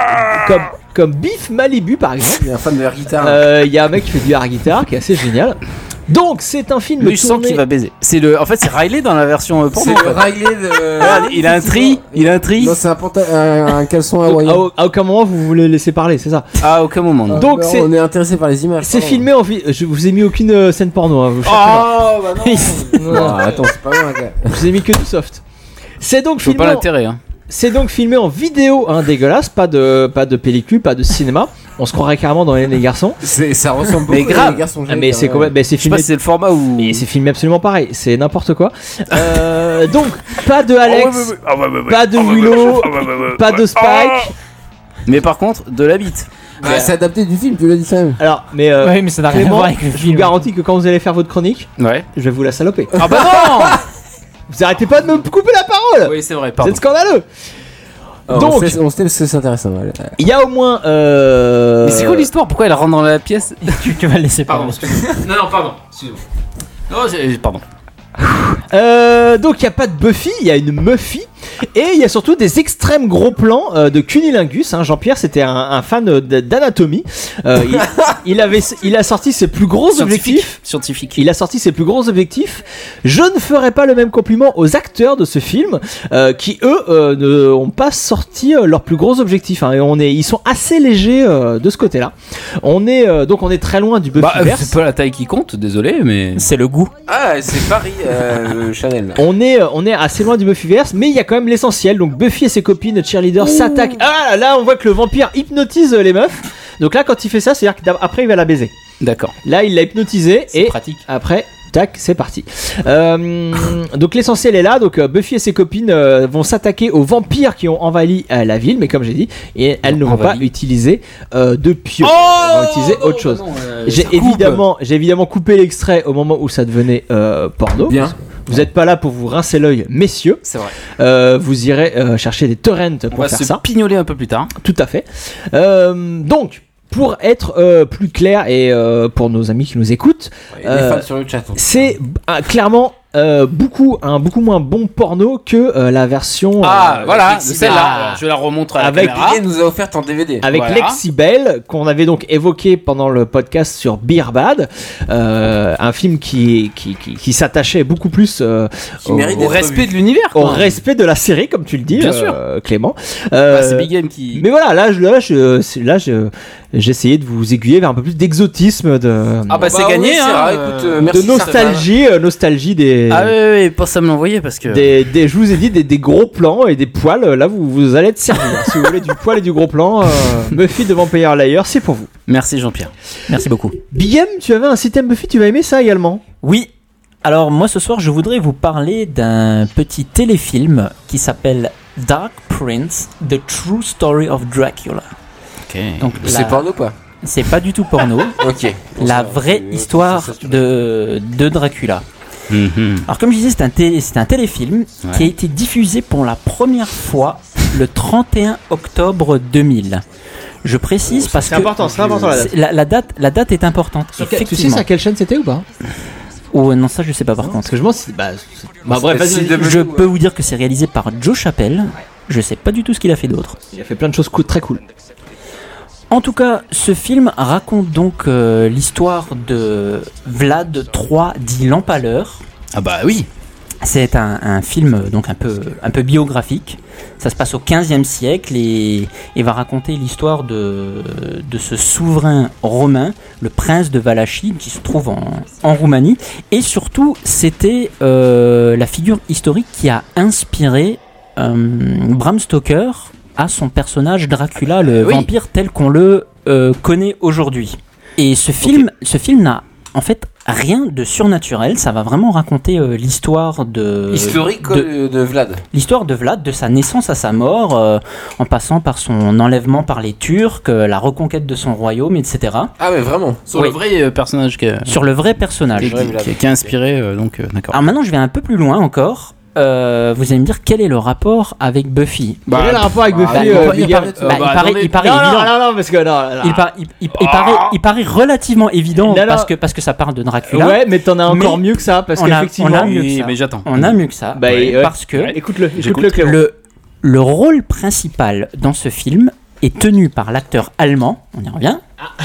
Biff Malibu par exemple. Il y a un fan de air guitare. Il y a un mec qui fait du air guitare qui est assez génial. Donc c'est un film. Je sens qu'il va baiser. En fait c'est Riley dans la version porno. C'est le Riley de. Il a un tri. Non, c'est un caleçon hawaïen. À aucun moment vous voulez laisser parler, c'est ça? À aucun moment. Non. Donc on est intéressé par les images. C'est filmé en je vous ai mis aucune scène porno. Bah non. Attends, c'est pas loin, gars. Je vous ai mis que du soft. C'est donc filmé. Pas l'intérêt. C'est donc filmé en vidéo, dégueulasse, pas de pellicule, pas de cinéma. On se croirait carrément dans les garçons. Ça ressemble beaucoup mais grave. À les garçons. Mais c'est filmé. Je sais pas si c'est le format ou. Mais c'est filmé absolument pareil. C'est n'importe quoi. Donc pas de Alex, pas de Willow, pas de Spike. Mais par contre, de la bite. C'est adapté du film, tu l'as dit ça même. Alors, mais ça n'a rien à voir avec le film. Je vous garantis que quand vous allez faire votre chronique, je vais vous la saloper. Ah bah non. Vous arrêtez pas de me couper la parole. Oui, c'est vrai, pardon. Vous êtes scandaleux. Donc, on sait que c'est intéressant. Il y a au moins. Mais c'est quoi l'histoire? Pourquoi elle rentre dans la pièce? Tu vas le laisser parler. Non, pardon. Excuse-moi. Non, pardon. Donc il n'y a pas de Buffy, il y a une Muffy. Et il y a surtout des extrêmes gros plans de cunilingus. Hein. Jean-Pierre, c'était un fan d'anatomie. Il a sorti ses plus gros objectifs. Scientifique. Il a sorti ses plus gros objectifs. Je ne ferai pas le même compliment aux acteurs de ce film, qui eux n'ont pas sorti leurs plus gros objectifs. Hein. Et ils sont assez légers de ce côté-là. On est très loin du Buffyverse. C'est pas la taille qui compte, désolé, mais c'est le goût. Ah, c'est Paris, Chanel. On est assez loin du Buffyverse, mais il y a quand même l'essentiel. Donc Buffy et ses copines cheerleaders s'attaquent. Ah là, on voit que le vampire hypnotise les meufs. Donc là, quand il fait ça, c'est-à-dire qu'après il va la baiser. D'accord. Là, il l'a hypnotisé et pratique. Après, tac, c'est parti. Donc l'essentiel est là. Donc Buffy et ses copines vont s'attaquer aux vampires qui ont envahi la ville, mais comme j'ai dit, et elles ne vont pas utiliser de pieux. Elles vont utiliser autre chose. J'ai évidemment coupé l'extrait au moment où ça devenait porno. Bien. Vous n'êtes pas là pour vous rincer l'œil, messieurs. C'est vrai. Vous irez chercher des torrents pour faire ça. On va se pignoler un peu plus tard. Tout à fait. Donc, pour être plus clair et pour nos amis qui nous écoutent, les fans sur le chat. C'est clairement beaucoup moins bon porno que la version. Voilà, celle-là. Je la remontre à la caméra. Elle nous a offerte en DVD. Avec Lexi Bell, qu'on avait donc évoqué pendant le podcast sur Beer Bad, un film qui s'attachait beaucoup plus au respect de l'univers, au respect de la série, comme tu le dis, Clément. C'est Big Game qui. Mais voilà, là, j'ai essayé de vous aiguiller vers un peu plus d'exotisme, c'est gagné, de nostalgie des. Ah oui, pas ça me l'envoyer parce que. Je vous ai dit des gros plans et des poils. Là, vous allez être servi. Si vous voulez du poil et du gros plan, Buffy de Vampire Slayer, c'est pour vous. Merci Jean-Pierre. Merci beaucoup. Big M, tu avais un système Buffy, tu vas aimer ça également. Oui. Alors moi ce soir, je voudrais vous parler d'un petit téléfilm qui s'appelle Dark Prince: The True Story of Dracula. Donc, c'est porno pas? C'est pas du tout porno. Ok. La vraie histoire de Dracula. Alors comme je disais, c'est un téléfilm qui a été diffusé pour la première fois le 31 octobre 2000. Je précise parce que c'est important la date. La date est importante. Tu sais à quelle chaîne c'était ou pas? Oh non, ça je sais pas par contre. Parce que je pense bref, vas-y. Je peux vous dire que c'est réalisé par Joe Chappelle. Je sais pas du tout ce qu'il a fait d'autre. Il a fait plein de choses très cool. En tout cas, ce film raconte donc l'histoire de Vlad III dit l'Empaleur. Ah bah oui. C'est un film donc un peu biographique. Ça se passe au XVe siècle et va raconter l'histoire de ce souverain romain, le prince de Valachie, qui se trouve en Roumanie. Et surtout, c'était la figure historique qui a inspiré Bram Stoker à son personnage Dracula, le vampire tel qu'on le connaît aujourd'hui. Et ce film n'a en fait rien de surnaturel, ça va vraiment raconter l'histoire historique de Vlad. L'histoire de Vlad, de sa naissance à sa mort, en passant par son enlèvement par les Turcs, la reconquête de son royaume, etc. Ah mais vraiment. Sur le vrai personnage sur le vrai personnage qui a inspiré d'accord. Alors maintenant je vais un peu plus loin encore. Vous allez me dire quel est le rapport avec Buffy? Quel est le rapport avec Buffy? Il paraît évident. Non, parce que il paraît relativement évident parce que ça parle de Dracula. Ouais, mais t'en as encore mieux que ça parce qu'effectivement. On a mieux que ça. Mais j'attends. On a mieux que ça parce que le rôle principal dans ce film est tenu par l'acteur allemand. On y revient.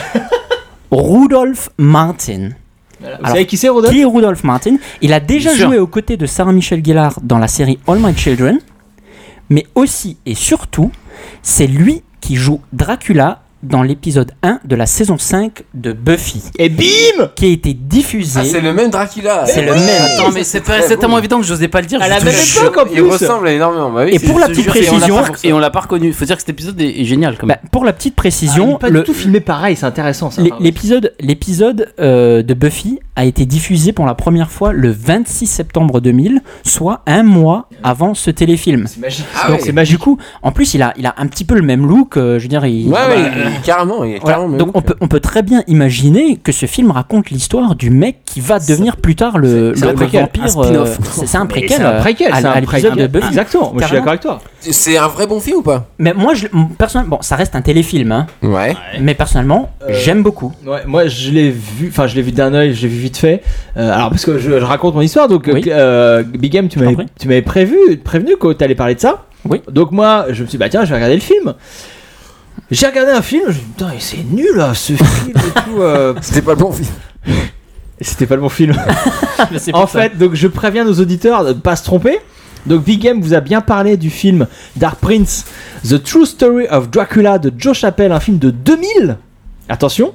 Rudolf Martin. Vous savez qui c'est, Rudolf? Qui est Rudolf Martin? Il a déjà joué aux côtés de Sarah Michelle Gellar dans la série All My Children, mais aussi et surtout, c'est lui qui joue Dracula dans l'épisode 1 de la saison 5 de Buffy. Et bim! Qui a été diffusé. Ah, c'est le même Dracula. C'est le même. Attends, mais c'est tellement évident que j'osais pas le dire. À la même époque en plus. Il ressemble énormément. Bah oui, et pour la petite précision. Et on l'a pas reconnu. Faut dire que cet épisode est génial quand même. Pour la petite précision. Pas du tout filmé pareil, c'est intéressant ça. L'épisode de Buffy a été diffusé pour la première fois le 26 septembre 2000, soit un mois avant ce téléfilm. C'est magique. Donc c'est magique. Du coup, en plus, il a un petit peu le même look. Je veux dire, carrément. Donc on peut très bien imaginer que ce film raconte l'histoire du mec qui va devenir plus tard le vampire. C'est un préquel. À l'épisode de Buffy. Exactement. Moi je suis d'accord avec toi. C'est un vrai bon film ou pas? Mais moi, personnellement, bon, ça reste un téléfilm, hein. Ouais. Mais personnellement, j'aime beaucoup. Ouais. Moi je l'ai vu d'un œil. J'ai vu vite fait. Alors parce que je raconte mon histoire, donc Oui. Big Game, tu Je t'en prie. m'avais prévenu que t'allais parler de ça. Oui. Donc moi, je me suis dit, bah tiens, je vais regarder le film. J'ai regardé un film, je me suis dit, putain, c'est nul là, ce film et tout. C'était pas le bon film. Et c'était pas le bon film. Mais c'est En pour ça. fait, donc je préviens nos auditeurs de ne pas se tromper. Donc Big Game vous a bien parlé du film Dark Prince, The True Story of Dracula de Joe Chappelle, un film de 2000. Attention,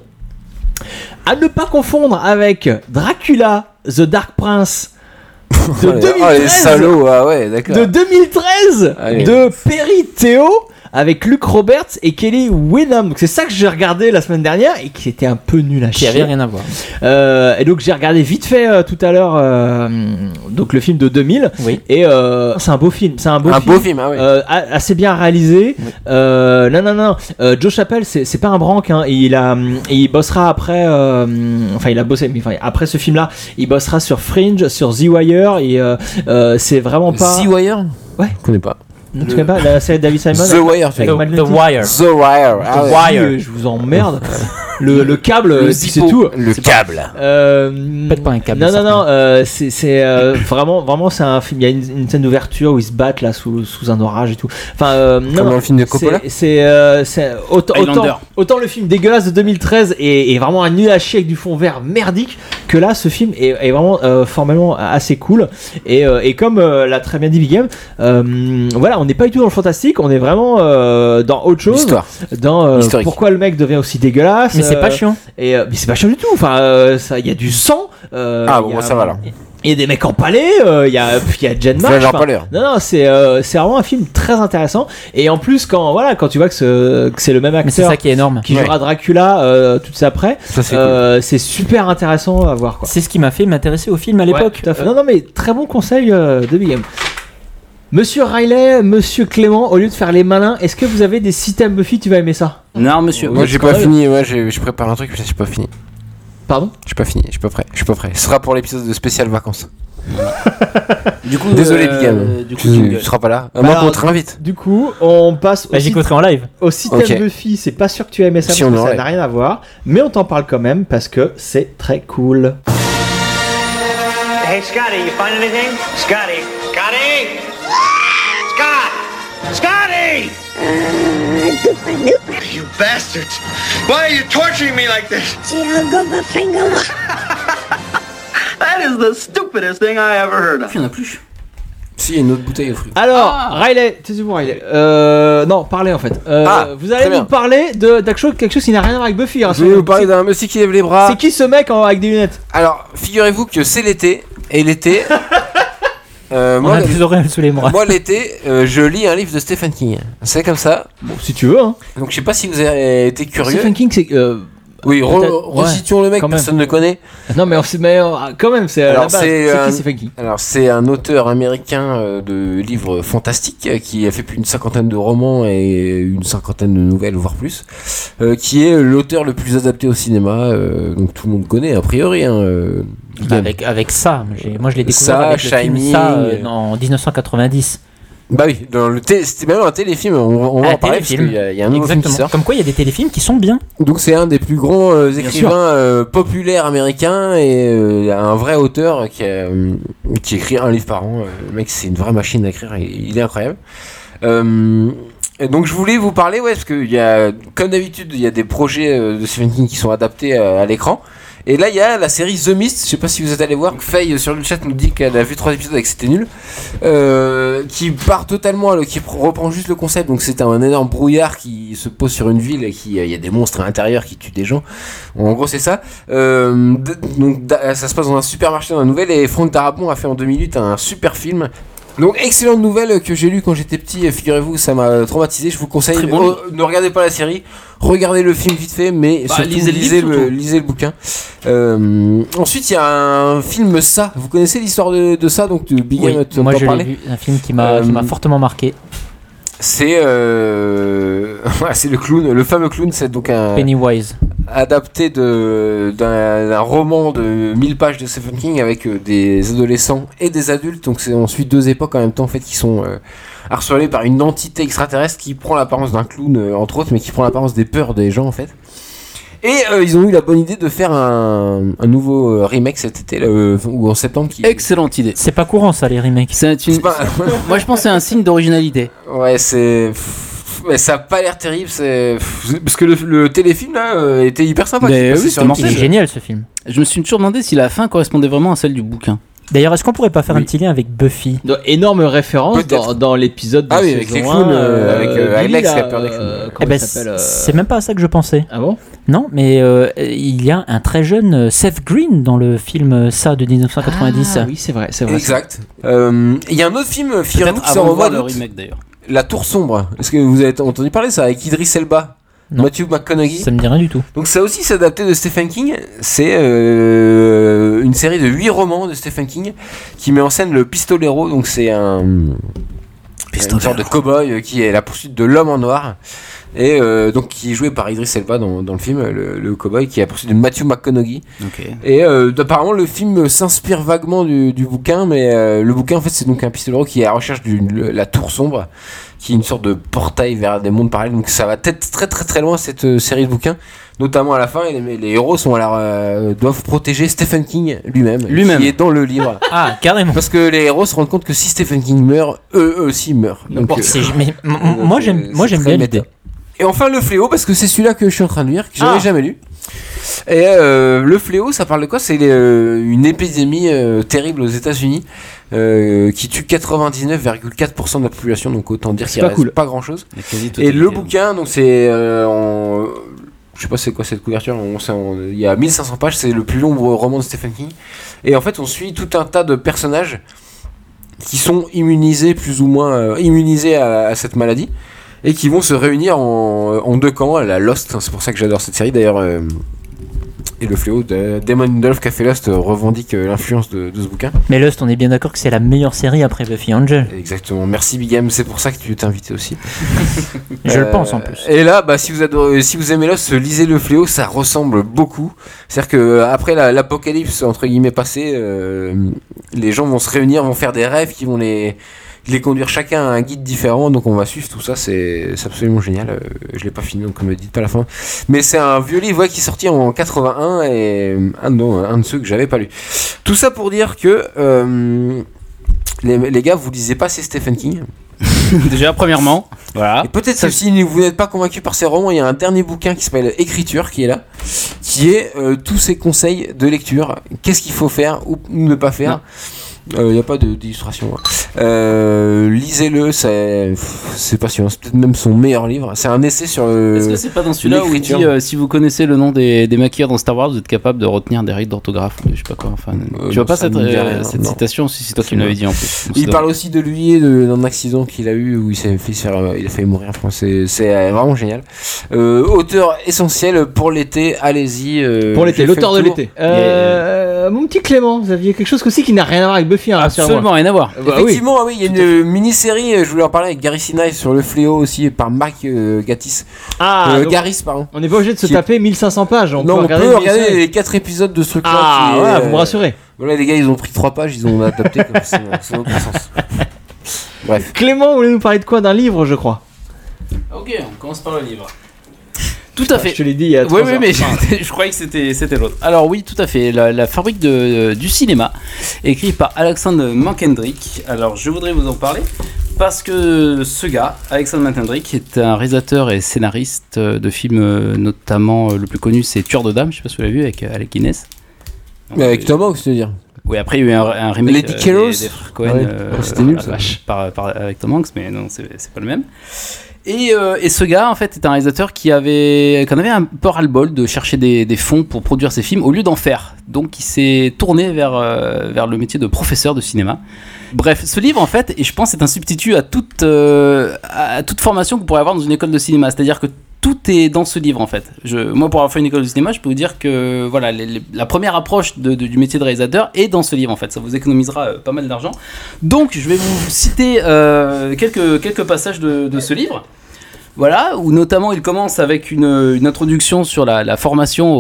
à ne pas confondre avec Dracula, The Dark Prince de 2013. Oh les salauds, ah ouais, d'accord. De 2013 Allez. de Perry Theo avec Luke Roberts et Kelly Windham. Donc c'est ça que j'ai regardé la semaine dernière et qui était un peu nul à Qui chier. avait rien à voir. Et donc j'ai regardé vite fait tout à l'heure donc le film de 2000 Oui. et c'est un beau film, c'est un beau film, ah ouais. assez bien réalisé. Non, Joe Chappelle c'est pas un branque, hein. Il bossera après enfin il a bossé mais enfin, après ce film là il bossera sur Fringe, sur The Wire et c'est vraiment pas The Wire. Ouais. Je connais pas. Non, tu connais pas la série de David Simon The Wire, tu avec vois. Magneto. The Wire. The Wire. Ah The ouais. Wire, je vous emmerde. le câble, Le et puis zippo. c'est tout. Le câble. Faites pas un câble. Non, ça. c'est vraiment c'est un film. Il y a une scène d'ouverture où ils se battent là sous un orage et tout. Enfin, non, Comme non, dans le film de Coppola. c'est autant le film dégueulasse de 2013 est vraiment un nul à chier avec du fond vert merdique que là ce film est vraiment formellement assez cool et comme l'a très bien dit Big Game, voilà, on n'est pas du tout dans le fantastique, on est vraiment dans autre chose. L'histoire. Dans Historique. pourquoi le mec devient aussi dégueulasse. Mais c'est pas chiant. Et mais c'est pas chiant du tout. Enfin, il y a du sang. Ah bon, ça va alors. Il y a des mecs empalés. Il y a Jen March. Flash enfin, empalé. non, c'est vraiment un film très intéressant. Et en plus, quand tu vois que c'est le même Mais c'est acteur ça qui est énorme. qui jouera Dracula tout ça après, Ça c'est cool. c'est super intéressant à voir quoi. C'est ce qui m'a fait m'intéresser au film à l'époque. Ouais, tout à fait. Non, mais très bon conseil de Big Game. Monsieur Riley, Monsieur Clément, au lieu de faire les malins, est-ce que vous avez des systèmes Buffy? Tu vas aimer ça? Non, monsieur. Moi j'ai pas fini, moi je prépare un truc mais j'ai pas fini. Pardon? J'ai pas fini, je suis pas prêt. Ce sera pour l'épisode de spécial vacances. Du coup, Désolé Big Game. Du coup, Tu seras pas là. Bah Moi alors, qu'on te réinvite. Du coup, on passe Bah, j'écouterai en live. au système Ok. Buffy. C'est pas sûr que tu as aimé ça Si, parce on que ça aurait. n'a rien à voir, mais on t'en parle quand même parce que c'est très cool. Hey, Scotty, you find anything? Scotty! Scotty! Scott! Scotty! You bastards! Why are you torturing me like this? That is the stupidest thing I ever heard of. il y en a plus. Si, il y a une autre bouteille au frigo. Alors, Riley, c'est bon, Riley. Non, parlez en fait. Vous allez très nous bien. parler de quelque chose qui n'a rien à voir avec Buffy. Je vais vous parler d'un monsieur qui lève les bras. C'est qui ce mec avec des lunettes? Alors, figurez-vous que c'est l'été, et l'été... On moi, a des oreilles sous les bras. moi, l'été, je lis un livre de Stephen King. C'est comme ça. Bon, si tu veux. Hein. Donc, je sais pas si vous avez été curieux. Stephen King, c'est. Oui, peut-être- resituons le mec, quand même. personne ne connaît. Non, mais quand même, c'est à la Alors, base. c'est C'est un- qui Stephen King? Alors, c'est un auteur américain de livres fantastiques qui a fait plus d'une cinquantaine de romans et une cinquantaine de nouvelles, voire plus. Qui est l'auteur le plus adapté au cinéma. Donc, tout le monde connaît, a priori. Hein, Avec ça, moi je l'ai découvert Ça, avec le film Shining, ça en 1990. Bah oui, c'était même un téléfilm, on va Un en parler parce téléfilm. qu'il y a un nouveau film qui Exactement. sort. Comme quoi il y a des téléfilms qui sont bien. Donc c'est un des plus grands écrivains populaires américains et un vrai auteur qui écrit un livre par an. Le mec c'est une vraie machine à écrire, il est incroyable. Et donc je voulais vous parler, parce que comme d'habitude il y a des projets de Stephen King qui sont adaptés à l'écran. Et là il y a la série The Mist, je sais pas si vous êtes allé voir, Faye sur le chat nous dit qu'elle a vu 3 épisodes et que c'était nul, qui part totalement, qui reprend juste le concept, donc c'est un énorme brouillard qui se pose sur une ville et il y a des monstres à l'intérieur qui tuent des gens, en gros c'est ça. Donc ça se passe dans un supermarché dans la nouvelle et Frank Darabont a fait en 2008 un super film. Donc excellente nouvelle que j'ai lu quand j'étais petit, figurez-vous, ça m'a traumatisé, je vous conseille. Très bon. Ne regardez pas la série, regardez le film vite fait, mais surtout, lisez le bouquin. Ensuite il y a un film Ça, vous connaissez l'histoire de Ça, donc de Big Game, tu moi en je l'ai parler. vu, un film qui m'a fortement marqué. C'est c'est le clown, le fameux clown, c'est donc un Pennywise. adapté d'un roman de 1000 pages de Stephen King avec des adolescents et des adultes. Donc on suit deux époques en même temps en fait qui sont harcelées par une entité extraterrestre qui prend l'apparence d'un clown entre autres, mais qui prend l'apparence des peurs des gens en fait. Et ils ont eu la bonne idée de faire un nouveau remake cet été ou en septembre. Excellente idée. C'est pas courant ça les remakes. Moi je pense que c'est un signe d'originalité. Ouais, mais ça a pas l'air terrible, parce que le téléfilm là était hyper sympa. Il est génial ce film. Je me suis toujours demandé si la fin correspondait vraiment à celle du bouquin. D'ailleurs, est-ce qu'on pourrait pas faire un petit lien avec Buffy? Énorme référence dans l'épisode de avec les clowns, avec Alex qui a peur des clowns. C'est même pas à ça que je pensais. Ah bon? Non, mais il y a un très jeune Seth Green dans le film Ça de 1990. Ah oui, c'est vrai. Exact. Il y a un autre film, figurez-vous, qui sort au mois d'août. La Tour Sombre. Est-ce que vous avez entendu parler de ça avec Idris Elba? Non. Matthew McConaughey. Ça me dit rien du tout. Donc ça aussi c'est adapté de Stephen King. C'est une série de 8 romans de Stephen King qui met en scène le pistolero. Donc c'est une sorte de cow-boy qui est à la poursuite de l'homme en noir. Et donc qui est joué par Idris Elba dans le film, le cow-boy qui est à la poursuite de Matthew McConaughey. Okay. Et apparemment le film s'inspire vaguement du bouquin, mais le bouquin en fait c'est donc un pistolero qui est à la recherche de la Tour Sombre, qui est une sorte de portail vers des mondes parallèles. Donc ça va être très très très loin cette série de bouquins, notamment à la fin. Les héros doivent protéger Stephen King lui-même, qui est dans le livre. Ah, carrément. Parce que les héros se rendent compte que si Stephen King meurt, eux aussi meurent. Donc, moi j'aime bien l'idée. Et enfin le fléau, parce que c'est celui-là que je suis en train de lire, que j'avais jamais lu. Et le fléau, ça parle de quoi? C'est une épidémie terrible aux États-Unis qui tue 99,4% de la population, donc autant dire qu'il reste pas grand-chose. Et le bouquin, donc c'est je sais pas c'est quoi cette couverture, il y a 1500 pages, c'est le plus long roman de Stephen King. Et en fait, on suit tout un tas de personnages qui sont immunisés, plus ou moins immunisés à cette maladie, et qui vont se réunir en deux camps à la Lost. C'est pour ça que j'adore cette série d'ailleurs. Et le fléau de Damon Lindelof qui a fait Lost revendique l'influence de ce bouquin. Mais Lost, on est bien d'accord que c'est la meilleure série après Buffy Angel. Exactement, merci Big M, c'est pour ça que tu t'es invité aussi. Je le pense en plus. Et là, si vous aimez Lost, lisez le fléau, ça ressemble beaucoup. C'est-à-dire que après l'apocalypse entre guillemets passé, les gens vont se réunir, vont faire des rêves qui vont les conduire chacun à un guide différent, donc on va suivre tout ça, c'est absolument génial. Je l'ai pas fini, donc me dites pas la fin. Mais c'est un vieux livre qui est sorti en 81 et un de ceux que j'avais pas lu. Tout ça pour dire que les gars, vous lisez pas ces Stephen King. Déjà premièrement, voilà. Et peut-être que si vous n'êtes pas convaincu par ces romans, il y a un dernier bouquin qui s'appelle Écriture qui est là, qui est tous ces conseils de lecture. Qu'est-ce qu'il faut faire ou ne pas faire. Il n'y a pas d'illustration. Lisez-le, c'est passionnant. C'est peut-être même son meilleur livre. C'est un essai sur le. Est-ce que c'est pas dans celui-là où il dit si vous connaissez le nom des maquilleurs dans Star Wars, vous êtes capable de retenir des règles d'orthographe, je sais pas quoi. Enfin, tu vois pas cette citation, si c'est toi qui me l'avais dit en plus. Il parle aussi de lui et d'un accident qu'il a eu où il a failli mourir. Enfin, c'est vraiment génial. Auteur essentiel pour l'été. Allez-y. Pour l'été, l'auteur de l'été. Mon petit Clément, vous aviez quelque chose aussi qui n'a rien à voir avec Buffy. Absolument rien à voir. Effectivement, oui, il y a une mini-série, je voulais en parler avec Gary Sinise sur le fléau aussi, par Marc Gatiss. Garis, pardon. On n'est pas obligé de se taper 1500 pages. On peut regarder les 4 épisodes de ce truc-là. Voilà, vous me rassurez. Voilà, les gars, ils ont pris 3 pages, ils ont adapté comme ça n'a aucun sens. Bref. Clément, vous voulez nous parler de quoi? D'un livre, je crois. Ok, on commence par le livre. Tout à fait. Je te l'ai dit il y a 3 heures. Oui, mais je croyais que c'était l'autre. Alors oui, tout à fait. La fabrique du cinéma, écrit par Alexander McKendrick. Alors je voudrais vous en parler parce que ce gars, Alexander McKendrick, est un réalisateur et scénariste de films, notamment le plus connu, c'est Tueur de Dames. Je sais pas si vous l'avez vu avec Alec Guinness. Mais avec Tom Hanks, tu veux dire? Oui, après il y a eu un remake Lady Keros des frères Coen. C'était nul ça. Avec Tom Hanks, mais non, c'est pas le même. Et ce gars, en fait, est un réalisateur qui avait un peu ras-le-bol de chercher des fonds pour produire ses films au lieu d'en faire. Donc, il s'est tourné vers le métier de professeur de cinéma. Bref, ce livre, en fait, et je pense, est un substitut à toute formation que vous pourrez avoir dans une école de cinéma. C'est-à-dire que tout est dans ce livre, en fait. Moi, pour avoir fait une école de cinéma, je peux vous dire que voilà, la première approche du métier de réalisateur est dans ce livre, en fait. Ça vous économisera pas mal d'argent. Donc, je vais vous citer quelques passages de ce livre. Voilà, où notamment il commence avec une introduction sur la formation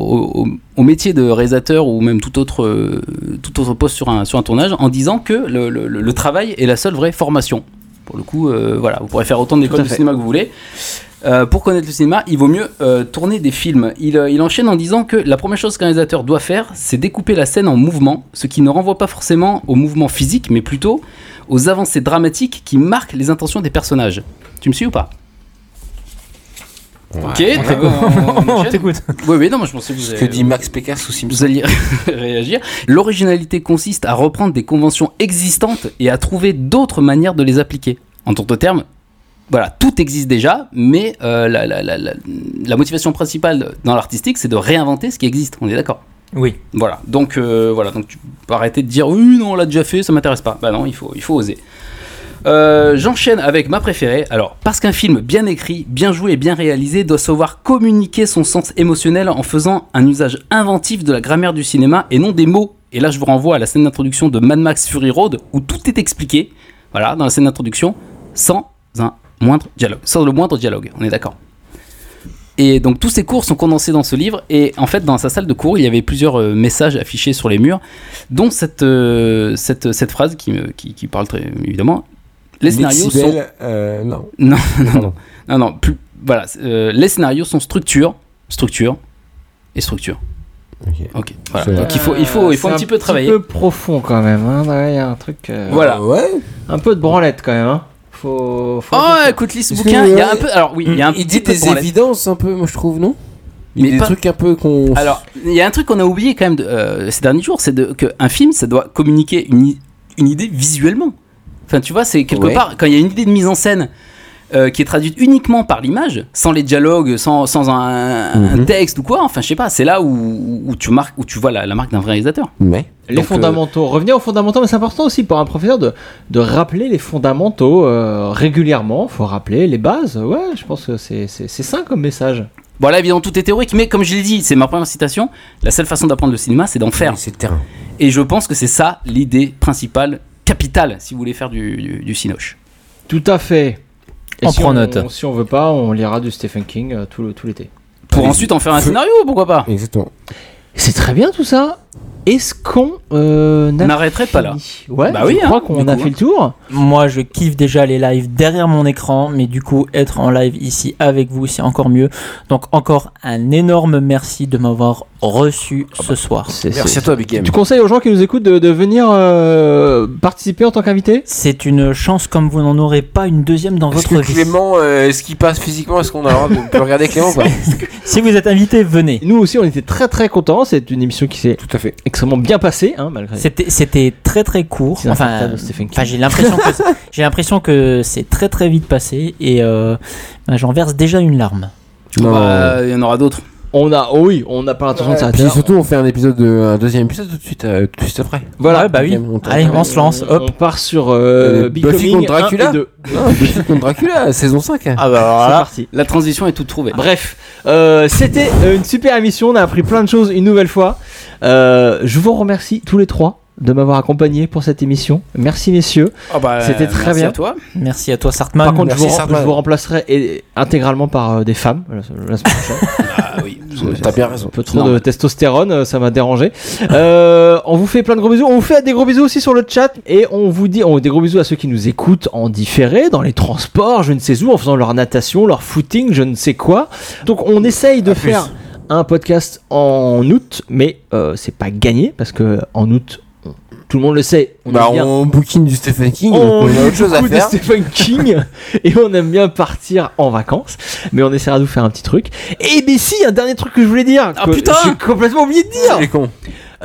au métier de réalisateur ou même tout autre poste sur un tournage, en disant que le travail est la seule vraie formation. Pour le coup, voilà, vous pourrez faire autant d'écoles de cinéma que vous voulez. Pour connaître le cinéma, il vaut mieux tourner des films. Il enchaîne en disant que la première chose qu'un réalisateur doit faire, c'est découper la scène en mouvements, ce qui ne renvoie pas forcément au mouvement physique, mais plutôt aux avancées dramatiques qui marquent les intentions des personnages. Tu me suis ou pas ? Ok, très bien. On t'écoute. Oui, non, moi je pensais que vous Ce que dit Max Pécasse ou Simpson. Vous alliez réagir. L'originalité consiste à reprendre des conventions existantes et à trouver d'autres manières de les appliquer. En d'autres termes, voilà, tout existe déjà, mais la motivation principale dans l'artistique, c'est de réinventer ce qui existe. On est d'accord ? Oui. Voilà. Donc tu peux arrêter de dire oui, non, on l'a déjà fait, ça m'intéresse pas. Bah non, il faut oser. J'enchaîne avec ma préférée. Alors, parce qu'un film bien écrit, bien joué et bien réalisé doit savoir communiquer son sens émotionnel en faisant un usage inventif de la grammaire du cinéma et non des mots. Et là, je vous renvoie à la scène d'introduction de Mad Max Fury Road où tout est expliqué. Voilà, dans la scène d'introduction, sans le moindre dialogue. On est d'accord. Et donc tous ces cours sont condensés dans ce livre. Et en fait, dans sa salle de cours, il y avait plusieurs messages affichés sur les murs, dont cette phrase qui parle très évidemment. Les scénarios sont non. Voilà, les scénarios sont structure et structure. Ok. Voilà. Donc il faut un petit peu travailler. C'est un petit peu profond quand même. Il y a un truc. Voilà. Ouais. Un peu de branlette quand même. Hein. Écoute, lis ce bouquin. Il y a un peu. Alors oui, il dit des évidences un peu, moi je trouve, non ? Mais des trucs un peu qu'on. Alors, il y a un truc qu'on a oublié quand même ces derniers jours, c'est qu'un film, ça doit communiquer une idée visuellement. Enfin, tu vois, c'est quelque part, quand il y a une idée de mise en scène qui est traduite uniquement par l'image, sans les dialogues, sans un texte ou quoi, enfin, je sais pas, c'est là où tu vois la marque d'un vrai réalisateur. Ouais. Les fondamentaux, revenir aux fondamentaux, mais c'est important aussi pour un professeur de rappeler les fondamentaux régulièrement, faut rappeler les bases, je pense que c'est sain comme message. Bon, là, évidemment, tout est théorique, mais comme je l'ai dit, c'est ma première citation, la seule façon d'apprendre le cinéma, c'est d'en faire. C'est le terrain. Et je pense que c'est ça l'idée principale, capitale, si vous voulez faire du cinoche. Tout à fait. Et on prend note. Si on veut pas, on lira du Stephen King tout l'été. Pour ensuite en faire un scénario, pourquoi pas ? Exactement. C'est très bien tout ça. Est-ce qu'on n'arrêterait pas là ? Ouais, je crois qu'on a fait le tour. Moi, je kiffe déjà les lives derrière mon écran, mais du coup, être en live ici avec vous, c'est encore mieux. Donc, encore un énorme merci de m'avoir reçu ce soir. Merci à toi, Big Game. Tu conseilles aux gens qui nous écoutent de venir participer en tant qu'invité ? C'est une chance comme vous n'en aurez pas une deuxième dans votre vie. Clément, est-ce qu'il passe physiquement ? Est-ce qu'on a le droit de regarder Clément ou pas ? Si vous êtes invité, venez. Nous aussi, on était très très contents. C'est une émission qui s'est tout à fait extrêmement bien passée, malgré. C'était très très court. Enfin, j'ai l'impression que c'est très très vite passé et j'en verse déjà une larme. Il y en aura d'autres. On n'a pas l'intention de s'arrêter. Puis surtout, on fait un deuxième épisode tout de suite après. Voilà, oui. Allez, on se lance. Hop. On part sur Buffy contre Dracula. Buffy contre Dracula, saison 5. Ah bah alors là, parti. La transition est toute trouvée. Bref, c'était une super émission. On a appris plein de choses une nouvelle fois. Je vous remercie tous les trois de m'avoir accompagné pour cette émission. Merci messieurs. C'était très bien. À toi. Merci à toi Sartman. Par contre, je vous remplacerai intégralement par des femmes la semaine prochaine. Ah oui, t'as bien raison. Un peu trop de testostérone, ça m'a dérangé. On vous fait plein de gros bisous. On vous fait des gros bisous aussi sur le chat et on vous dit des gros bisous à ceux qui nous écoutent en différé, dans les transports, je ne sais où, en faisant leur natation, leur footing, je ne sais quoi. Donc on essaye de faire un podcast en août, mais c'est pas gagné parce que en août tout le monde le sait. On booking du Stephen King, on a autre chose à faire. De Stephen King et on aime bien partir en vacances, mais on essaiera de vous faire un petit truc. Et bien si, un dernier truc que je voulais dire, putain, j'ai complètement oublié de dire. C'est con.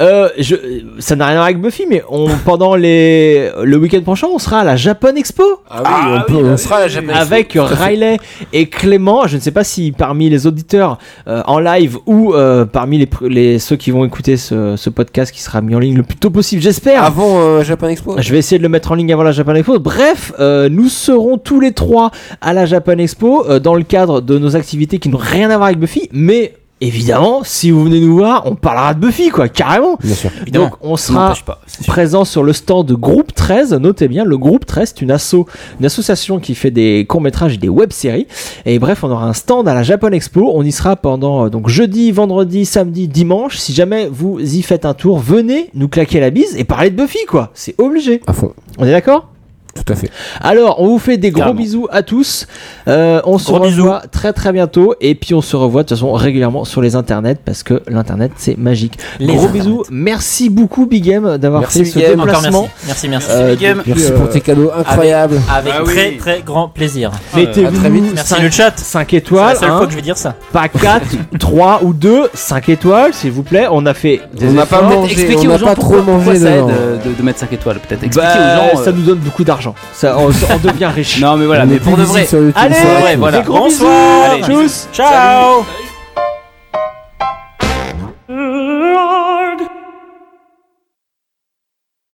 Ça n'a rien à voir avec Buffy, mais pendant le week-end prochain, on sera à la Japan Expo. On sera à la Japan Expo avec Riley et Clément. Je ne sais pas si parmi les auditeurs en live ou parmi ceux qui vont écouter ce podcast qui sera mis en ligne le plus tôt possible, j'espère. Avant Japan Expo. Je vais essayer de le mettre en ligne avant la Japan Expo. Bref, nous serons tous les trois à la Japan Expo dans le cadre de nos activités qui n'ont rien à voir avec Buffy, mais évidemment, si vous venez nous voir, on parlera de Buffy, quoi, carrément. Bien sûr. Donc, on sera présent sur le stand de Groupe 13. Notez bien, le Groupe 13, c'est une association qui fait des courts-métrages et des web-séries. Et bref, on aura un stand à la Japan Expo. On y sera pendant donc jeudi, vendredi, samedi, dimanche. Si jamais vous y faites un tour, venez nous claquer la bise et parler de Buffy, quoi. C'est obligé. À fond. On est d'accord ? Tout à fait. Alors, on vous fait des gros Carrément. bisous à tous. On se revoit très très bientôt. Et puis, on se revoit de toute façon régulièrement sur les internets parce que l'internet, c'est magique. Gros bisous. Merci beaucoup, Big M, d'avoir fait ce déplacement. Encore merci. Big M. Merci pour tes cadeaux incroyables. Avec très très grand plaisir. Mettez-vous Merci le chat. 5 étoiles. C'est la seule fois que je vais dire ça. Pas 4, 3 ou 2, 5 étoiles, s'il vous plaît. On a fait des On n'a efforts. pas mangé, Expliquez on aux n'a gens pas trop pourquoi mangé ça aide dedans. de mettre 5 étoiles. Peut-être expliquer Bah, aux gens. ça nous donne beaucoup d'argent. Ça, on devient riche. Non, mais voilà, On mais est pour de plus vrai. visible sur YouTube. Allez, Ouais, voilà. des gros Bonsoir. bisous. Allez, Tchuss. Ciao. Salut.